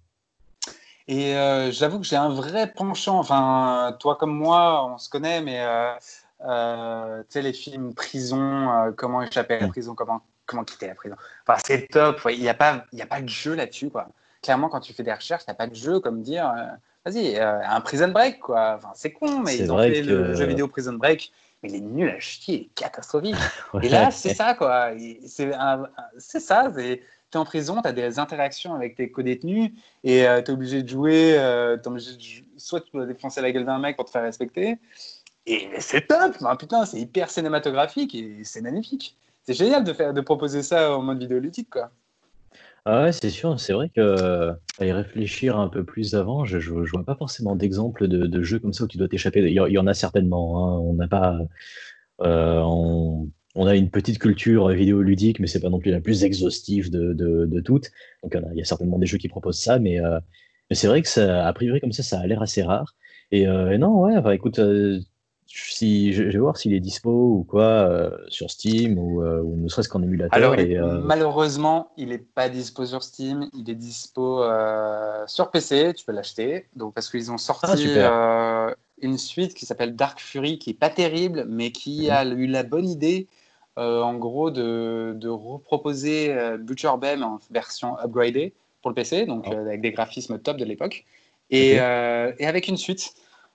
S3: Et euh, j'avoue que j'ai un vrai penchant. Enfin, toi comme moi, on se connaît, mais euh, euh, tu sais, les films prison, euh, comment échapper à la
S1: Mm.
S3: prison, comment, comment quitter la prison. Enfin, c'est top. Il n'y a pas, il y a pas de jeu là-dessus, quoi. Clairement, quand tu fais des recherches, il n'y a pas de jeu comme dire, euh, vas-y, euh, un Prison Break, quoi. Enfin, c'est con, mais
S1: C'est
S3: ils ont
S1: vrai
S3: fait le jeu
S1: que
S3: vidéo Prison Break, mais il est nul à chier, il est catastrophique. Et là,
S1: ouais,
S3: c'est ça, quoi. Et C'est un- un- c'est ça. Tu es en prison, tu as des interactions avec tes co-détenus et euh, tu es obligé de jouer. euh, t'es obligé de jou- soit tu dois défoncer la gueule d'un mec pour te faire respecter. Et mais c'est top. Enfin, putain, c'est hyper cinématographique et c'est magnifique. C'est génial de, faire, de proposer ça en mode vidéoludique, quoi.
S1: ah ouais, c'est sûr, c'est vrai que euh, à y réfléchir un peu plus avant, je, je, je vois pas forcément d'exemples de, de jeux comme ça où tu dois t'échapper. Il y, il y en a certainement, hein. On n'a pas, euh, on, on a une petite culture vidéoludique, mais c'est pas non plus la plus exhaustive de, de, de toutes. Donc il y en a, il y a certainement des jeux qui proposent ça, mais, euh, mais c'est vrai que ça, a priori comme ça, ça a l'air assez rare. Et, euh, et non, ouais, enfin, écoute, euh, si, je, je vais voir s'il est dispo ou quoi euh, sur Steam ou, euh, ou ne serait-ce qu'en
S3: Alors,
S1: émulateur.
S3: il est,
S1: Et euh,
S3: malheureusement, il n'est pas dispo sur Steam. Il est dispo euh, sur P C. Tu peux l'acheter. Donc, parce qu'ils ont
S1: ah
S3: sorti
S1: super.
S3: euh, une suite qui s'appelle Dark Fury, qui est pas terrible, mais qui
S1: Mhm.
S3: a eu la bonne idée, euh, en gros, de, de reproposer euh, Butcher Bay en version upgradée pour le P C, donc
S1: Oh,
S3: euh, avec des graphismes top de l'époque,
S1: ok.
S3: et, euh, et avec une suite.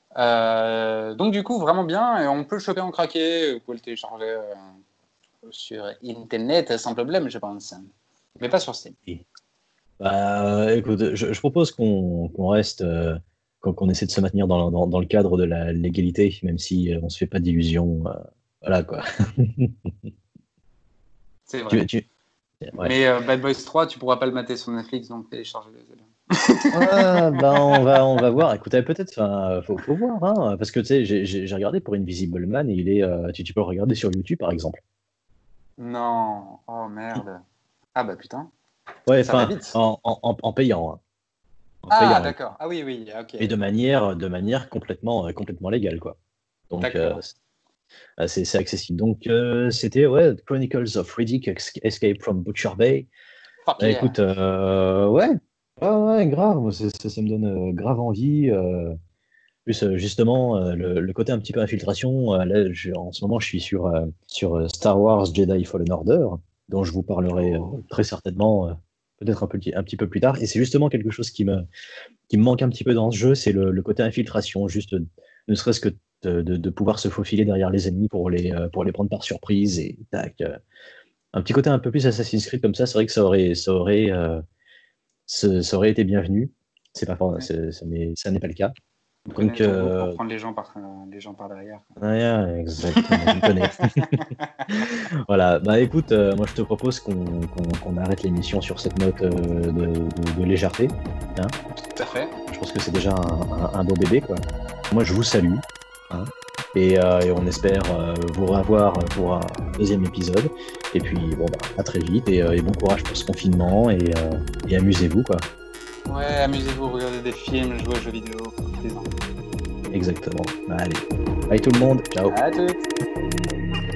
S3: Euh, donc, du coup, vraiment bien. Et on peut le choper en craqué. Vous pouvez le télécharger. euh, sur Internet sans problème, je pense. Mais pas sur Steam.
S1: Et- Bah, écoute, je, je propose qu'on qu'on reste, euh, qu'on qu'on essaie de se maintenir dans, dans, dans le cadre de la légalité, même si euh, on se fait pas d'illusions. euh, voilà quoi.
S3: C'est vrai.
S1: Tu, tu, ouais.
S3: Mais euh, Bad Boys trois, tu pourras pas le mater sur Netflix, donc télécharge-le. C'est bien.
S1: Ah, bah, on va, on va voir. Écoutez, peut-être, enfin, faut, faut voir, hein, parce que tu sais, j'ai j'ai- j'ai regardé pour Invisible Man, et il est, euh, tu, tu peux le regarder sur YouTube, par exemple.
S3: Non. Oh merde. Ah bah putain.
S1: Ouais,
S3: Ça va
S1: enfin,
S3: vite.
S1: en, en, en en payant, hein. En
S3: Ah
S1: payant,
S3: d'accord. Ah oui, oui, ok.
S1: et de manière, de manière complètement, euh, complètement légale, quoi. Donc, euh,
S3: D'accord.
S1: Ah, c'est c'est accessible. Donc, euh, c'était ouais, Chronicles of Riddick Ex- Escape from Butcher Bay.
S3: Fuck
S1: Bah,
S3: yeah.
S1: écoute, euh, ouais, ouais, ouais, grave, moi, c'est- ça, ça me donne euh, grave envie. euh. Plus, euh, justement, euh, le, le côté un petit peu infiltration, euh, là, je- en ce moment, je suis sur, euh, sur euh, Star Wars Jedi Fallen Order, dont je vous parlerai euh,
S3: Oh.
S1: très certainement, euh, peut-être un, petit- un petit peu plus tard. Et c'est justement quelque chose qui me, qui me manque un petit peu dans ce jeu, c'est le, le côté infiltration, juste euh, ne serait-ce que de, de- de pouvoir se faufiler derrière les ennemis pour les, euh, pour les prendre par surprise et tac. euh, un petit côté un peu plus Assassin's Creed comme ça, c'est vrai que ça aurait, ça aurait, euh, ça, ça aurait été bienvenu. C'est pas, for-
S3: Ouais.
S1: c'est- ça n'est ça n'est pas le cas.
S3: On connaît
S1: Donc,
S3: ton goût pour
S1: euh,
S3: prendre les gens par, euh, les gens par derrière.
S1: ouais, exactement, tu me connais. Voilà, bah écoute, euh, moi je te propose qu'on qu'on, qu'on arrête l'émission sur cette note euh, de, de- de légèreté. Hein.
S3: Tout à fait.
S1: Je pense que c'est déjà un, un- un beau bébé, quoi. Moi je vous salue. Hein. Et, euh, et on espère euh, vous revoir pour un deuxième épisode. Et puis, bon, bah, à très vite et, euh, et bon courage pour ce confinement et, euh, et amusez-vous, quoi.
S3: Ouais, amusez-vous, regardez des films, jouez aux jeux vidéo. Profitez-en.
S1: Exactement. Allez. Bye tout le monde. Ciao.
S3: À toutes.